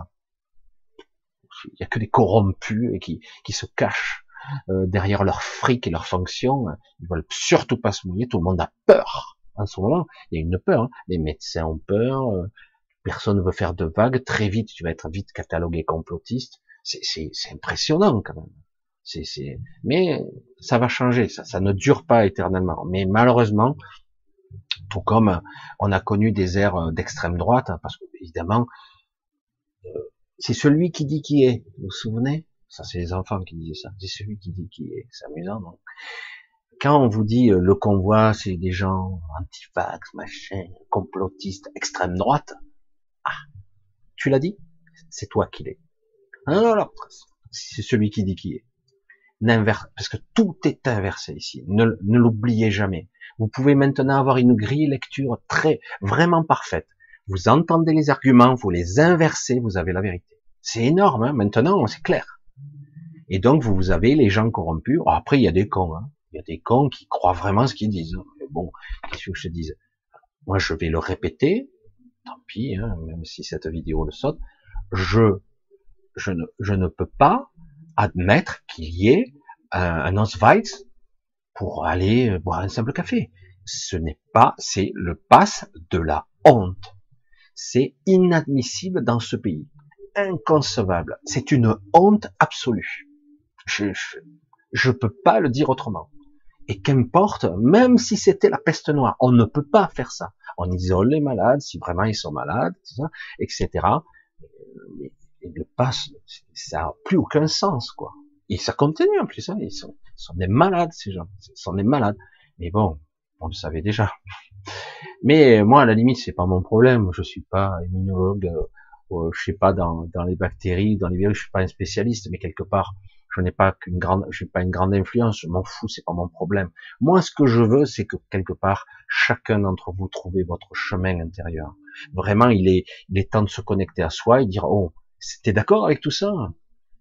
S1: Il n'y a que des corrompus et qui se cachent derrière leur fric et leur fonction. Ils veulent surtout pas se mouiller. Tout le monde a peur en ce moment. Il y a une peur. Hein. Les médecins ont peur. Personne ne veut faire de vagues. Très vite, tu vas être vite catalogué complotiste. C'est impressionnant quand même. Mais ça va changer. Ça ne dure pas éternellement. Mais malheureusement, tout comme on a connu des ères d'extrême droite, hein, parce que évidemment, c'est celui qui dit qui est. Vous vous souvenez? Ça, c'est les enfants qui disaient ça. C'est celui qui dit qui est. C'est amusant, non? Quand on vous dit le convoi, c'est des gens anti-vax, machin, complotistes, extrême droite. Ah, tu l'as dit? C'est toi qui l'es. Non, non, non. C'est celui qui dit qui est. Parce que tout est inversé ici. Ne l'oubliez jamais. Vous pouvez maintenant avoir une grille lecture vraiment parfaite. Vous entendez les arguments, vous les inversez, vous avez la vérité. C'est énorme, hein. Maintenant, c'est clair. Et donc, vous avez les gens corrompus. Alors, après, il y a des cons, hein. Il y a des cons qui croient vraiment ce qu'ils disent. Mais bon, qu'est-ce que je te dise? Moi, je vais le répéter. Tant pis, hein, même si cette vidéo le saute. Je ne peux pas admettre qu'il y ait un Ausweis pour aller boire un simple café. Ce n'est pas, c'est le pass de la honte. C'est inadmissible dans ce pays. Inconcevable. C'est une honte absolue. Je peux pas le dire autrement. Et qu'importe, même si c'était la peste noire, on ne peut pas faire ça. On isole les malades, si vraiment ils sont malades, etc. Mais le pass, ça n'a plus aucun sens, quoi. Et ça continue en plus, hein. Ils sont des malades, ces gens. Ils sont des malades. Mais bon, on le savait déjà. Mais moi, à la limite, c'est pas mon problème. Je suis pas immunologue, je sais pas dans les bactéries, dans les virus, je suis pas un spécialiste, mais quelque part, je n'ai pas une grande influence. Je m'en fous, c'est pas mon problème. Moi, ce que je veux, c'est que quelque part, chacun d'entre vous trouvez votre chemin intérieur. Vraiment, il est temps de se connecter à soi et dire, oh, t'es d'accord avec tout ça?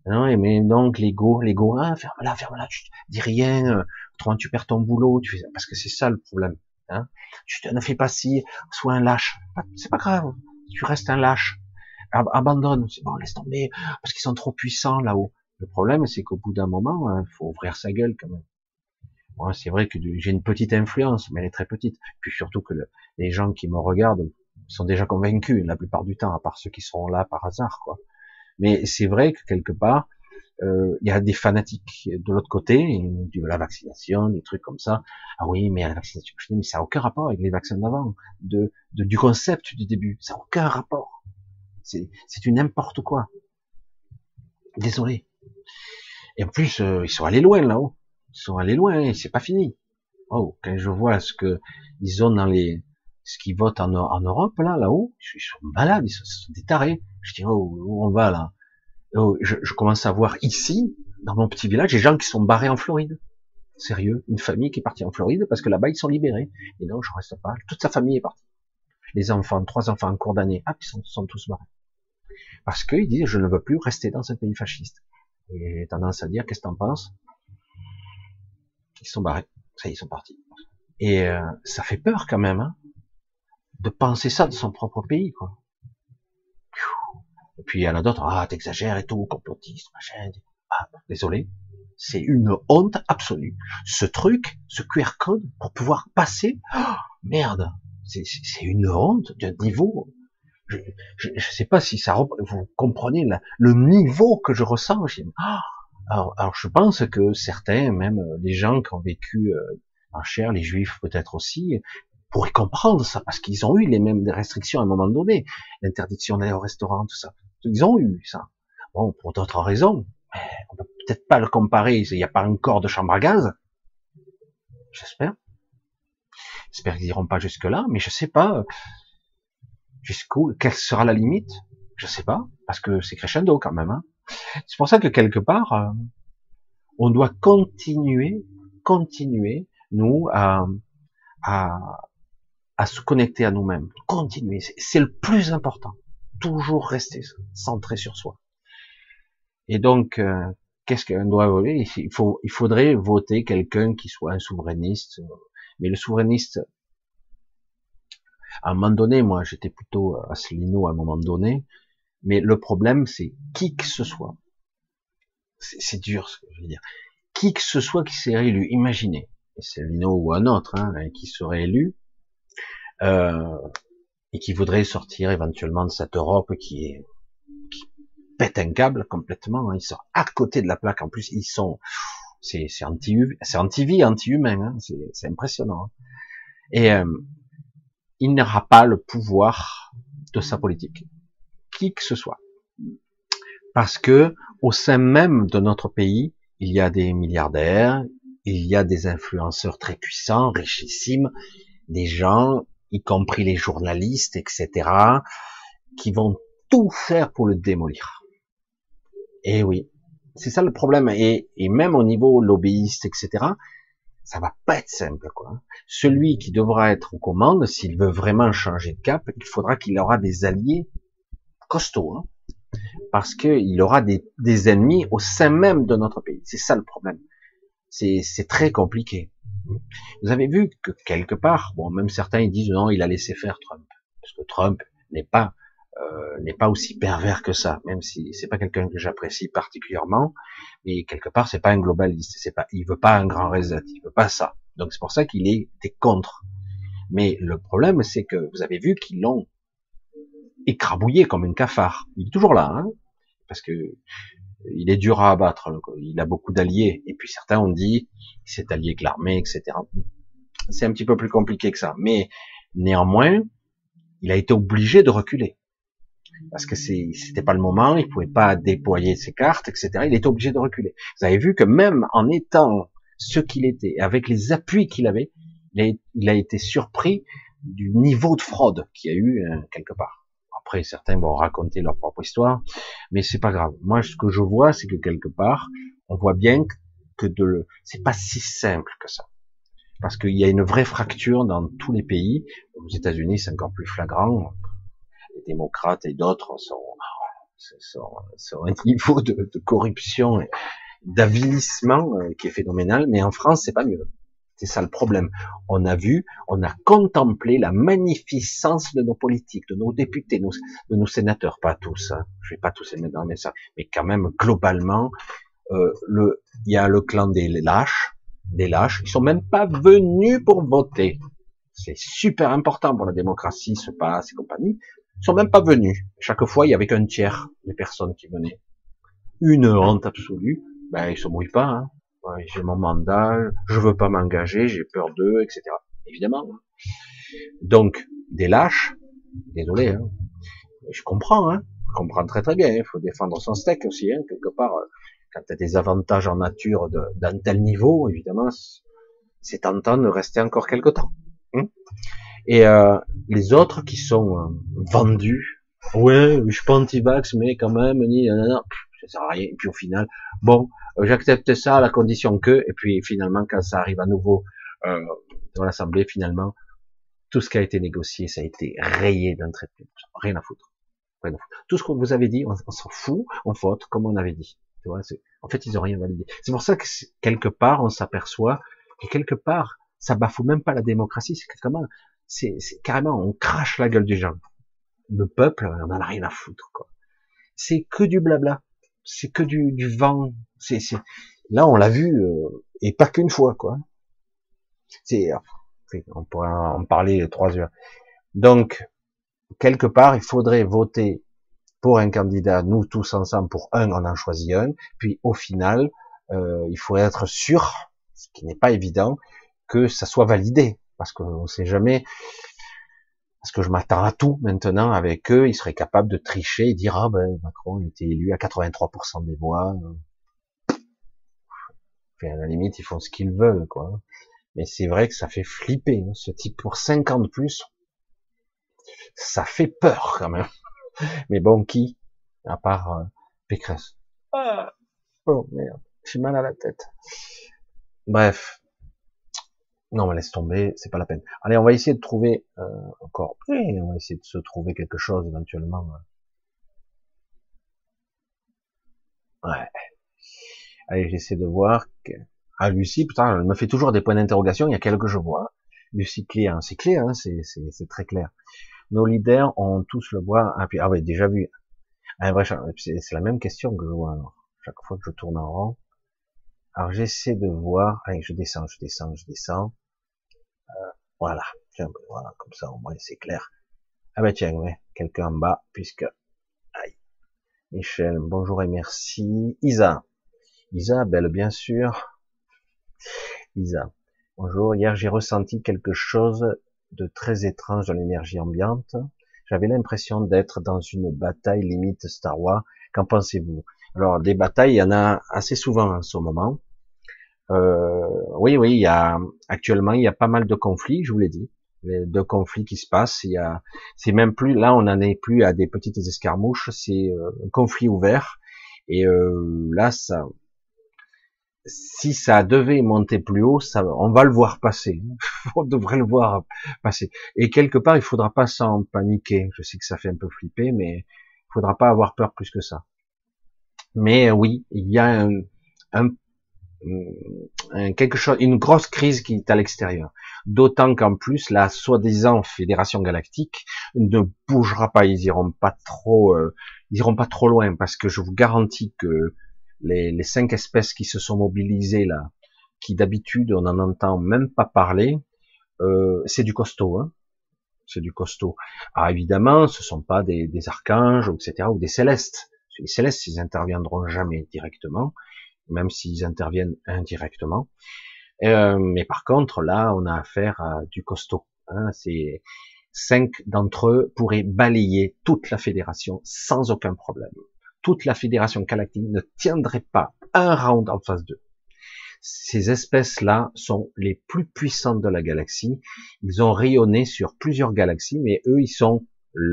S1: Non, mais donc l'ego, ah, ferme-la, tu dis rien, autrement tu perds ton boulot, parce que c'est ça le problème. Hein. Tu ne fais pas ci, sois un lâche. C'est pas grave, tu restes un lâche. Abandonne, c'est bon, laisse tomber, parce qu'ils sont trop puissants là-haut. Le problème, c'est qu'au bout d'un moment, il faut ouvrir sa gueule quand même. Moi, c'est vrai que j'ai une petite influence, mais elle est très petite. Puis surtout que les gens qui me regardent sont déjà convaincus la plupart du temps, à part ceux qui seront là par hasard, quoi. Mais c'est vrai que quelque part, il y a des fanatiques de l'autre côté, de la vaccination, des trucs comme ça. Ah oui, mais la vaccination, je dis, mais ça n'a aucun rapport avec les vaccins d'avant, du concept du début. Ça n'a aucun rapport. C'est du n'importe quoi. Désolé. Et en plus, ils sont allés loin là-haut. Ils sont allés loin, et c'est pas fini. Oh, quand je vois ce que ils ont dans ce qu'ils votent en Europe là-haut, ils sont malades, ils sont des tarés. Je dis, oh, où on va là? Oh, je commence à voir ici, dans mon petit village, des gens qui sont barrés en Floride. Sérieux, une famille qui est partie en Floride parce que là-bas ils sont libérés. Et non, je reste pas. Toute sa famille est partie. Les enfants, 3 enfants en cours d'année, ils sont tous barrés. Parce qu'ils disent, je ne veux plus rester dans un pays fasciste. Et j'ai tendance à dire, qu'est-ce que t'en penses? Ils sont barrés. Ça y est, ils sont partis. Et ça fait peur quand même, hein, de penser ça de son propre pays, quoi. Et puis il y en a d'autres, ah, t'exagères et tout, complotiste, machin. Ah, désolé, c'est une honte absolue. Ce truc, ce QR code, pour pouvoir passer, oh, merde, c'est une honte d'un niveau. Je sais pas si ça, vous comprenez le niveau que je ressens. Alors, je pense que certains, même les gens qui ont vécu en chair, les juifs peut-être aussi, pourraient comprendre ça, parce qu'ils ont eu les mêmes restrictions à un moment donné, l'interdiction d'aller au restaurant, tout ça. Ils ont eu ça. Bon, pour d'autres raisons, mais on peut peut-être pas le comparer, il n'y a pas encore de chambre à gaz. J'espère. J'espère qu'ils iront pas jusque là, mais je sais pas jusqu'où, quelle sera la limite. Je sais pas, parce que c'est crescendo quand même. Hein. C'est pour ça que quelque part, on doit continuer, nous, à, à se connecter à nous-mêmes. Continuer, c'est le plus important. Toujours rester centré sur soi. Et donc, qu'est-ce qu'on doit voter? Il faudrait voter quelqu'un qui soit un souverainiste. Mais le souverainiste, à un moment donné, moi, j'étais plutôt Asselineau à un moment donné. Mais le problème, c'est qui que ce soit. C'est dur ce que je veux dire. Qui que ce soit qui serait élu, imaginez, Asselineau ou un autre, hein, qui serait élu, et qui voudrait sortir éventuellement de cette Europe qui pète un câble complètement. Hein, ils sont à côté de la plaque. En plus, c'est anti-vie, anti-humain. Hein, c'est impressionnant. Hein. Et il n'aura pas le pouvoir de sa politique, qui que ce soit, parce que au sein même de notre pays, il y a des milliardaires, il y a des influenceurs très puissants, richissimes, des gens, y compris les journalistes, etc., qui vont tout faire pour le démolir. Et oui, c'est ça le problème. Et même au niveau lobbyiste, etc., ça va pas être simple, quoi. Celui qui devra être aux commandes, s'il veut vraiment changer de cap, il faudra qu'il aura des alliés costauds, hein, parce qu'il aura des ennemis au sein même de notre pays. C'est ça le problème. C'est très compliqué. Vous avez vu que quelque part, bon, même certains ils disent non, il a laissé faire Trump, parce que Trump n'est pas aussi pervers que ça, même si c'est pas quelqu'un que j'apprécie particulièrement, mais quelque part c'est pas un globaliste, il veut pas un grand reset, il veut pas ça. Donc c'est pour ça qu'il était contre. Mais le problème c'est que vous avez vu qu'ils l'ont écrabouillé comme un cafard. Il est toujours là, hein, parce que il est dur à abattre, il a beaucoup d'alliés, et puis certains ont dit qu'il s'est allié avec l'armée, etc. C'est un petit peu plus compliqué que ça, mais néanmoins, il a été obligé de reculer. Parce que c'était pas le moment, il pouvait pas déployer ses cartes, etc. Il était obligé de reculer. Vous avez vu que même en étant ce qu'il était, avec les appuis qu'il avait, il a été surpris du niveau de fraude qu'il y a eu quelque part. Après, certains vont raconter leur propre histoire, mais c'est pas grave. Moi, ce que je vois, c'est que quelque part, on voit bien que c'est pas si simple que ça. Parce qu'il y a une vraie fracture dans tous les pays. Aux États-Unis, c'est encore plus flagrant. Les démocrates et d'autres sur un niveau de corruption, d'avilissement qui est phénoménal, mais en France, c'est pas mieux. C'est ça le problème. On a vu, on a contemplé la magnificence de nos politiques, de nos députés, de nos sénateurs, pas tous, hein. Je vais pas tous les mettre dans le message, mais quand même, globalement, il y a le clan des lâches, ils sont même pas venus pour voter. C'est super important pour la démocratie, ce passe et compagnie. Ils sont même pas venus. Chaque fois, il y avait qu'un tiers des personnes qui venaient. Une honte absolue. Ben, ils se mouillent pas, hein. Ouais, j'ai mon mandat, je veux pas m'engager, j'ai peur d'eux, etc. Évidemment. Donc, des lâches, désolé, hein. Je comprends, hein. Je comprends très très bien. Il faut défendre son steak aussi, hein, quelque part. Quand tu as des avantages en nature d'un tel niveau, évidemment, c'est tentant de rester encore quelque temps. Hein. Et les autres qui sont vendus, ouais, je suis pas anti-vax, mais quand même, ça sert à rien. Et puis au final, bon, j'accepte ça à la condition que, et puis finalement, quand ça arrive à nouveau dans l'Assemblée, finalement, tout ce qui a été négocié, ça a été rayé d'un trait de plume. Rien à foutre. Rien à foutre. Tout ce que vous avez dit, on s'en fout, on vote comme on avait dit. Tu vois, en fait, ils ont rien validé. C'est pour ça que quelque part, on s'aperçoit que quelque part, ça bafoue même pas la démocratie. C'est carrément, on crache la gueule des gens. Le peuple, on en a rien à foutre, quoi. C'est que du blabla. C'est que du vent. Là, on l'a vu, et pas qu'une fois, quoi. On pourrait en parler 3 heures. Donc, quelque part, il faudrait voter pour un candidat, nous tous ensemble, pour un, on en choisit un, puis au final, il faudrait être sûr, ce qui n'est pas évident, que ça soit validé, parce qu'on ne sait jamais, parce que je m'attends à tout maintenant avec eux, ils seraient capables de tricher et dire, ah ben, Macron a été élu à 83% des voix, enfin, à la limite, ils font ce qu'ils veulent, quoi. Mais c'est vrai que ça fait flipper, hein, ce type pour 50 de plus, ça fait peur quand même. Mais bon, qui? À part Pécresse. Ah, oh merde, j'ai mal à la tête. Bref. Non, mais laisse tomber, c'est pas la peine. Allez, on va essayer de trouver encore. Oui, on va essayer de se trouver quelque chose éventuellement. Ouais. Allez, j'essaie de voir. Ah, Lucie, putain, elle me fait toujours des points d'interrogation. Il y a qu'elle que je vois. Lucie clair, c'est clair, hein, c'est très clair. Nos leaders ont tous le bois. Ah, puis, ah ouais, déjà vu. Ah, bref, c'est la même question que je vois alors. Chaque fois que je tourne en rond. Alors j'essaie de voir. Allez, je descends. Voilà. Tiens, voilà, comme ça au moins c'est clair. Ah ben tiens, ouais, quelqu'un en bas, puisque. Aïe. Michel, bonjour et merci. Isa, belle bien sûr. Isa, bonjour. Hier j'ai ressenti quelque chose de très étrange dans l'énergie ambiante. J'avais l'impression d'être dans une bataille limite Star Wars. Qu'en pensez-vous? Alors des batailles, il y en a assez souvent en ce moment. Oui, actuellement il y a pas mal de conflits, je vous l'ai dit, de conflits qui se passent. C'est même plus là, on n'en est plus à des petites escarmouches, c'est un conflit ouvert. Et là, si ça devait monter plus haut, on va le voir passer. On devrait le voir passer. Et quelque part, il faudra pas s'en paniquer. Je sais que ça fait un peu flipper, mais il faudra pas avoir peur plus que ça. Mais oui, il y a quelque chose, une grosse crise qui est à l'extérieur. D'autant qu'en plus, la soi-disant Fédération Galactique ne bougera pas. Ils iront pas trop loin, parce que je vous garantis que les 5 espèces qui se sont mobilisées là, qui d'habitude on n'en entend même pas parler, c'est du costaud, hein. C'est du costaud. Alors évidemment, ce sont pas des archanges, etc., ou des célestes. Les célestes, ils interviendront jamais directement, même s'ils interviennent indirectement. Mais par contre, là, on a affaire à du costaud. Hein, 5 d'entre eux pourraient balayer toute la fédération sans aucun problème. Toute la fédération galactique ne tiendrait pas un round en face d'eux. Ces espèces-là sont les plus puissantes de la galaxie. Ils ont rayonné sur plusieurs galaxies, mais eux, ils sont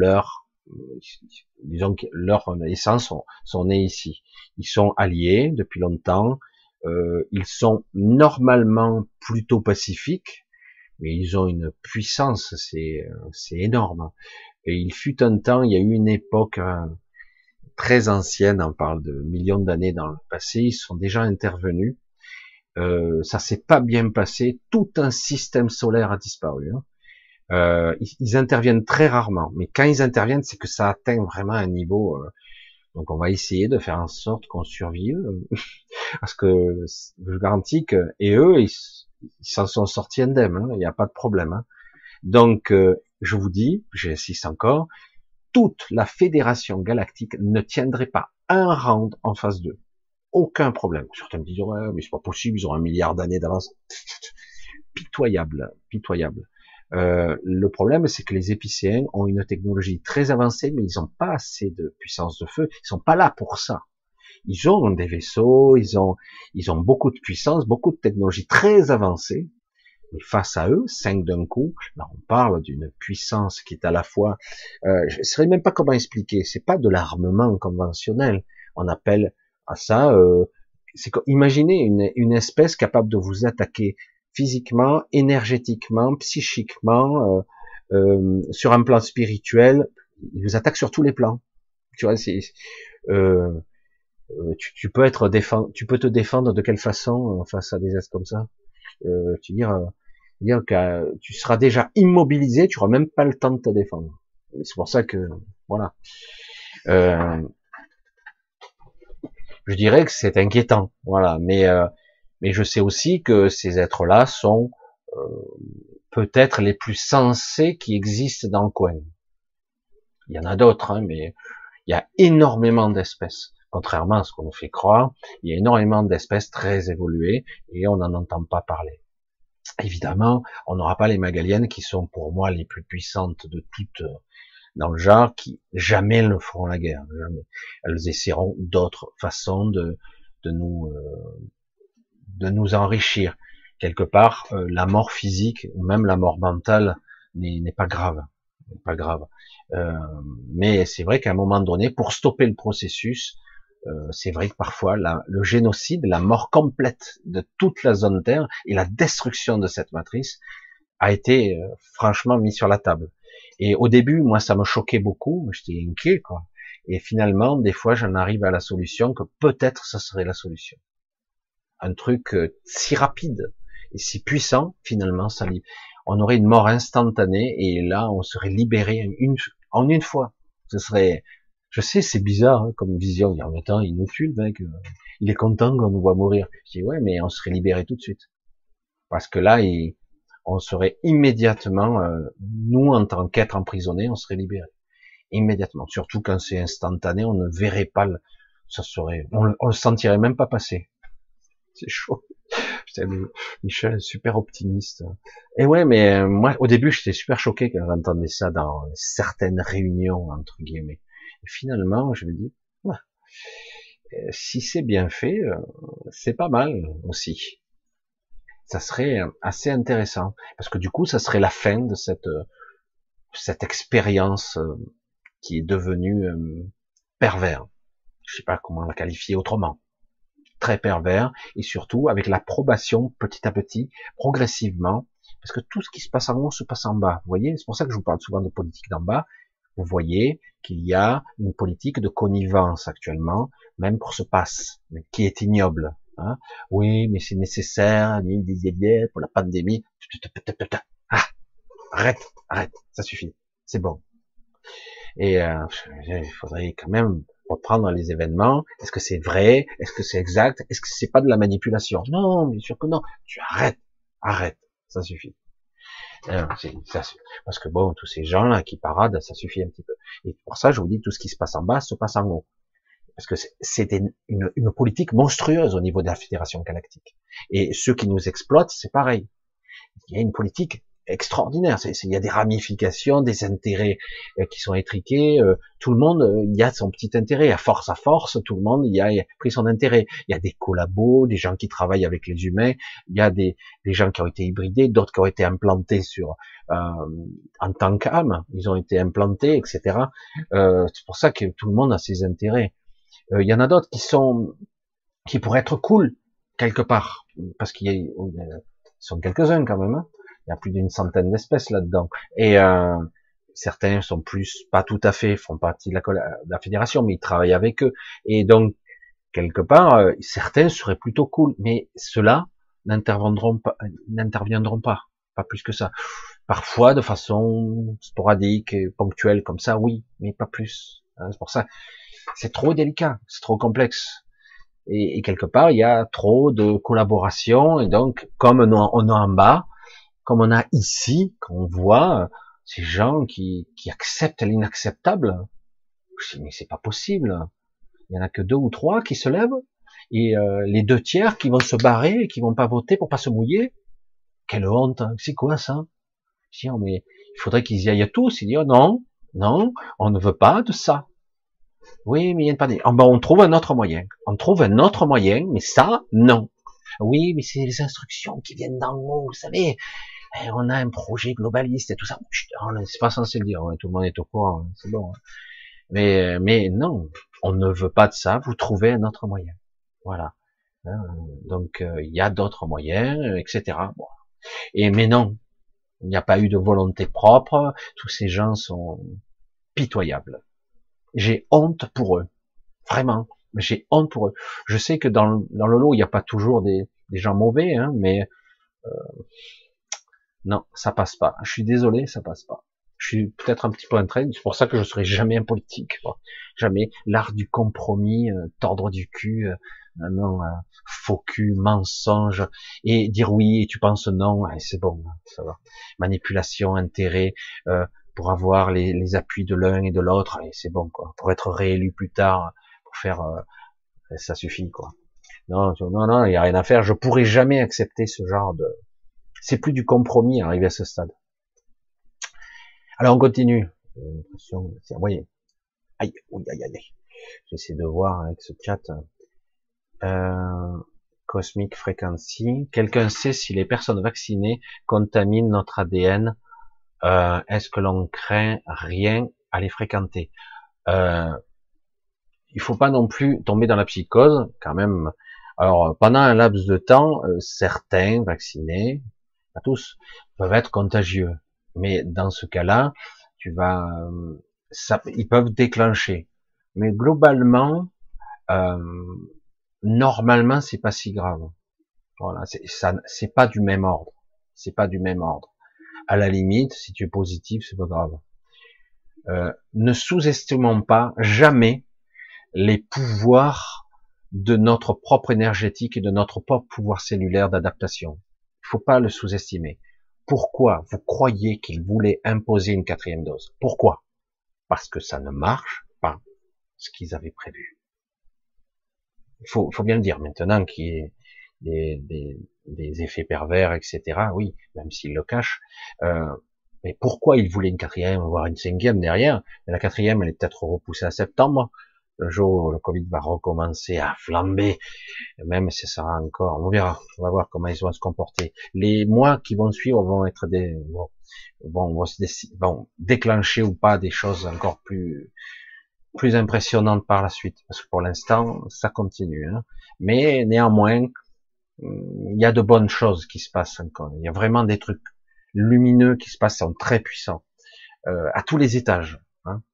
S1: disons que leur essence sont nés ici. Ils sont alliés depuis longtemps. Ils sont normalement plutôt pacifiques, mais ils ont une puissance, c'est énorme. Et il fut un temps, il y a eu une époque très anciennes, on parle de millions d'années dans le passé, ils sont déjà intervenus. Ça s'est pas bien passé. Tout un système solaire a disparu. Hein. Ils interviennent très rarement, mais quand ils interviennent, c'est que ça atteint vraiment un niveau. Donc on va essayer de faire en sorte qu'on survive, parce que je vous garantis que et eux, ils s'en sont sortis indemnes. Hein, il n'y a pas de problème. Hein. Donc je vous dis, j'insiste encore, toute la fédération galactique ne tiendrait pas un round en phase 2. Aucun problème. Certains me disent, ouais, mais c'est pas possible, ils ont 1 milliard d'années d'avance. Pitoyable, pitoyable. Le problème, c'est que les épicéens ont une technologie très avancée, mais ils n'ont pas assez de puissance de feu. Ils sont pas là pour ça. Ils ont des vaisseaux, ils ont beaucoup de puissance, beaucoup de technologie très avancée. Mais face à eux, 5 d'un coup, là on parle d'une puissance qui est à la fois, je ne saurais même pas comment expliquer. C'est pas de l'armement conventionnel. On appelle à ça, imaginez une espèce capable de vous attaquer physiquement, énergétiquement, psychiquement, sur un plan spirituel. Il vous attaque sur tous les plans. Tu vois, euh, tu peux tu peux te défendre de quelle façon face à des êtres comme ça. Tu veux dire que tu seras déjà immobilisé, tu n'auras même pas le temps de te défendre. C'est pour ça que, voilà. Je dirais que c'est inquiétant, voilà. Mais je sais aussi que ces êtres-là sont peut-être les plus sensés qui existent dans le coin. Il y en a d'autres, hein, mais il y a énormément d'espèces. Contrairement à ce qu'on nous fait croire, il y a énormément d'espèces très évoluées et on n'en entend pas parler. Évidemment, on n'aura pas les Magaliennes qui sont pour moi les plus puissantes de toutes dans le genre, qui jamais ne feront la guerre, jamais. Elles essaieront d'autres façons de nous enrichir. Quelque part, la mort physique ou même la mort mentale n'est pas grave, n'est pas grave. Mais c'est vrai qu'à un moment donné, pour stopper le processus, c'est vrai que parfois le génocide, la mort complète de toute la zone Terre et la destruction de cette matrice a été franchement mis sur la table. Et au début, moi, ça me choquait beaucoup, j'étais inquiet, quoi. Et finalement, des fois, j'en arrive à la solution que peut-être ça serait la solution. Un truc si rapide et si puissant, finalement, on aurait une mort instantanée et là, on serait libéré en une fois. Ce serait, je sais, c'est bizarre hein, comme vision. En même temps, il nous tue, le mec. Il est content qu'on nous voit mourir. Je dis ouais, mais on serait libéré tout de suite. Parce que là, on serait immédiatement, nous en tant qu'être emprisonnés, on serait libérés immédiatement. Surtout quand c'est instantané, on ne verrait pas ça serait, on le sentirait même pas passer. C'est chaud. Putain, Michel, super optimiste. Et ouais, mais moi, au début, j'étais super choqué quand j'entendais ça dans certaines réunions entre guillemets. Et finalement, je me dis, ouais, si c'est bien fait, c'est pas mal aussi. Ça serait assez intéressant parce que du coup, ça serait la fin de cette expérience qui est devenue pervers. Je sais pas comment la qualifier autrement. Très pervers et surtout avec l'approbation petit à petit, progressivement, parce que tout ce qui se passe en haut se passe en bas. Vous voyez, c'est pour ça que je vous parle souvent de politique d'en bas. Vous voyez qu'il y a une politique de connivence actuellement, même pour ce pass, qui est ignoble. Hein. Oui, mais c'est nécessaire, pour la pandémie. Ah, arrête, ça suffit, c'est bon. Et il faudrait quand même reprendre les événements. Est-ce que c'est vrai? Est-ce que c'est exact? Est-ce que c'est pas de la manipulation? Non, bien sûr que non. Tu arrête, ça suffit. Parce que bon, tous ces gens-là qui paradent, ça suffit un petit peu. Et pour ça, je vous dis, tout ce qui se passe en bas se passe en haut. Parce que c'est une politique monstrueuse au niveau de la Fédération Galactique. Et ceux qui nous exploitent, c'est pareil. Il y a une politique extraordinaire. Il y a des ramifications, des intérêts qui sont étriqués. Tout le monde, il y a son petit intérêt. À force, tout le monde y a pris son intérêt. Il y a des collabos, des gens qui travaillent avec les humains. Il y a des gens qui ont été hybridés, d'autres qui ont été implantés en tant qu'âme. Ils ont été implantés, etc. C'est pour ça que tout le monde a ses intérêts. Il y en a d'autres qui pourraient être cool quelque part, parce qu'ils sont quelques-uns quand même. Hein. Il y a plus d'une centaine d'espèces là-dedans. Et certains sont plus, pas tout à fait, font partie de la fédération, mais ils travaillent avec eux. Et donc, quelque part, certains seraient plutôt cool, mais ceux-là n'interviendront pas plus que ça. Parfois, de façon sporadique et ponctuelle, comme ça, oui, mais pas plus. Hein, c'est pour ça, c'est trop délicat, c'est trop complexe. Et quelque part, il y a trop de collaboration, et donc, comme on a en bas, comme on a ici, qu'on voit ces gens qui acceptent l'inacceptable. Je dis, mais c'est pas possible. Il y en a que 2 ou 3 qui se lèvent, et les 2 tiers qui vont se barrer et qui vont pas voter pour pas se mouiller. Quelle honte, hein. C'est quoi ça? Je dis, oh, mais il faudrait qu'ils y aillent tous. Ils disent, oh, non, non, on ne veut pas de ça. Oui, mais il n'y a pas de... Oh, ben, on trouve un autre moyen. On trouve un autre moyen, mais ça, non. Oui, mais c'est les instructions qui viennent d'en haut, vous savez. On a un projet globaliste et tout ça. Chut, c'est pas censé le dire. Ouais, tout le monde est au courant. Hein, c'est bon. Hein. Mais non, on ne veut pas de ça. Vous trouvez un autre moyen. Voilà. Hein, donc il y a d'autres moyens, etc. Bon. Et mais non, il n'y a pas eu de volonté propre. Tous ces gens sont pitoyables. J'ai honte pour eux. Vraiment. J'ai honte pour eux. Je sais que dans le lot, il n'y a pas toujours des gens mauvais, hein, mais non, ça passe pas. Je suis désolé, ça passe pas. Je suis peut-être un petit peu entraîné, c'est pour ça que je serai jamais un politique. Quoi. Jamais l'art du compromis, tordre du cul, non, faux cul, mensonge, et dire oui et tu penses non, c'est bon, ça va. Manipulation, intérêt, pour avoir les appuis de l'un et de l'autre, c'est bon, quoi. Pour être réélu plus tard, pour faire, ça suffit, quoi. Non, non, non, il y a rien à faire. Je pourrais jamais accepter ce genre de. C'est plus du compromis arrivé à ce stade. Alors on continue. J'ai l'impression, vous voyez. Aïe, aïe, aïe. J'essaie de voir avec ce chat. Cosmic Frequency. Quelqu'un sait si les personnes vaccinées contaminent notre ADN? Est-ce que l'on craint rien à les fréquenter? Il faut pas non plus tomber dans la psychose, quand même. Alors, pendant un laps de temps, certains vaccinés, pas tous, peuvent être contagieux. Mais dans ce cas-là, ils peuvent déclencher. Mais globalement, normalement, c'est pas si grave. Voilà, c'est pas du même ordre. C'est pas du même ordre. À la limite, si tu es positif, c'est pas grave. Ne sous-estimons pas jamais les pouvoirs de notre propre énergétique et de notre propre pouvoir cellulaire d'adaptation. Il faut pas le sous-estimer. Pourquoi vous croyez qu'ils voulaient imposer une 4e dose? Pourquoi? Parce que ça ne marche pas, ce qu'ils avaient prévu. Il faut bien le dire maintenant qu'il y ait des effets pervers, etc. Oui, même s'ils le cachent. Mais pourquoi ils voulaient une 4e, voire une 5e derrière? La 4e, elle est peut-être repoussée à septembre. Le jour où le Covid va recommencer à flamber, même si ça sera encore, on verra, on va voir comment ils vont se comporter. Les mois qui vont suivre vont être vont déclencher ou pas des choses encore plus impressionnantes par la suite, parce que pour l'instant, ça continue. Hein. Mais néanmoins, il y a de bonnes choses qui se passent encore. Il y a vraiment des trucs lumineux qui se passent, sont très puissants, à tous les étages. Hein.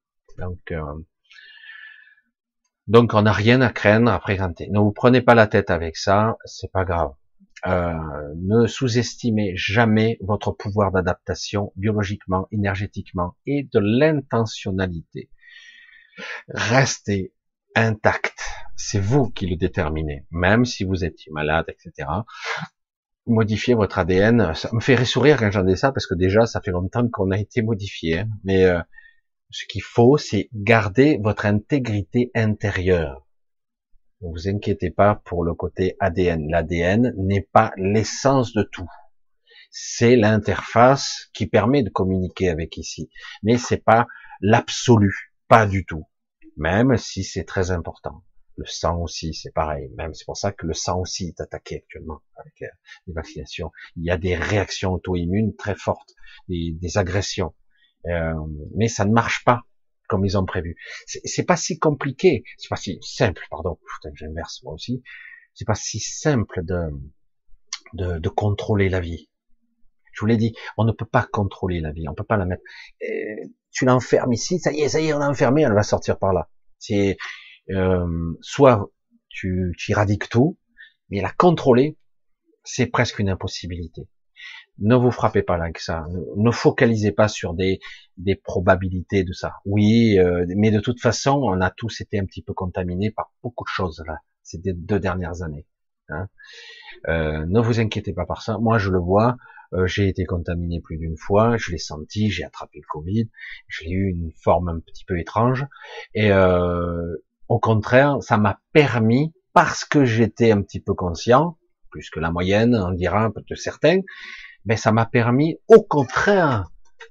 S1: Donc on n'a rien à craindre, à présenter. Ne vous prenez pas la tête avec ça, c'est pas grave. Ne sous-estimez jamais votre pouvoir d'adaptation biologiquement, énergétiquement et de l'intentionnalité. Restez intact. C'est vous qui le déterminez. Même si vous étiez malade, etc. Modifiez votre ADN. Ça me fait sourire quand j'en dis ça parce que déjà ça fait longtemps qu'on a été modifié. Hein. Mais ce qu'il faut, c'est garder votre intégrité intérieure. Ne vous inquiétez pas pour le côté ADN. L'ADN n'est pas l'essence de tout. C'est l'interface qui permet de communiquer avec ici. Mais c'est pas l'absolu. Pas du tout. Même si c'est très important. Le sang aussi, c'est pareil. Même c'est pour ça que le sang aussi est attaqué actuellement avec les vaccinations. Il y a des réactions auto-immunes très fortes, des agressions. Mais ça ne marche pas comme ils ont prévu. C'est pas si compliqué, c'est pas si simple, pardon. Putain, j'inverse moi aussi. C'est pas si simple de contrôler la vie. Je vous l'ai dit, on ne peut pas contrôler la vie, on peut pas la mettre. tu l'enfermes ici, ça y est, on l'a enfermé, elle va sortir par là. C'est soit tu éradiques tout, mais la contrôler, c'est presque une impossibilité. Ne vous frappez pas là avec ça. Ne focalisez pas sur des probabilités de ça. Oui, mais de toute façon, on a tous été un petit peu contaminés par beaucoup de choses là, ces 2 dernières années. Hein. Ne vous inquiétez pas par ça. Moi, je le vois. J'ai été contaminé plus d'une fois. Je l'ai senti. J'ai attrapé le Covid. Je l'ai eu une forme un petit peu étrange. Et au contraire, ça m'a permis, parce que j'étais un petit peu conscient, plus que la moyenne, on dira peut-être certains, mais ça m'a permis, au contraire,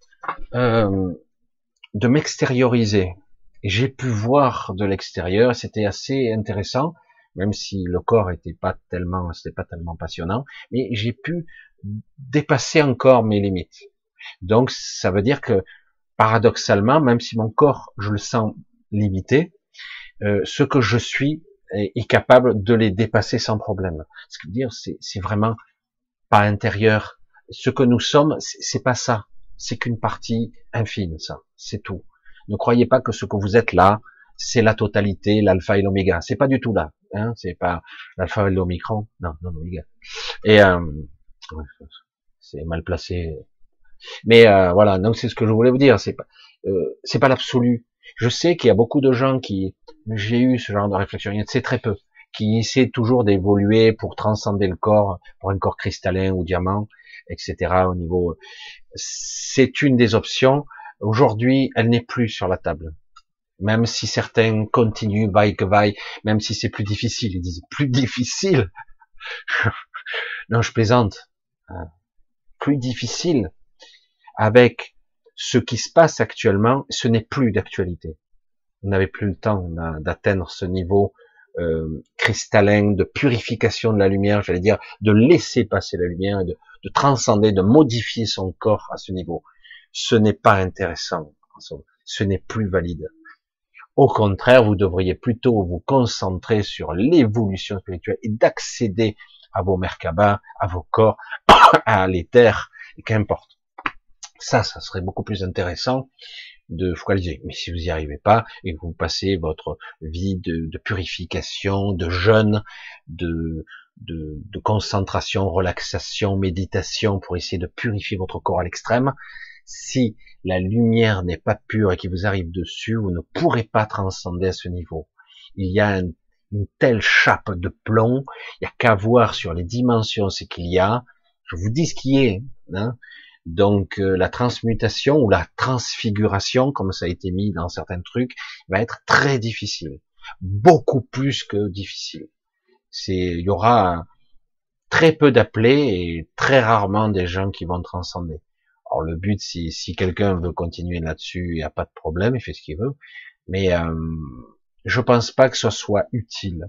S1: de m'extérioriser. Et j'ai pu voir de l'extérieur. C'était assez intéressant, même si le corps c'était pas tellement passionnant, mais j'ai pu dépasser encore mes limites. Donc, ça veut dire que, paradoxalement, même si mon corps, je le sens limité, ce que je suis est capable de les dépasser sans problème. Ce que veut dire, c'est vraiment pas intérieur. Ce que nous sommes, c'est pas ça. C'est qu'une partie infime, ça. C'est tout. Ne croyez pas que ce que vous êtes là, c'est la totalité, l'alpha et l'oméga. C'est pas du tout là. Hein, c'est pas l'alpha et l'omicron. Non, l'oméga. Et c'est mal placé. Mais voilà. Donc c'est ce que je voulais vous dire. C'est pas l'absolu. Je sais qu'il y a beaucoup de gens j'ai eu ce genre de réflexion. C'est très peu qui essaient toujours d'évoluer pour transcender le corps, pour un corps cristallin ou diamant, etc. Au niveau, c'est une des options. Aujourd'hui, elle n'est plus sur la table. Même si certains continuent, vaille que vaille, même si c'est plus difficile, ils disent plus difficile. Non, je plaisante. Plus difficile. Avec ce qui se passe actuellement, ce n'est plus d'actualité. Vous n'avez plus le temps d'atteindre ce niveau cristallin de purification de la lumière, j'allais dire, de laisser passer la lumière, de transcender, de modifier son corps à ce niveau. Ce n'est pas intéressant, ce n'est plus valide. Au contraire, vous devriez plutôt vous concentrer sur l'évolution spirituelle et d'accéder à vos Merkabah, à vos corps, à l'éther, et qu'importe. Ça serait beaucoup plus intéressant de focaliser. Mais si vous n'y arrivez pas et que vous passez votre vie de purification, de jeûne, de concentration, relaxation, méditation pour essayer de purifier votre corps à l'extrême, si la lumière n'est pas pure et qu'il vous arrive dessus, vous ne pourrez pas transcender à ce niveau. Il y a une telle chape de plomb, il n'y a qu'à voir sur les dimensions ce qu'il y a. Je vous dis ce qui est, hein. Donc la transmutation ou la transfiguration, comme ça a été mis dans certains trucs, va être très difficile, beaucoup plus que difficile. Il y aura très peu d'appelés et très rarement des gens qui vont transcender. Alors le but, si quelqu'un veut continuer là-dessus, il n'y a pas de problème, il fait ce qu'il veut, mais je pense pas que ce soit utile,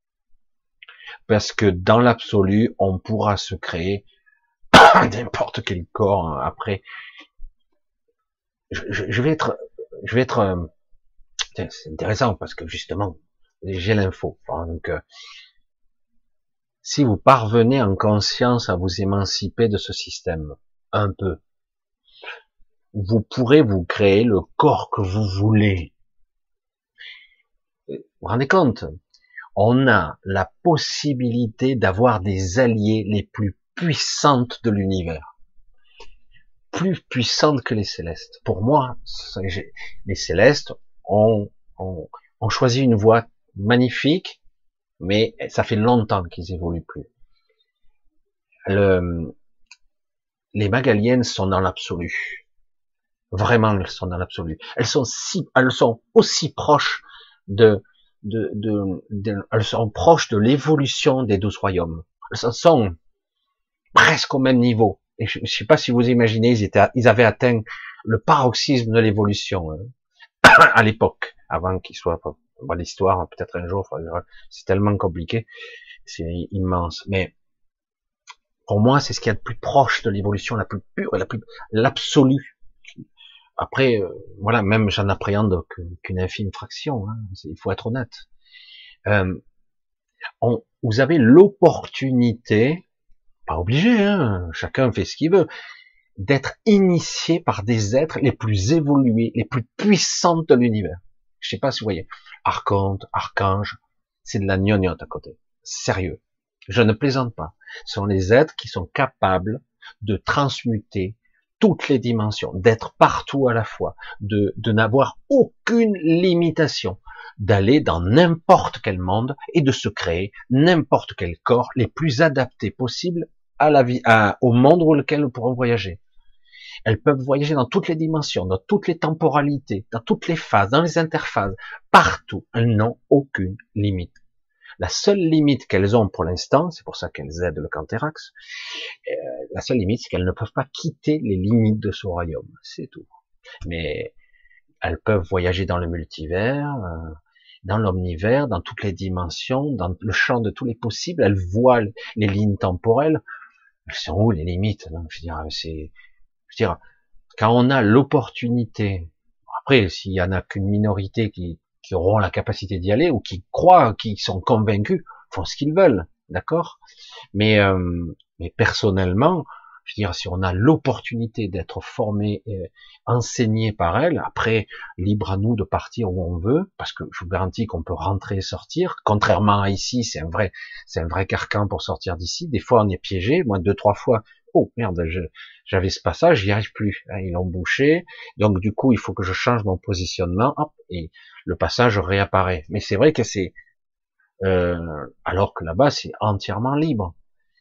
S1: parce que dans l'absolu, on pourra se créer n'importe quel corps après. Je vais être, c'est intéressant parce que justement, j'ai l'info. Donc, si vous parvenez en conscience à vous émanciper de ce système, un peu, vous pourrez vous créer le corps que vous voulez. Vous vous rendez compte? On a la possibilité d'avoir des alliés les plus puissantes de l'univers. Plus puissantes que les célestes. Pour moi, les célestes ont choisi une voie magnifique, mais ça fait longtemps qu'ils évoluent plus. Les Magaliennes sont dans l'absolu. Vraiment, elles sont dans l'absolu. Elles sont aussi proches elles sont proches de l'évolution des 12 royaumes. Elles sont presque au même niveau. Et je ne sais pas si vous imaginez, ils avaient atteint le paroxysme de l'évolution à l'époque, avant qu'il soit l'histoire, peut-être un jour, c'est tellement compliqué, c'est immense. Mais pour moi, c'est ce qu'il y a de plus proche de l'évolution, la plus pure, l'absolu. Après, voilà, même j'en appréhende qu'une infime fraction. Hein, il faut être honnête. Vous avez l'opportunité, pas obligé, hein, chacun fait ce qu'il veut, d'être initié par des êtres les plus évolués, les plus puissants de l'univers. Je sais pas si vous voyez. Archonte, archange, c'est de la gnognotte à côté. Sérieux. Je ne plaisante pas. Ce sont les êtres qui sont capables de transmuter toutes les dimensions, d'être partout à la fois, de n'avoir aucune limitation, d'aller dans n'importe quel monde et de se créer n'importe quel corps les plus adaptés possibles à la vie, au monde dans lequel nous pourrons voyager. Elles peuvent voyager dans toutes les dimensions, dans toutes les temporalités, dans toutes les phases, dans les interphases, partout. Elles n'ont aucune limite. La seule limite qu'elles ont pour l'instant, c'est pour ça qu'elles aident le Canthérax, la seule limite, c'est qu'elles ne peuvent pas quitter les limites de ce royaume. C'est tout. Mais elles peuvent voyager dans le multivers, dans l'omnivers, dans toutes les dimensions, dans le champ de tous les possibles. Elles voient les lignes temporelles. Elles sont où les limites? Je veux dire, quand on a l'opportunité, après, s'il y en a qu'une minorité qui auront la capacité d'y aller, ou qui croient, qui sont convaincus, font ce qu'ils veulent, d'accord? Mais personnellement, je veux dire, si on a l'opportunité d'être formé, enseigné par elle, après, libre à nous de partir où on veut, parce que je vous garantis qu'on peut rentrer et sortir, contrairement à ici, c'est un vrai carcan pour sortir d'ici. Des fois, on est piégé. Moi, 2-3 fois, oh merde, j'avais ce passage, j'y arrive plus. Ils l'ont bouché, donc du coup, il faut que je change mon positionnement, hop, et le passage réapparaît. Mais c'est vrai que c'est alors que là-bas, c'est entièrement libre.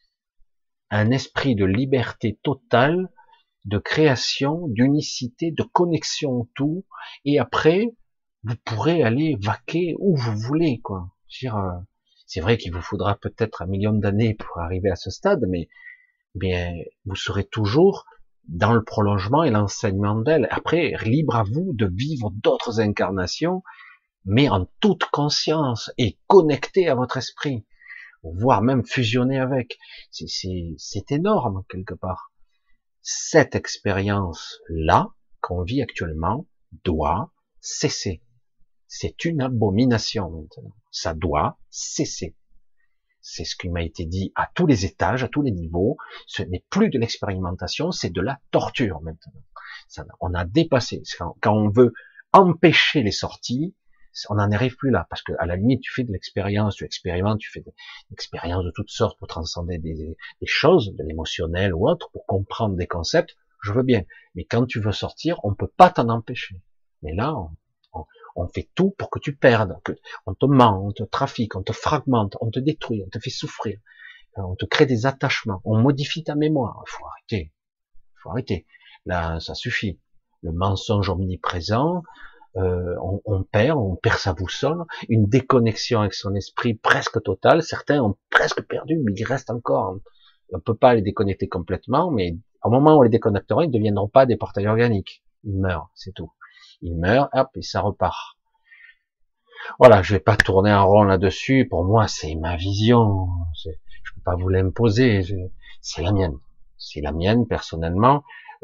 S1: Un esprit de liberté totale, de création, d'unicité, de connexion au tout, et après, vous pourrez aller vaquer où vous voulez, quoi. C'est vrai qu'il vous faudra peut-être 1 million d'années pour arriver à ce stade, mais bien, vous serez toujours dans le prolongement et l'enseignement d'elle. Après, libre à vous de vivre d'autres incarnations, mais en toute conscience et connecté à votre esprit, voire même fusionner avec. C'est énorme, quelque part. Cette expérience-là, qu'on vit actuellement, doit cesser. C'est une abomination maintenant. Ça doit cesser. C'est ce qui m'a été dit à tous les étages, à tous les niveaux. Ce n'est plus de l'expérimentation, c'est de la torture maintenant. On a dépassé. Quand on veut empêcher les sorties, on n'en arrive plus là, parce que à la limite, tu fais de l'expérience, tu expérimentes, tu fais de l'expérience de toutes sortes pour transcender des choses, de l'émotionnel ou autre, pour comprendre des concepts, je veux bien. Mais quand tu veux sortir, on peut pas t'en empêcher. Mais là, on fait tout pour que tu perdes, on te ment, on te trafique, on te fragmente, on te détruit, on te fait souffrir, on te crée des attachements, on modifie ta mémoire. Faut arrêter. Là, ça suffit. Le mensonge omniprésent, on perd sa boussole, une déconnexion avec son esprit presque totale. Certains ont presque perdu, mais il reste encore. On peut pas les déconnecter complètement, mais au moment où on les déconnectera, ils ne deviendront pas des portails organiques. Ils meurent, c'est tout. Ils meurent, hop, et ça repart. Voilà, je vais pas tourner en rond là-dessus. Pour moi, c'est ma vision. Je peux pas vous l'imposer. C'est la mienne. C'est la mienne personnellement.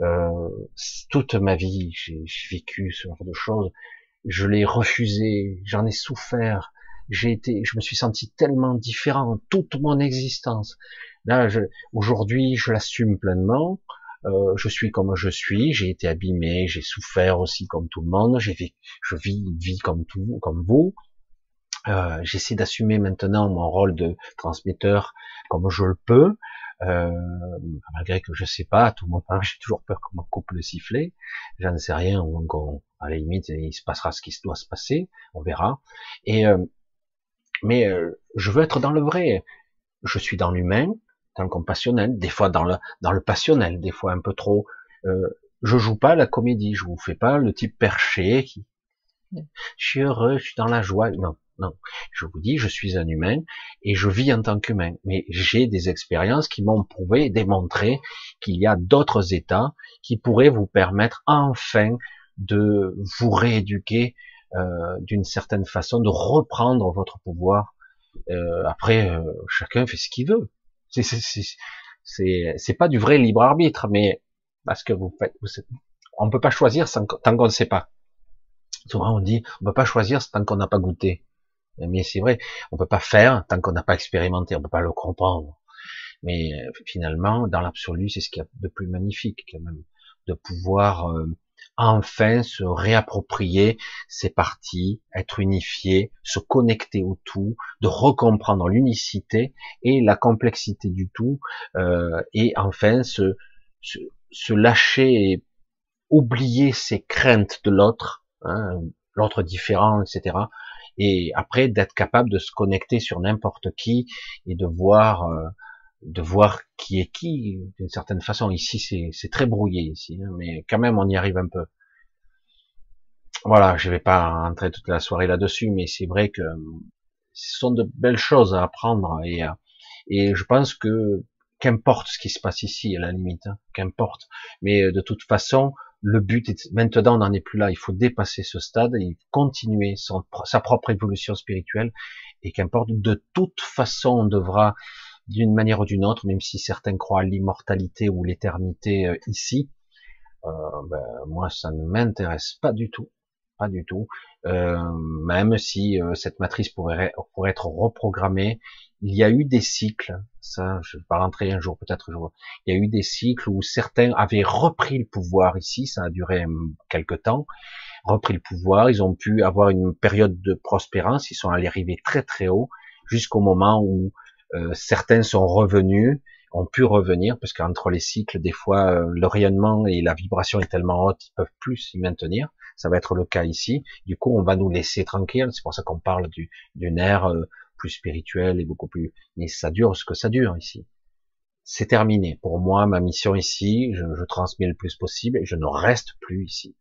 S1: Toute ma vie, j'ai vécu ce genre de choses. Je l'ai refusé, j'en ai souffert. Je me suis senti tellement différent toute mon existence. Là, aujourd'hui, je l'assume pleinement. Je suis comme je suis. J'ai été abîmé, j'ai souffert aussi comme tout le monde. Je vis une vie comme vous. J'essaie d'assumer maintenant mon rôle de transmetteur comme je le peux. Malgré que je sais pas, à tout moment, j'ai toujours peur qu'on me coupe le sifflet. J'en sais rien, donc à la limite, il se passera ce qui doit se passer, on verra. Mais je veux être dans le vrai. Je suis dans l'humain, dans le compassionnel, des fois dans le passionnel, des fois un peu trop. Je joue pas la comédie, je vous fais pas le type perché qui, je suis heureux, je suis dans la joie. Non. Je vous dis, je suis un humain et je vis en tant qu'humain. Mais j'ai des expériences qui m'ont prouvé et démontré qu'il y a d'autres états qui pourraient vous permettre enfin de vous rééduquer d'une certaine façon, de reprendre votre pouvoir. Après, chacun fait ce qu'il veut. C'est pas du vrai libre arbitre, mais parce que on peut pas choisir tant qu'on ne sait pas. Souvent on dit, on peut pas choisir tant qu'on n'a pas goûté. Mais c'est vrai, on peut pas faire tant qu'on n'a pas expérimenté, on peut pas le comprendre. Mais finalement, dans l'absolu, c'est ce qu'il y a de plus magnifique quand même, de pouvoir enfin se réapproprier ces parties, être unifié, se connecter au tout, de recomprendre l'unicité et la complexité du tout, et enfin se, se lâcher et oublier ses craintes de l'autre, hein, l'autre différent, etc. Et après d'être capable de se connecter sur n'importe qui et de voir qui est qui d'une certaine façon. Ici, c'est très brouillé ici, hein, mais quand même on y arrive un peu. Voilà, je vais pas rentrer toute la soirée là-dessus, mais c'est vrai que ce sont de belles choses à apprendre et je pense que qu'importe ce qui se passe ici, à la limite, hein, qu'importe. Mais de toute façon, le but est maintenant, on n'en est plus là. Il faut dépasser ce stade et continuer sa propre évolution spirituelle. Et qu'importe, de toute façon, on devra, d'une manière ou d'une autre, même si certains croient à l'immortalité ou l'éternité ici, ben, moi, ça ne m'intéresse pas du tout, pas du tout. Même si cette matrice pourrait être reprogrammée, il y a eu des cycles. Ça, je vais pas rentrer un jour, peut-être. Il y a eu des cycles où certains avaient repris le pouvoir ici. Ça a duré quelque temps. Repris le pouvoir, ils ont pu avoir une période de prospérance. Ils sont allés arriver très très haut jusqu'au moment où certains sont revenus, ont pu revenir, parce qu'entre les cycles, des fois, le rayonnement et la vibration est tellement haute, ils peuvent plus s'y maintenir. Ça va être le cas ici. Du coup, on va nous laisser tranquille. C'est pour ça qu'on parle d'une ère plus spirituelle et beaucoup plus. Mais ça dure ce que ça dure ici. C'est terminé. Pour moi, ma mission ici, je transmets le plus possible et je ne reste plus ici.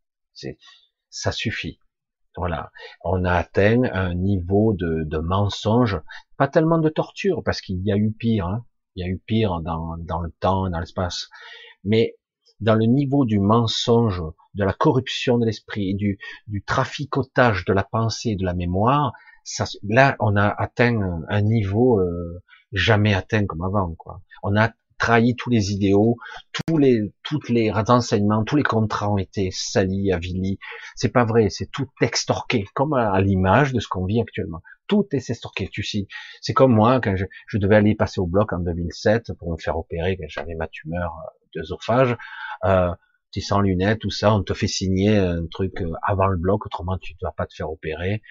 S1: Ça suffit. Voilà, on a atteint un niveau de mensonge, pas tellement de torture, parce qu'il y a eu pire, hein. Il y a eu pire dans le temps, dans l'espace, mais dans le niveau du mensonge, de la corruption de l'esprit, du traficotage de la pensée et de la mémoire, là, on a atteint un niveau jamais atteint comme avant, quoi. On a trahi tous les idéaux, toutes les renseignements, tous les contrats ont été salis, avilis. C'est pas vrai, c'est tout extorqué, comme à l'image de ce qu'on vit actuellement. Tout est extorqué. Tu sais, c'est comme moi quand je devais aller passer au bloc en 2007 pour me faire opérer quand j'avais ma tumeur d'œsophage. Tu es sans lunettes, tout ça, on te fait signer un truc avant le bloc, autrement tu ne vas pas te faire opérer.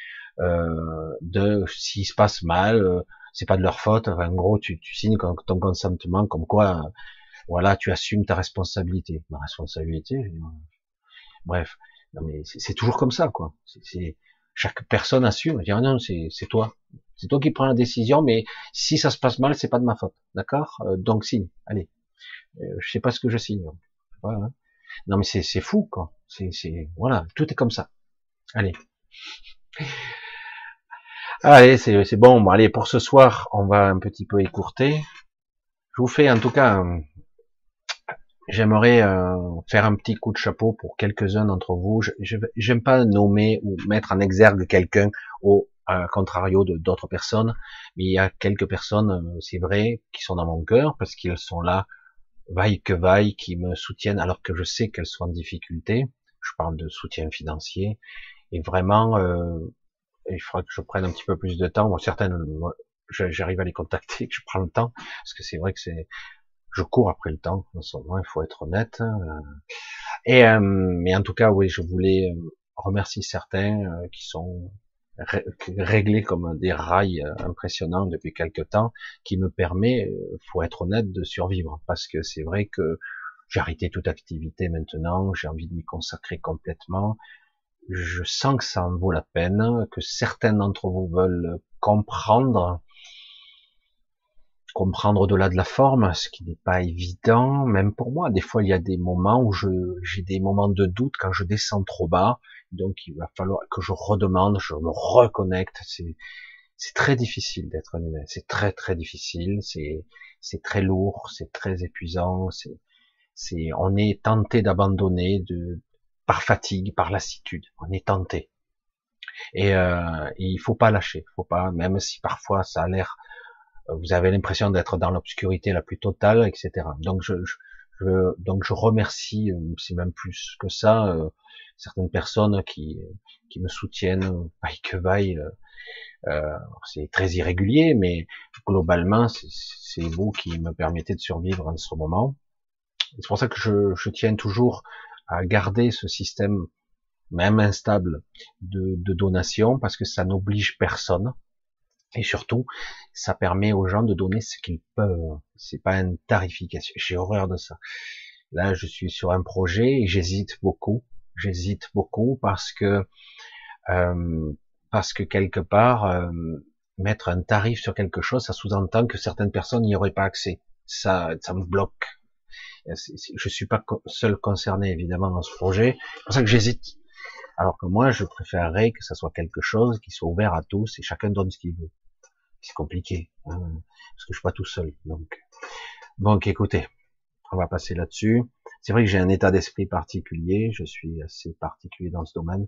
S1: S'il se passe mal, c'est pas de leur faute. Enfin, en gros, tu signes ton consentement, comme quoi, voilà, tu assumes ta responsabilité. Ma responsabilité, je veux dire, bref. Non mais c'est toujours comme ça, quoi. Chaque personne assume. Dire non, c'est toi qui prends la décision, mais si ça se passe mal, c'est pas de ma faute, d'accord. Donc signe. Allez, je sais pas ce que je signe. Voilà. Hein. Non mais c'est fou, quoi. Voilà, tout est comme ça. Allez. Allez, c'est bon. Bon, allez, pour ce soir, on va un petit peu écourter. Je vous fais, en tout cas, j'aimerais faire un petit coup de chapeau pour quelques-uns d'entre vous. J'aime pas nommer ou mettre en exergue quelqu'un au contrario de d'autres personnes, mais il y a quelques personnes, c'est vrai, qui sont dans mon cœur parce qu'elles sont là, vaille que vaille, qui me soutiennent alors que je sais qu'elles sont en difficulté. Je parle de soutien financier et vraiment. Il faudra que je prenne un petit peu plus de temps. Bon, certaines, j'arrive à les contacter, que je prends le temps, parce que c'est vrai que je cours après le temps. En ce moment, il faut être honnête. Mais en tout cas, oui, je voulais remercier certains qui sont réglés comme des rails impressionnants depuis quelque temps, qui me permet, faut être honnête, de survivre, parce que c'est vrai que j'ai arrêté toute activité maintenant, j'ai envie de m'y consacrer complètement. Je sens que ça en vaut la peine, que certains d'entre vous veulent comprendre au-delà de la forme, ce qui n'est pas évident, même pour moi. Des fois, il y a des moments où j'ai des moments de doute quand je descends trop bas, donc il va falloir que je redemande, je me reconnecte. C'est très difficile d'être un humain, c'est très très difficile, c'est très lourd, c'est très épuisant, on est tenté d'abandonner, par fatigue, par lassitude, on est tenté. Et il faut pas lâcher, faut pas, même si parfois ça a l'air, vous avez l'impression d'être dans l'obscurité la plus totale, etc. Donc Donc je remercie, c'est même plus que ça, certaines personnes qui me soutiennent, vaille que vaille. C'est très irrégulier, mais globalement, c'est vous qui me permettez de survivre en ce moment. C'est pour ça que je tiens toujours à garder ce système, même instable, de donation, parce que ça n'oblige personne. Et surtout, ça permet aux gens de donner ce qu'ils peuvent. C'est pas une tarification. J'ai horreur de ça. Là, je suis sur un projet et j'hésite beaucoup. J'hésite beaucoup euh, parce que quelque part, mettre un tarif sur quelque chose, ça sous-entend que certaines personnes n'y auraient pas accès. Ça me bloque. Je suis pas seul concerné évidemment dans ce projet. C'est pour ça que j'hésite. Alors que moi, je préférerais que ça soit quelque chose qui soit ouvert à tous et chacun donne ce qu'il veut. C'est compliqué, hein, parce que je suis pas tout seul. Donc écoutez, on va passer là-dessus. C'est vrai que j'ai un état d'esprit particulier. Je suis assez particulier dans ce domaine.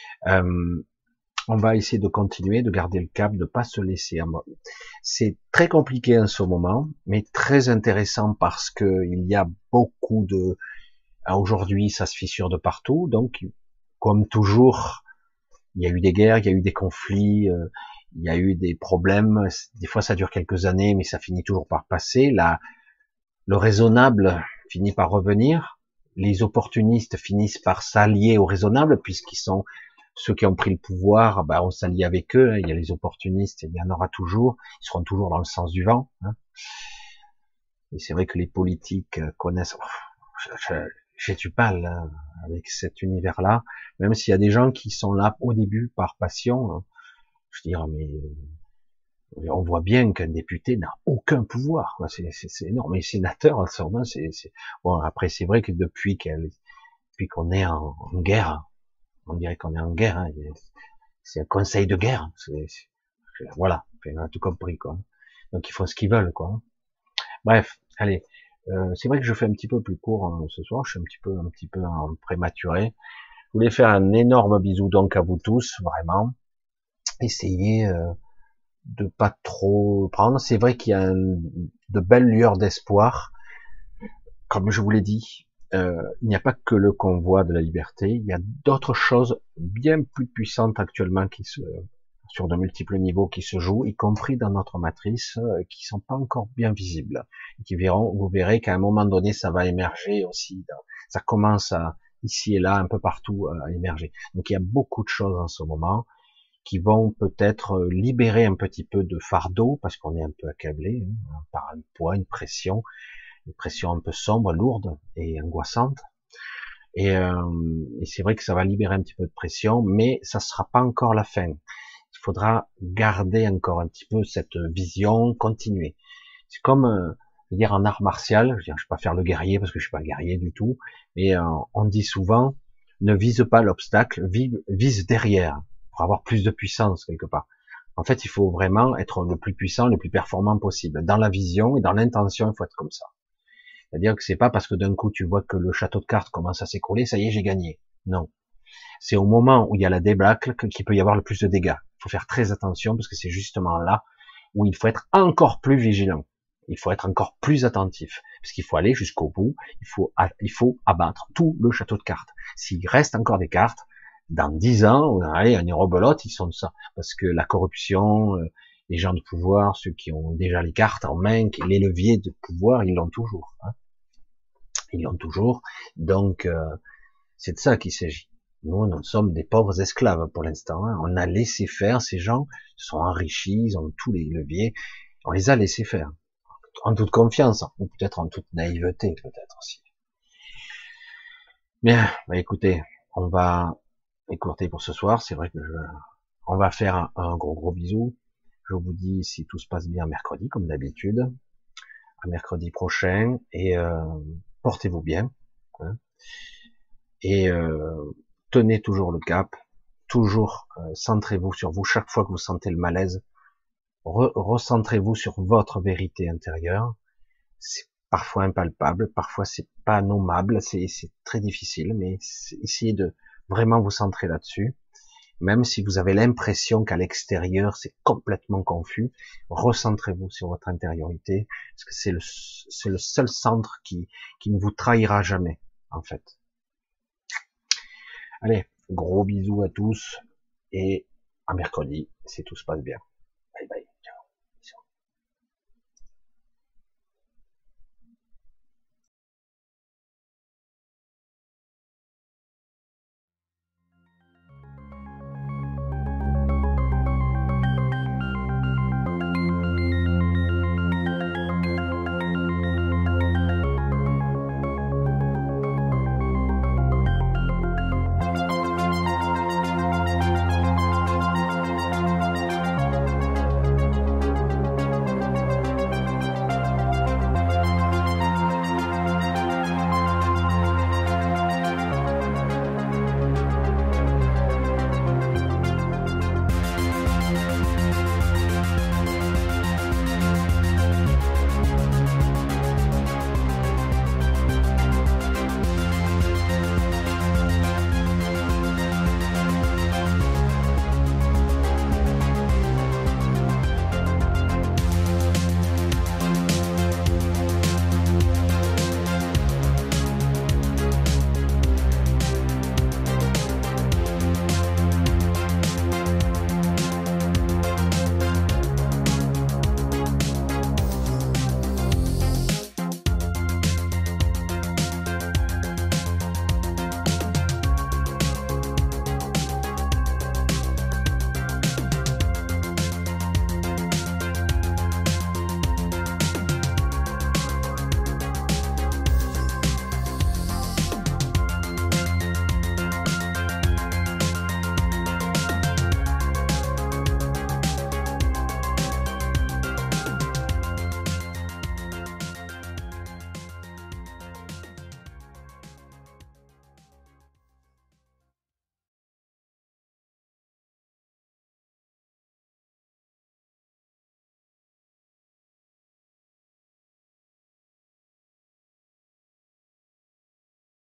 S1: On va essayer de continuer, de garder le cap, de pas se laisser. C'est très compliqué en ce moment, mais très intéressant parce que il y a beaucoup de. Aujourd'hui, ça se fissure de partout. Donc, comme toujours, il y a eu des guerres, il y a eu des conflits, il y a eu des problèmes. Des fois, ça dure quelques années, mais ça finit toujours par passer. Là, le raisonnable finit par revenir. Les opportunistes finissent par s'allier aux raisonnables, puisqu'ils sont ceux qui ont pris le pouvoir. Ben, on s'allie avec eux. Il y a les opportunistes, il y en aura toujours. Ils seront toujours dans le sens du vent. Hein. Et c'est vrai que les politiques connaissent. J'ai du mal hein, avec cet univers-là, même s'il y a des gens qui sont là au début par passion. Hein. Je veux dire, mais on voit bien qu'un député n'a aucun pouvoir. C'est énorme. Les sénateurs, en ce moment, bon. Après, c'est vrai que depuis qu'on est en guerre, on dirait qu'on est en guerre. Hein, c'est un conseil de guerre. Voilà, on a tout compris quoi. Donc ils font ce qu'ils veulent quoi. Bref, allez. C'est vrai que je fais un petit peu plus court hein, ce soir. Je suis un petit peu en prématuré. Je voulais faire un énorme bisou donc à vous tous, vraiment. Essayez de pas trop prendre. C'est vrai qu'il y a de belles lueurs d'espoir. Comme je vous l'ai dit, il n'y a pas que le convoi de la liberté. Il y a d'autres choses bien plus puissantes actuellement sur de multiples niveaux qui se jouent, y compris dans notre matrice, qui sont pas encore bien visibles. Et vous verrez qu'à un moment donné, ça va émerger aussi. Ça commence ici et là, un peu partout, à émerger. Donc il y a beaucoup de choses en ce moment qui vont peut-être libérer un petit peu de fardeau, parce qu'on est un peu accablé hein, par un poids, une pression un peu sombre, lourde et angoissante. Et c'est vrai que ça va libérer un petit peu de pression, mais ça sera pas encore la fin. Il faudra garder encore un petit peu cette vision, continuer. C'est comme, je veux dire, en art martial, je vais pas faire le guerrier parce que je suis pas guerrier du tout, mais on dit souvent, ne vise pas l'obstacle, vise derrière, pour avoir plus de puissance quelque part. En fait, il faut vraiment être le plus puissant, le plus performant possible. Dans la vision et dans l'intention, il faut être comme ça. C'est-à-dire que c'est pas parce que d'un coup tu vois que le château de cartes commence à s'écrouler, ça y est, j'ai gagné. Non. C'est au moment où il y a la débâcle qu'il peut y avoir le plus de dégâts. Il faut faire très attention parce que c'est justement là où il faut être encore plus vigilant. Il faut être encore plus attentif. Parce qu'il faut aller jusqu'au bout. Il faut abattre tout le château de cartes. S'il reste encore des cartes, dans 10 ans, allez, on est rebelote, ils sont de ça. Parce que la corruption, les gens de pouvoir, ceux qui ont déjà les cartes en main, les leviers de pouvoir, ils l'ont toujours. Hein. Ils l'ont toujours. Donc, c'est de ça qu'il s'agit. Nous sommes des pauvres esclaves pour l'instant. Hein. On a laissé faire. Ces gens se sont enrichis, ils ont tous les leviers. On les a laissés faire. En toute confiance, ou peut-être en toute naïveté, peut-être aussi. Bien, bah écoutez, on va écourter pour ce soir. C'est vrai que on va faire un gros bisou. Je vous dis si tout se passe bien mercredi, comme d'habitude. À mercredi prochain. Et portez-vous bien. Hein. Et tenez toujours le cap. Toujours centrez-vous sur vous. Chaque fois que vous sentez le malaise, recentrez-vous sur votre vérité intérieure. C'est parfois impalpable, parfois c'est pas nommable, c'est très difficile, mais essayez de vraiment vous centrer là-dessus Même si vous avez l'impression qu'à l'extérieur c'est complètement confus, recentrez-vous sur votre intériorité, parce que c'est le seul centre qui ne vous trahira jamais, en fait. Allez, gros bisous à tous, et à mercredi, si tout se passe bien.